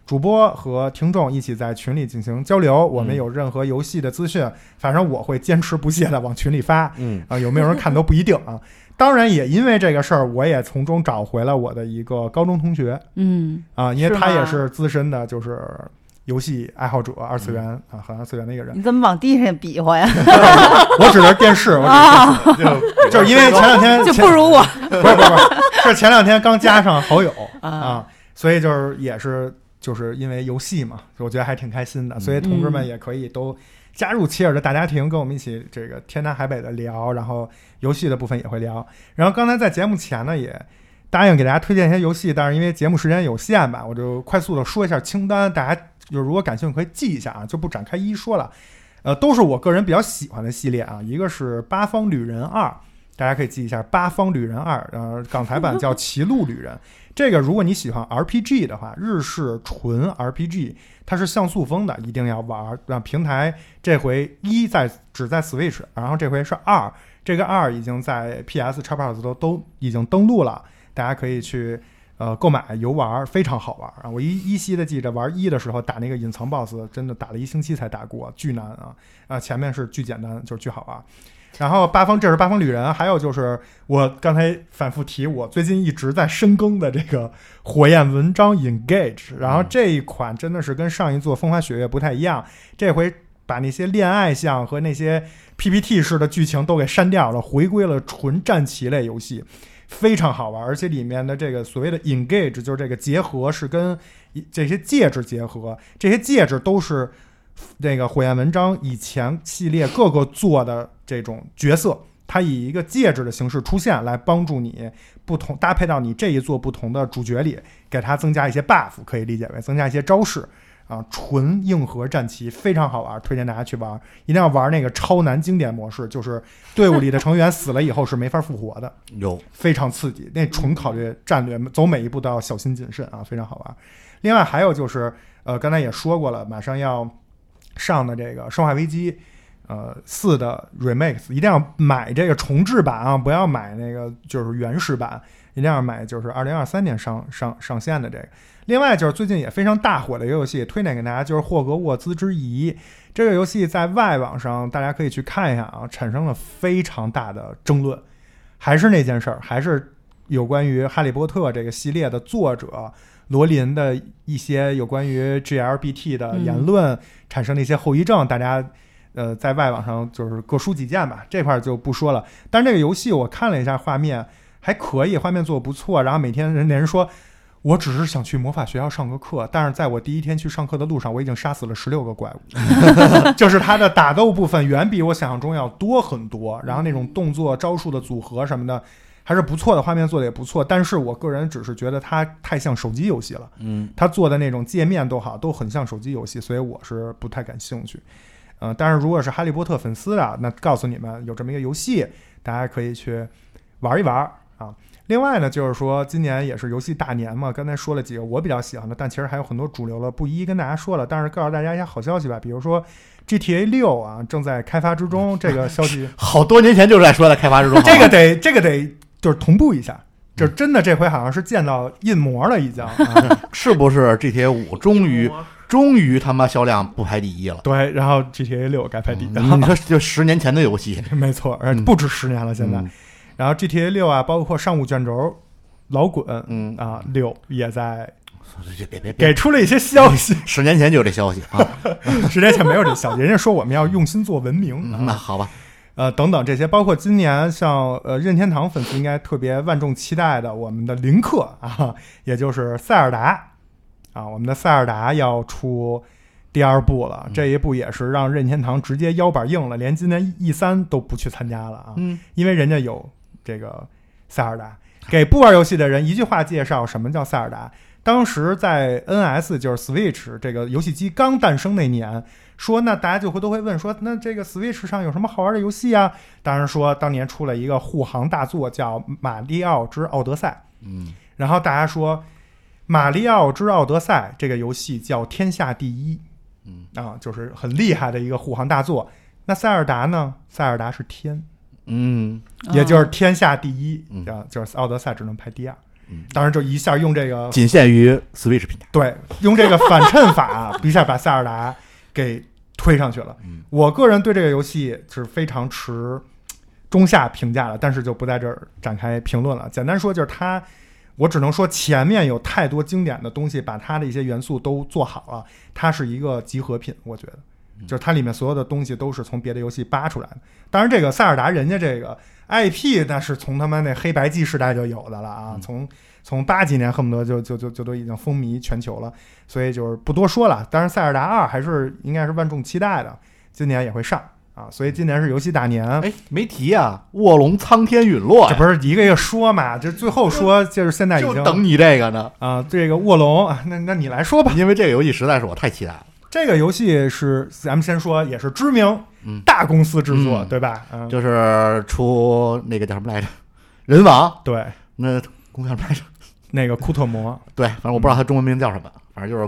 主播和听众一起在群里进行交流，我们有任何游戏的资讯，反正我会坚持不懈的往群里发。 嗯啊、呃，有没有人看都不一定啊。当然，也因为这个事儿，我也从中找回了我的一个高中同学。 嗯啊、呃，因为他是吗也是资深的，就是游戏爱好者，二次元、嗯、啊，很二次元的一个人。 你怎么往地上比划呀？ 我指的是电视，我指的是电视，就就是因为前两天就不如我。 不是不是不是，是前两天刚加上好友啊啊，所以就是也是就是因为游戏嘛，我觉得还挺开心的，所以同志们也可以都加入切尔的大家庭，跟我们一起这个天南海北的聊，然后游戏的部分也会聊。然后刚才在节目前呢，也答应给大家推荐一些游戏，但是因为节目时间有限吧，我就快速的说一下清单，大家就如果感兴趣可以记一下啊，就不展开一一说了。呃，都是我个人比较喜欢的系列啊，一个是《八方旅人二》，大家可以记一下《八方旅人二》，呃，港台版叫《歧路旅人》。这个如果你喜欢 R P G 的话，日式纯 R P G， 它是像素风的，一定要玩。那平台这回一在只在 Switch， 然后这回是二，这个二已经在 P S、Xbox 都都已经登录了，大家可以去呃购买游玩，非常好玩啊！我依依稀的记着玩一的时候打那个隐藏 BOSS， 真的打了一星期才打过，巨难啊！啊，前面是巨简单，就是巨好玩。然后八方，这是八方旅人，还有就是我刚才反复提，我最近一直在深耕的这个火焰文章 Engage， 然后这一款真的是跟上一座风花雪月不太一样，这回把那些恋爱向和那些 P P T 式的剧情都给删掉了，回归了纯战棋类游戏，非常好玩，而且里面的这个所谓的 Engage 就是这个结合是跟这些戒指结合，这些戒指都是那个火焰文章以前系列各个做的这种角色，它以一个戒指的形式出现，来帮助你不同搭配到你这一座不同的主角里，给它增加一些 buff， 可以理解为增加一些招式啊，纯硬核战棋非常好玩，推荐大家去玩，一定要玩那个超难经典模式，就是队伍里的成员死了以后是没法复活的， 有非常刺激，那纯考虑战略，走每一步都要小心谨慎啊，非常好玩。另外还有就是呃，刚才也说过了，马上要上的这个《生化危机》呃四的 remix， 一定要买这个重制版啊，不要买那个就是原始版，一定要买就是二零二三年上上上线的这个。另外就是最近也非常大火的一个游戏，推荐给大家，就是《霍格沃兹之遗》。这个游戏在外网上大家可以去看一下啊，产生了非常大的争论。还是那件事儿，还是有关于《哈利波特》这个系列的作者罗琳的一些有关于 G L B T 的言论产生的一些后遗症，大家呃在外网上就是各抒己见吧，这块就不说了。但是这个游戏我看了一下画面还可以，画面做得不错，然后每天人人说我只是想去魔法学校上个课，但是在我第一天去上课的路上，我已经杀死了十六个怪物，就是它的打斗部分远比我想象中要多很多，然后那种动作招数的组合什么的还是不错的，画面做的也不错，但是我个人只是觉得它太像手机游戏了， 嗯， 它做的那种界面都好，都很像手机游戏，所以我是不太感兴趣。呃，但是如果是哈利波特粉丝啊，那告诉你们有这么一个游戏，大家可以去玩一玩啊。另外呢，就是说今年也是游戏大年嘛，刚才说了几个我比较喜欢的，但其实还有很多主流了，不一一跟大家说了。但是告诉大家一些好消息吧，比如说 G T A 六啊正在开发之中，这个消息好多年前就是在说在开发之中， 这个得这个得就是同步一下，就真的这回好像是见到印模了已经，啊、 是不是 G T A 五终于终于他妈销量不排第一了？ 对，然后 G T A 六该排第一， 嗯、你说就十年前的游戏， 没错，而不止十年了现在。嗯、然后 G T A 六啊，包括上古卷轴、老滚， 嗯啊六也在别别别给出了一些消息。 十年前就有这消息啊， 十年前没有这消息，人家说我们要用心做文明。 嗯、那好吧。 呃，等等这些，包括今年像呃任天堂粉丝应该特别万众期待的我们的林克啊，也就是塞尔达啊，我们的塞尔达要出第二部了，这一部也是让任天堂直接腰板硬了，连今年 E 三都不去参加了啊， 嗯， 因为人家有这个塞尔达，给不玩游戏的人一句话介绍什么叫塞尔达。当时在 N S 就是 Switch 这个游戏机刚诞生那年，说那大家就会都会问说，那这个 Switch 上有什么好玩的游戏啊？当然说当年出了一个护航大作叫《马里奥之奥德赛》， 嗯， 然后大家说《马里奥之奥德赛》这个游戏叫天下第一， 嗯啊，就是很厉害的一个护航大作。那塞尔达呢？塞尔达是天， 嗯， 也就是天下第一， 嗯、 啊，就是奥德赛只能排第二。 当然就一下用这个仅限于 Switch 平台。 对，用这个反衬法一下把塞尔达给推上去了。 嗯， 我个人对这个游戏是非常持中下评价了，但是就不在这儿展开评论了。简单说就是它，我只能说前面有太多经典的东西，把它的一些元素都做好了，它是一个集合品，我觉得。就是它里面所有的东西都是从别的游戏扒出来的。当然，这个塞尔达人家这个 I P 那是从他们那黑白机时代就有的了啊，从从八几年恨不得就就就就都已经风靡全球了，所以就是不多说了。当然，塞尔达二还是应该是万众期待的，今年也会上啊，所以今年是游戏大年。 哎，没提啊，卧龙苍天陨落， 这不是一个一个说嘛？这最后说就是现在已经就等你这个呢啊，这个卧龙啊，那那你来说吧， 因为这个游戏实在是我太期待了。 这个游戏是咱们先说，也是知名大公司制作， 嗯、 对吧？嗯， 就是出那个叫什么来着，人王。 对， 那公司叫什么来着？ 那个库特摩。 对，反正我不知道它中文名叫什么，反正就是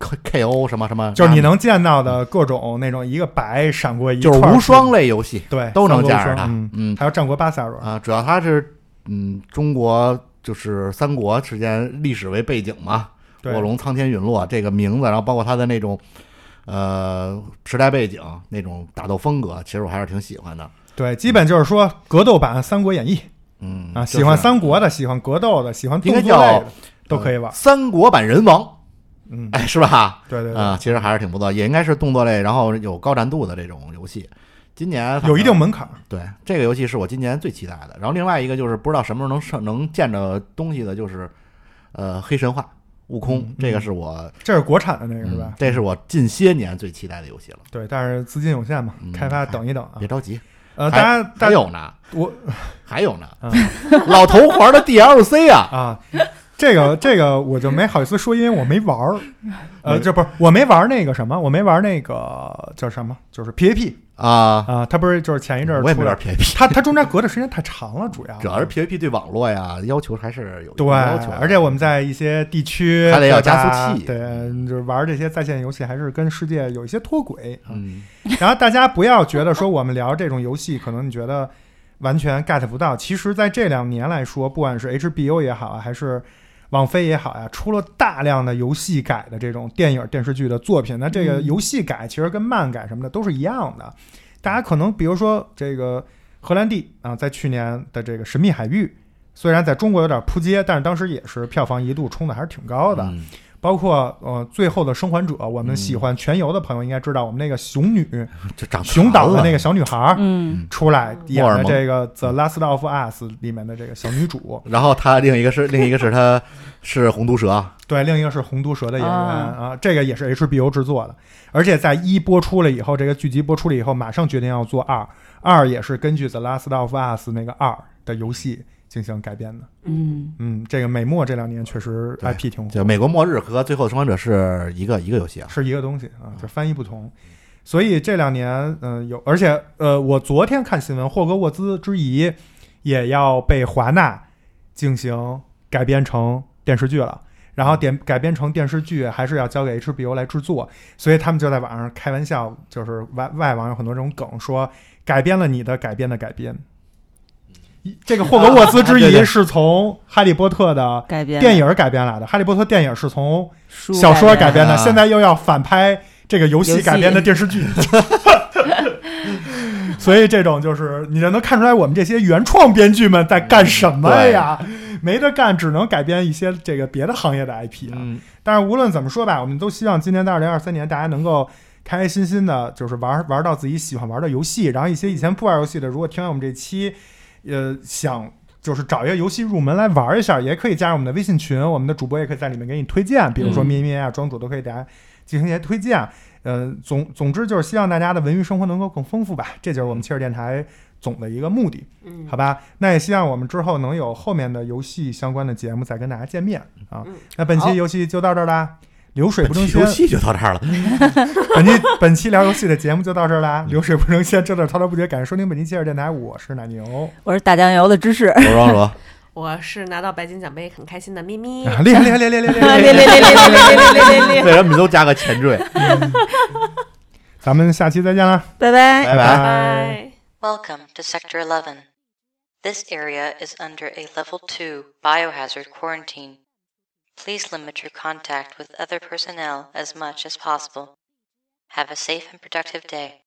K O 什么什么， 就是你能见到的各种那种一个白闪过一， 就是无双类游戏， 对， 都能见着它。 嗯嗯， 还有战国巴塞罗啊，主要它是嗯中国就是三国时间历史为背景嘛。卧龙苍天陨落这个名字，然后包括它的那种。呃，时代背景那种打斗风格，其实我还是挺喜欢的。 对，基本就是说格斗版《三国演义》， 嗯啊，喜欢三国的，喜欢格斗的，喜欢动作类的，都可以玩。 三国版人王， 嗯， 哎，是吧？ 对对对， 啊，其实还是挺不错，也应该是动作类，然后有高难度的这种游戏。今年有一定门槛。 对，这个游戏是我今年最期待的。然后另外一个就是不知道什么时候能上能见着东西的，就是呃黑神话。悟空、嗯、这个是我， 这是国产的那个是吧、 嗯？这是我近些年最期待的游戏了。 对，但是资金有限嘛， 嗯、 开发等一等啊， 别着急。 呃，大家还有呢， 我还有呢，嗯、老头环的 D L C 啊啊，这个这个我就没好意思说，因为我没玩儿。呃，这不是我没玩那个什么，我没玩那个叫什么，就是 P V P。 啊啊，他不是就是前一阵儿我也没玩 P V P， 他他中间隔的时间太长了，主要主要是 P V P 对网络呀要求还是有对要求， 而且我们在一些地区还得要加速器， 对，就是玩这些在线游戏还是跟世界有一些脱轨。 嗯， 然后大家不要觉得说我们聊这种游戏，可能你觉得完全 get 不到，其实在这两年来说，不管是 H B O 也好啊，还是网飞也好呀、啊，出了大量的游戏改的这种电影电视剧的作品。那这个游戏改其实跟漫改什么的都是一样的。大家可能比如说这个荷兰弟啊，在去年的这个《神秘海域》，虽然在中国有点扑街，但是当时也是票房一度冲的还是挺高的。 嗯、 包括呃最后的生还者，我们喜欢全游的朋友应该知道，我们那个熊女， 就长熊岛的那个小女孩， 嗯， 出来演的这个《The Last of Us》里面的这个小女主。 然后她另一个是另一个是她是红毒蛇， 对，另一个是红毒蛇的演员啊, 啊，这个也是 H B O 制作的。而且在一播出了以后，这个剧集播出了以后，马上决定要做二，二也是根据《The Last of Us》那个二的游戏进行改编的。 嗯嗯，这个美墨这两年确实 I P 挺火， 就美国末日和最后的生还者是一个一个游戏啊， 是一个东西啊，就翻译不同。所以这两年，嗯、呃，有，而且呃，我昨天看新闻，霍格沃兹之遗也要被华纳进行改编成电视剧了。然后点改编成电视剧还是要交给 H B O 来制作，所以他们就在网上开玩笑，就是外外网有很多这种梗，说改编了你的改编的改编。这个霍格沃兹之遗是从哈利波特的电影改编来的，哈利波特电影是从小说改编的，现在又要反拍这个游戏改编的电视剧。所以这种就是你能看出来我们这些原创编剧们在干什么呀？没得干，只能改编一些这个别的行业的 I P 啊。 嗯、 但是无论怎么说吧，我们都希望今年的二零二三年，大家能够开开心心的，就是玩玩到自己喜欢玩的游戏。然后一些以前不玩游戏的，如果听完我们这期，呃，想就是找一个游戏入门来玩一下，也可以加入我们的微信群，我们的主播也可以在里面给你推荐，比如说咩咩啊、庄主都可以大家进行一些推荐。呃，总总之就是希望大家的文娱生活能够更丰富吧，这就是我们切尔电台总的一个目的， 嗯， 好吧？那也希望我们之后能有后面的游戏相关的节目再跟大家见面啊。 嗯、 那本期游戏就到这儿啦，流水不争先， 游戏就到这儿了。 本期本期聊游戏的节目就到这儿啦，流水不争先，这点滔滔不绝，感谢收听本期切尔电台，我是奶牛， 我是打酱油的芝士， 我是王卓。 我是拿到白金奖杯很开心的咪咪， 啊、厉害厉害厉害厉害厉害厉害厉害厉害厉害厉害！ 为什么你都加个前缀？ 嗯、咱们下期再见了， 拜拜拜拜。 拜。 Welcome to Sector eleven. This area is under a Level two biohazard quarantine. Please limit your contact with other personnel as much as possible. Have a safe and productive day.